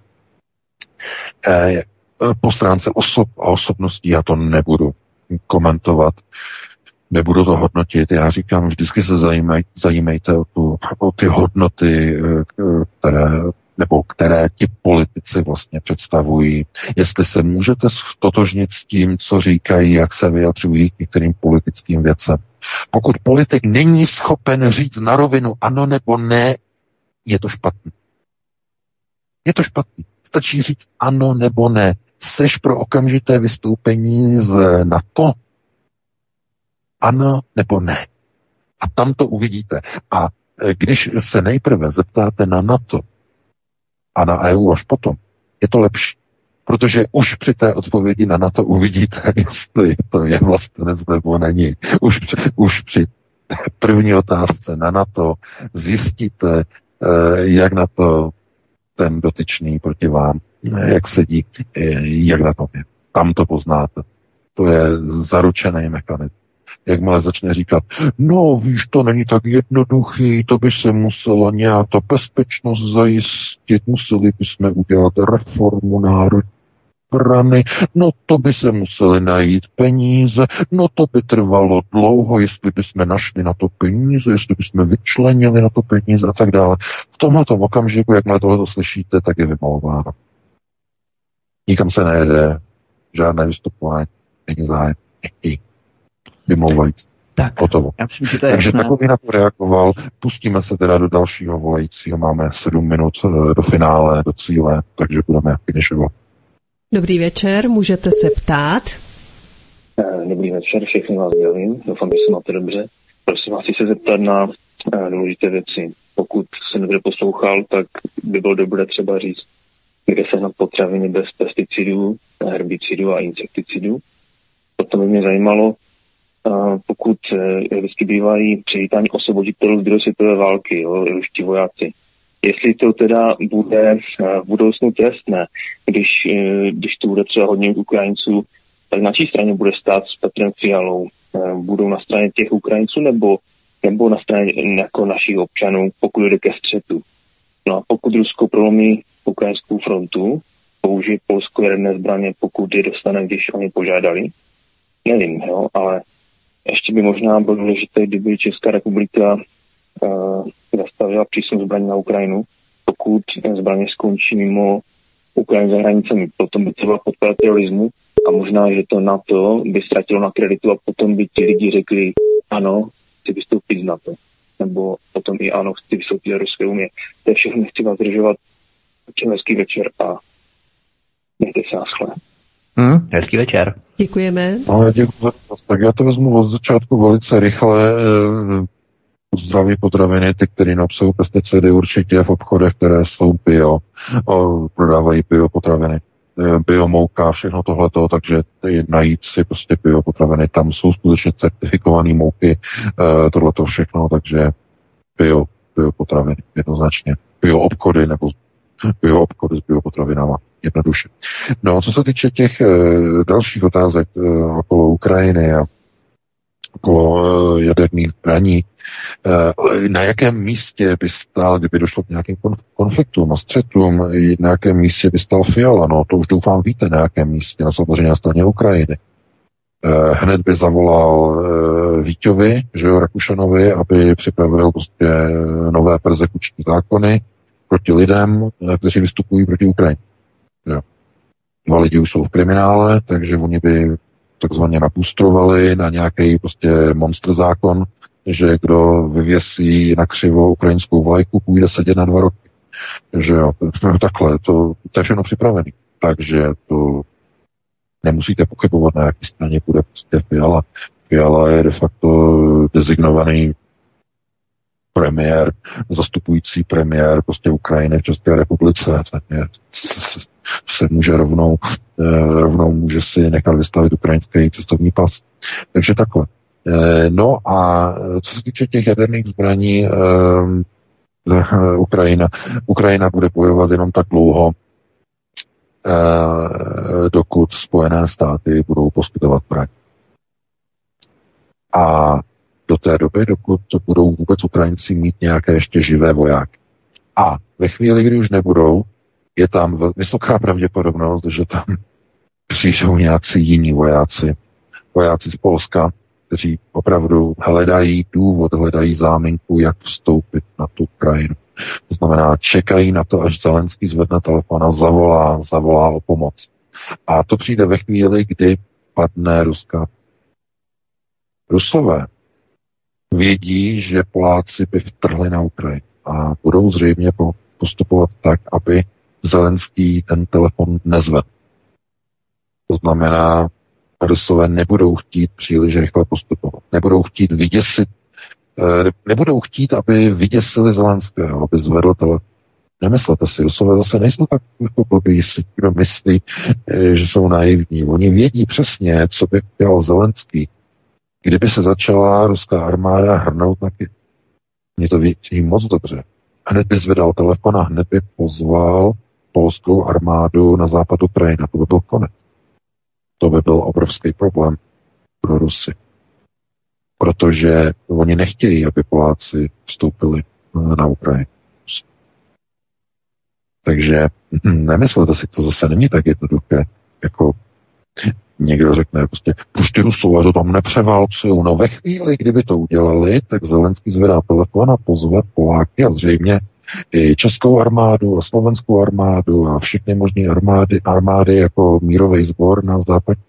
E, po stránce osob a osobností já to nebudu komentovat, nebudu to hodnotit. Já říkám, vždycky se zajímaj, zajímejte o, tu, o ty hodnoty, které, nebo které ti politici vlastně představují. Jestli se můžete stotožnit s tím, co říkají, jak se vyjadřují k některým politickým věcem. Pokud politik není schopen říct na rovinu ano nebo ne, je to špatný. Je to špatný. Stačí říct ano nebo ne. Seš pro okamžité vystoupení z NATO? Ano nebo ne. A tam to uvidíte. A když se nejprve zeptáte na NATO a na E U až potom, je to lepší. Protože už při té odpovědi na NATO uvidíte, jestli to je vlastenec nebo není. Už, už při první otázce na NATO zjistíte, jak na to ten dotyčný proti vám, jak sedí, jak na tom je. Tam to poznáte. To je zaručený mechanismus. Jakmile začne říkat, no víš, to není tak jednoduchý, to by se musela nějak ta bezpečnost zajistit, museli bychom udělat reformu národní obrany, no to by se museli najít peníze, no to by trvalo dlouho, jestli bychom našli na to peníze, jestli bychom vyčlenili na to peníze a tak dále. V tomhletom okamžiku, jakmile tohle slyšíte, tak je vymalováno. Nikam se nejede, žádné vystupování, není zájem, není. Vymlouvající. Tak, já myslím, že to je Takže jasné. takový na to reagoval. Pustíme se teda do dalšího volajícího. Máme sedm minut do finále, do cíle, takže budeme finišovat. Dobrý večer, můžete se ptát. Dobrý večer, všechny vás dělím. Doufám, že se máte dobře. Prosím vás, chci se zeptat na důležité věci. Pokud jsem dobře poslouchal, tak by bylo dobré třeba říct, kde sehnat potraviny bez pesticidů, herbicidů a insekticidů. Potom by mě zajímalo, pokud vždycky bývají přivítání osvoboditelů z druhé světové války, jo, ruští vojáci. Jestli to teda bude v budoucnu trestné, když, když to bude třeba hodně Ukrajinců, tak na čí straně bude stát s Petrem Fialou? Budou na straně těch Ukrajinců nebo, nebo na straně jako našich občanů, pokud jde ke střetu? No a pokud Rusko prolomí ukrajinskou frontu, použije Polsko jaderné zbraně, pokud je dostane, když oni požádali? Nevím, jo, ale ještě by možná bylo důležité, kdyby Česká republika uh, zastavila přísun zbraní na Ukrajinu, pokud zbraně skončí mimo Ukrajinu za hranicemi. Potom by to byla podpora terorismu a možná, že to NATO by ztratilo na kreditu a potom by ti lidi řekli ano, chci vystoupit z NATO. Nebo potom i ano, chci vystoupit z Ruské unie. To je všechno, nechci vás zdržovat. Hezký večer a mějte se naschle. Hmm, hezký večer. Děkujeme. No, děkuji. Tak já to vezmu od začátku velice rychle. Zdraví potraviny, ty, které neobsahují pesticidy, určitě v obchodech, které jsou bio, prodávají biopotraviny, biomouka, všechno tohleto, takže najít si prostě biopotraviny. Tam jsou skutečně certifikované mouky, tohleto všechno, takže bio, biopotraviny, jednoznačně. Bioobchody nebo bioobchody s biopotravinama, jednoduše. No, co se týče těch e, dalších otázek e, okolo Ukrajiny a okolo e, jaderných zbraní, e, na jakém místě by stál, kdyby došlo k nějakým konfliktům a střetům, na jakém místě by stál Fiala? No, to už doufám víte, na jakém místě, na samozřejmě na straně Ukrajiny. E, hned by zavolal e, Víťovi, že jo, Rakušanovi, aby připravil prostě nové persekuční zákony proti lidem, kteří vystupují proti Ukrajině. Jo. Dva lidi už jsou v kriminále, takže oni by takzvaně napustrovali na nějaký prostě monster zákon, že kdo vyvěsí na křivo ukrajinskou vlajku, půjde sedět na dva roky. Že jo, takhle, to, to je všechno připravené. Takže to Nemusíte pochybovat, na jaké straně bude prostě Fiala. Fiala je de facto designovaný premiér, zastupující premiér prostě Ukrajiny v České republice. Je, se může rovnou, rovnou může si nechat vystavit ukrajinský cestovní pas. Takže takhle. No a co se týče těch jaderných zbraní, Ukrajina, Ukrajina bude bojovat jenom tak dlouho, dokud Spojené státy budou poskytovat zbraň. A do té doby, dokud budou vůbec Ukrajinci mít nějaké ještě živé vojáky. A ve chvíli, kdy už nebudou, je tam vysoká pravděpodobnost, že tam přijdou nějací jiní vojáci, vojáci z Polska, kteří opravdu hledají důvod, hledají záminku, jak vstoupit na tu Ukrajinu. To znamená, čekají na to, až Zelenský zvedne telefon a zavolá, zavolá o pomoc. A to přijde ve chvíli, kdy padne Ruska. Rusové vědí, že Poláci by vtrhli na Ukrajinu a budou zřejmě postupovat tak, aby Zelenský ten telefon nezvedl. To znamená, Rusové nebudou chtít příliš rychle postupovat. Nebudou chtít vyděsit, nebudou chtít, aby vyděsili Zelenského, aby zvedl telefon. Nemyslete si, Rusové zase nejsou tak jako blbí, jestli kdo myslí, že jsou naivní. Oni vědí přesně, co by dělal Zelenský. Kdyby se začala ruská armáda hrnout, tak mě to vědí moc dobře. Hned by zvedal telefon a hned by pozval polskou armádu na západ Ukrajiny. To by byl konec. To by byl obrovský problém pro Rusy. Protože oni nechtějí, aby Poláci vstoupili na Ukrajinu. Takže nemyslete si, to zase není tak jednoduché, jako někdo řekne prostě, proč ty Rusové to tam nepřeválcují. No ve chvíli, kdyby to udělali, tak Zelenský zvedá telefon a pozve Poláky a zřejmě i českou armádu a slovenskou armádu a všechny možné armády, armády jako mírový sbor na západě.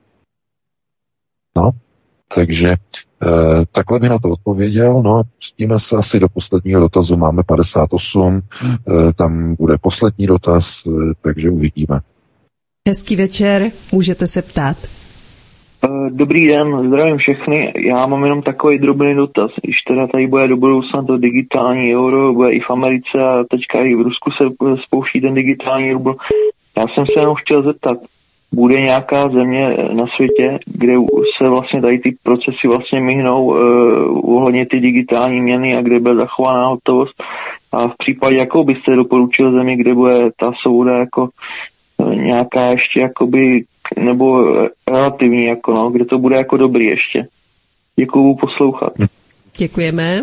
No, takže eh, takhle by na to odpověděl. No, pustíme se asi do posledního dotazu. Máme padesát osm, eh, tam bude poslední dotaz, eh, takže uvidíme. Hezký večer, můžete se ptát. Dobrý den, zdravím všechny. Já mám jenom takový drobný dotaz. Když teda tady bude do budoucna to digitální euro, bude i v Americe a teďka i v Rusku se spouští ten digitální rubl. Já jsem se jenom chtěl zeptat, bude nějaká země na světě, kde se vlastně tady ty procesy vlastně mihnou uh, ohledně ty digitální měny a kde bude zachovaná hotovost? A v případě, jakou byste doporučil zemi, kde bude ta souda jako nějaká ještě jakoby, nebo relativní, jako no, kde to bude jako dobrý ještě. Děkuju poslouchat. Děkujeme.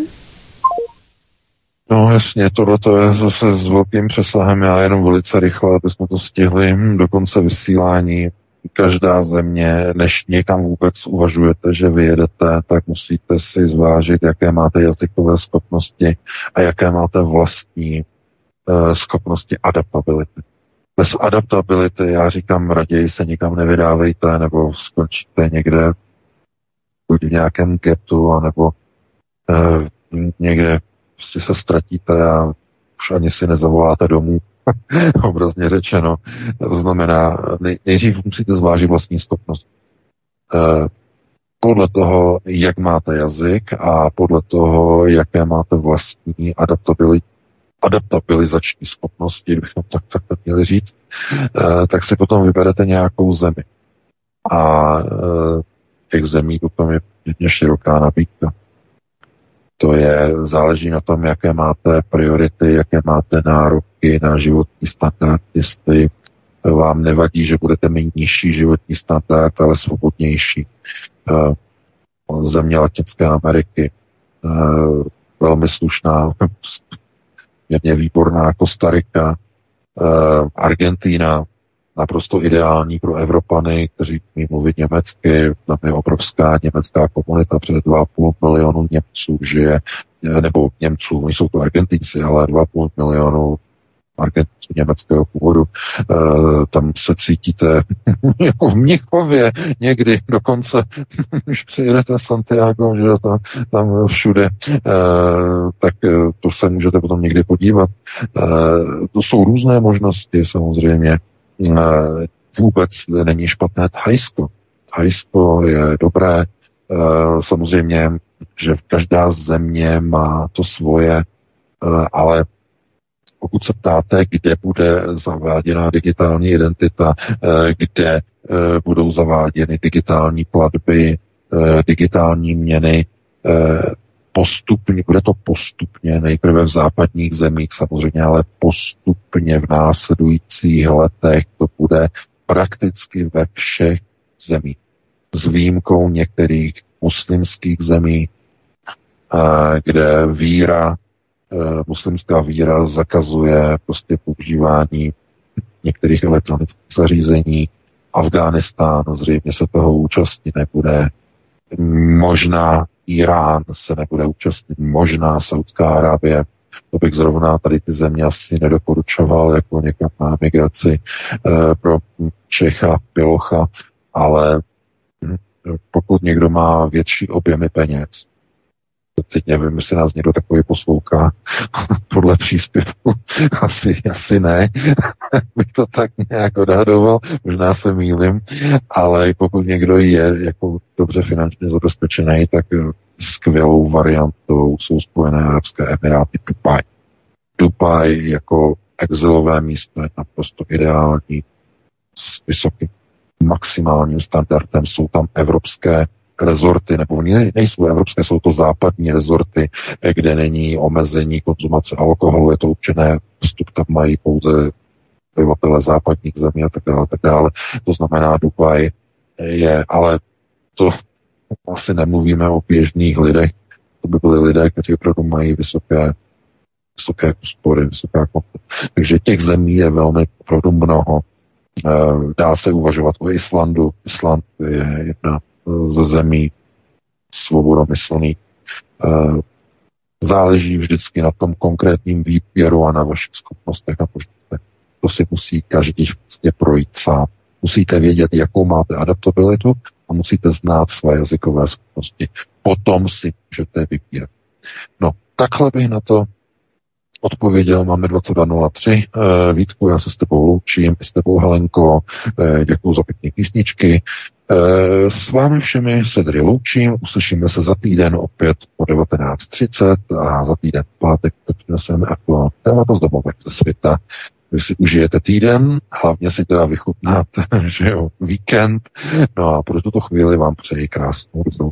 No jasně, tohle to je zase s velkým přesahem, já jenom velice rychle, aby jsme to stihli do konce vysílání. Každá země, než někam vůbec uvažujete, že vyjedete, tak musíte si zvážit, jaké máte jazykové schopnosti a jaké máte vlastní uh, schopnosti adaptability. Bez adaptability, já říkám, raději se nikam nevydávejte, nebo skončíte někde buď v nějakém getu, anebo eh, někde prostě se ztratíte a už ani si nezavoláte domů, obrazně řečeno. To znamená, nej, nejdřív musíte zvážit vlastní schopnost. Eh, podle toho, jak máte jazyk a podle toho, jaké máte vlastní adaptability, adaptabilizační schopnosti, kdybychom tak takhle měli říct, eh, tak si potom vyberete nějakou zemi. A eh, těch zemí potom je hodně široká nabídka. To je, záleží na tom, jaké máte priority, jaké máte nároky na životní standard, jestli vám nevadí, že budete mít nižší životní standard, ale svobodnější. Eh, země Latinské Ameriky, eh, velmi slušná, je výborná Kostarika, eh, Argentína, naprosto ideální pro Evropany, kteří umí mluvit německy, tam je obrovská německá komunita, přes dva a půl milionu Němců žije, nebo Němců, oni jsou to Argentinci, ale dva a půl milionu Argentinců německého původu, e, tam se cítíte jako v Mnichově někdy, dokonce, když přijedete Santiago, že tam, tam všude, e, tak to se můžete potom někdy podívat. E, to jsou různé možnosti samozřejmě. E, vůbec není špatné Thajsko. Thajsko je dobré, samozřejmě, že každá země má to svoje, ale pokud se ptáte, kde bude zaváděná digitální identita, kde budou zaváděny digitální platby, digitální měny, postupně, bude to postupně, nejprve v západních zemích samozřejmě, ale postupně v následujících letech to bude prakticky ve všech zemích. S výjimkou některých muslimských zemí, kde víra, muslimská víra zakazuje prostě používání některých elektronických zařízení. Afghánistán zřejmě se toho účastnit nebude. Možná Irán se nebude účastnit, možná Saudská Arábie. To bych zrovna tady ty země asi nedoporučoval jako někam na migraci e, pro Čecha, Pilocha, ale pokud někdo má větší objemy peněz, teď nevím, jestli nás někdo takový poslouchá podle příspěvku, asi, asi ne, bych to tak nějak odhadoval, možná se mýlim, ale pokud někdo je jako dobře finančně zabezpečený, tak skvělou variantou jsou Spojené arabské emiráty, Dubaj. Dubaj jako exilové místo je naprosto ideální, s vysokým maximálním standardem, jsou tam evropské rezorty, nebo nejsou evropské, jsou to západní rezorty, kde není omezení konzumace alkoholu, je to určené, vstup tam mají pouze obyvatele západních zemí a tak dále, tak dále. To znamená, Dubaj je, ale to asi nemluvíme o běžných lidech, to by byli lidé, kteří opravdu mají vysoké, vysoké úspory, vysoká konta. Takže těch zemí je velmi opravdu mnoho. Dá se uvažovat o Islandu. Island je jedna ze zemí svobodomyslných. Záleží vždycky na tom konkrétním výběru a na vašich schopnostech a možnostech. To si musí každý vlastně projít sám. Musíte vědět, jakou máte adaptabilitu a musíte znát své jazykové schopnosti. Potom si můžete vybírat. No, takhle bych na to odpověděl, máme dvacet dva nula tři. E, Vítku, já se s tebou loučím, s tebou Helenko, e, děkuju za pěkné písničky. E, s vámi všemi se tedy loučím, uslyšíme se za týden opět po devatenáct třicet a za týden v pátek přineseme aktuální témata z domovek ze světa. Vy si užijete týden, hlavně si teda vychutnáte, že jo, víkend. No a pro tuto chvíli vám přeji krásnou rozlouku.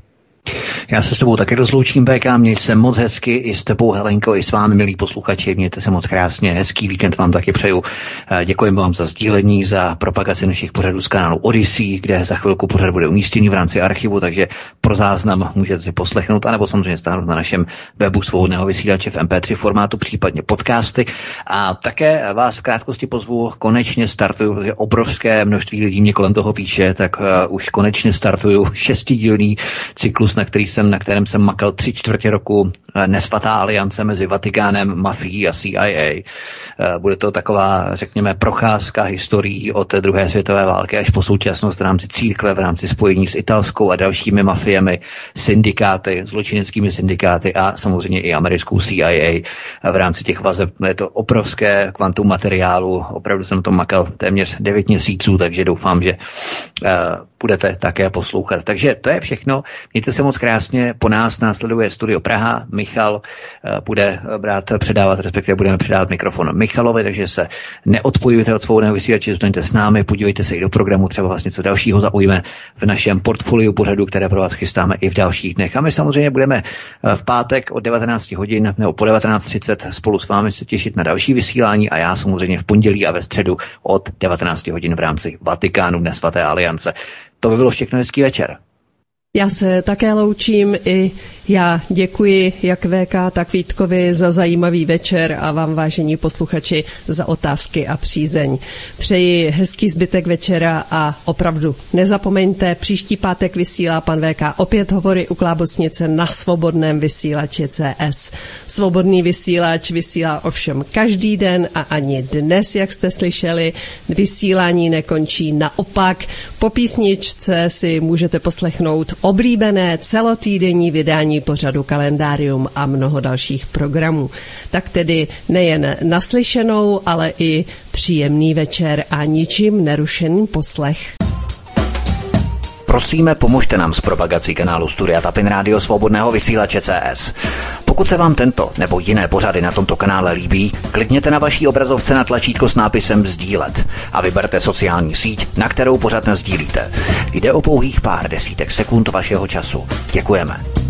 Já se s tebou taky rozloučím, B K, měj se moc hezky, i s tebou, Helenko, i s vámi, milí posluchači, mějte se moc krásně, hezký víkend vám taky přeju. Děkujeme vám za sdílení, za propagaci našich pořadů z kanálu Odyssey, kde za chvilku pořad bude umístěný v rámci archivu, takže pro záznam můžete si poslechnout, anebo samozřejmě stáhnout na našem webu svobodného vysílače v em pé tři formátu, případně podcasty. A také vás v krátkosti pozvu, konečně startuju, obrovské množství lidí mě kolem toho píše, tak uh, už konečně startuju šestidílný cyklus, na který jsem, na kterém jsem makal tři čtvrtě roku, nesvatá aliance mezi Vatikánem, mafií a C I A. Bude to taková, řekněme, procházka historií od druhé světové války až po současnost v rámci církve, v rámci spojení s italskou a dalšími mafiemi, syndikáty, zločineckými syndikáty a samozřejmě i americkou C I A v rámci těch vazeb. Je to obrovské kvantum materiálu, opravdu jsem to makal téměř devět měsíců, takže doufám, že uh, budete také poslouchat. Takže to je všechno. Mějte se moc krásně. Po nás následuje Studio Praha. Michal uh, bude brát, předávat, respektive budeme předávat mikrofon Michalovi, takže se neodpojujte od svobodného vysílače, zůstaňte s námi, podívejte se i do programu, třeba vlastně něco dalšího zaujme v našem portfoliu pořadu, které pro vás chystáme i v dalších dnech. A my samozřejmě budeme v pátek od devatenáct hodin nebo po devatenáct třicet spolu s vámi se těšit na další vysílání a já samozřejmě v pondělí a ve středu od devatenáct hodin v rámci Vatikánu Dne svaté aliance. To by bylo všechno, hezký večer. Já se také loučím, i já děkuji jak V K, tak Vítkovi za zajímavý večer a vám, vážení posluchači, za otázky a přízeň. Přeji hezký zbytek večera a opravdu nezapomeňte, příští pátek vysílá pan V K opět hovory u Klábosnice na svobodném vysílači C S. Svobodný vysílač vysílá ovšem každý den a ani dnes, jak jste slyšeli, vysílání nekončí, naopak. Po písničce si můžete poslechnout oblíbené celotýdenní vydání pořadu Kalendárium a mnoho dalších programů. Tak tedy nejen naslyšenou, ale i příjemný večer a ničím nerušený poslech. Prosíme, pomožte nám s propagací kanálu Studia Tapin Rádio Svobodného vysílače C S. Pokud se vám tento nebo jiné pořady na tomto kanále líbí, klikněte na vaší obrazovce na tlačítko s nápisem sdílet a vyberte sociální síť, na kterou pořad nasdílíte. Jde o pouhých pár desítek sekund vašeho času. Děkujeme.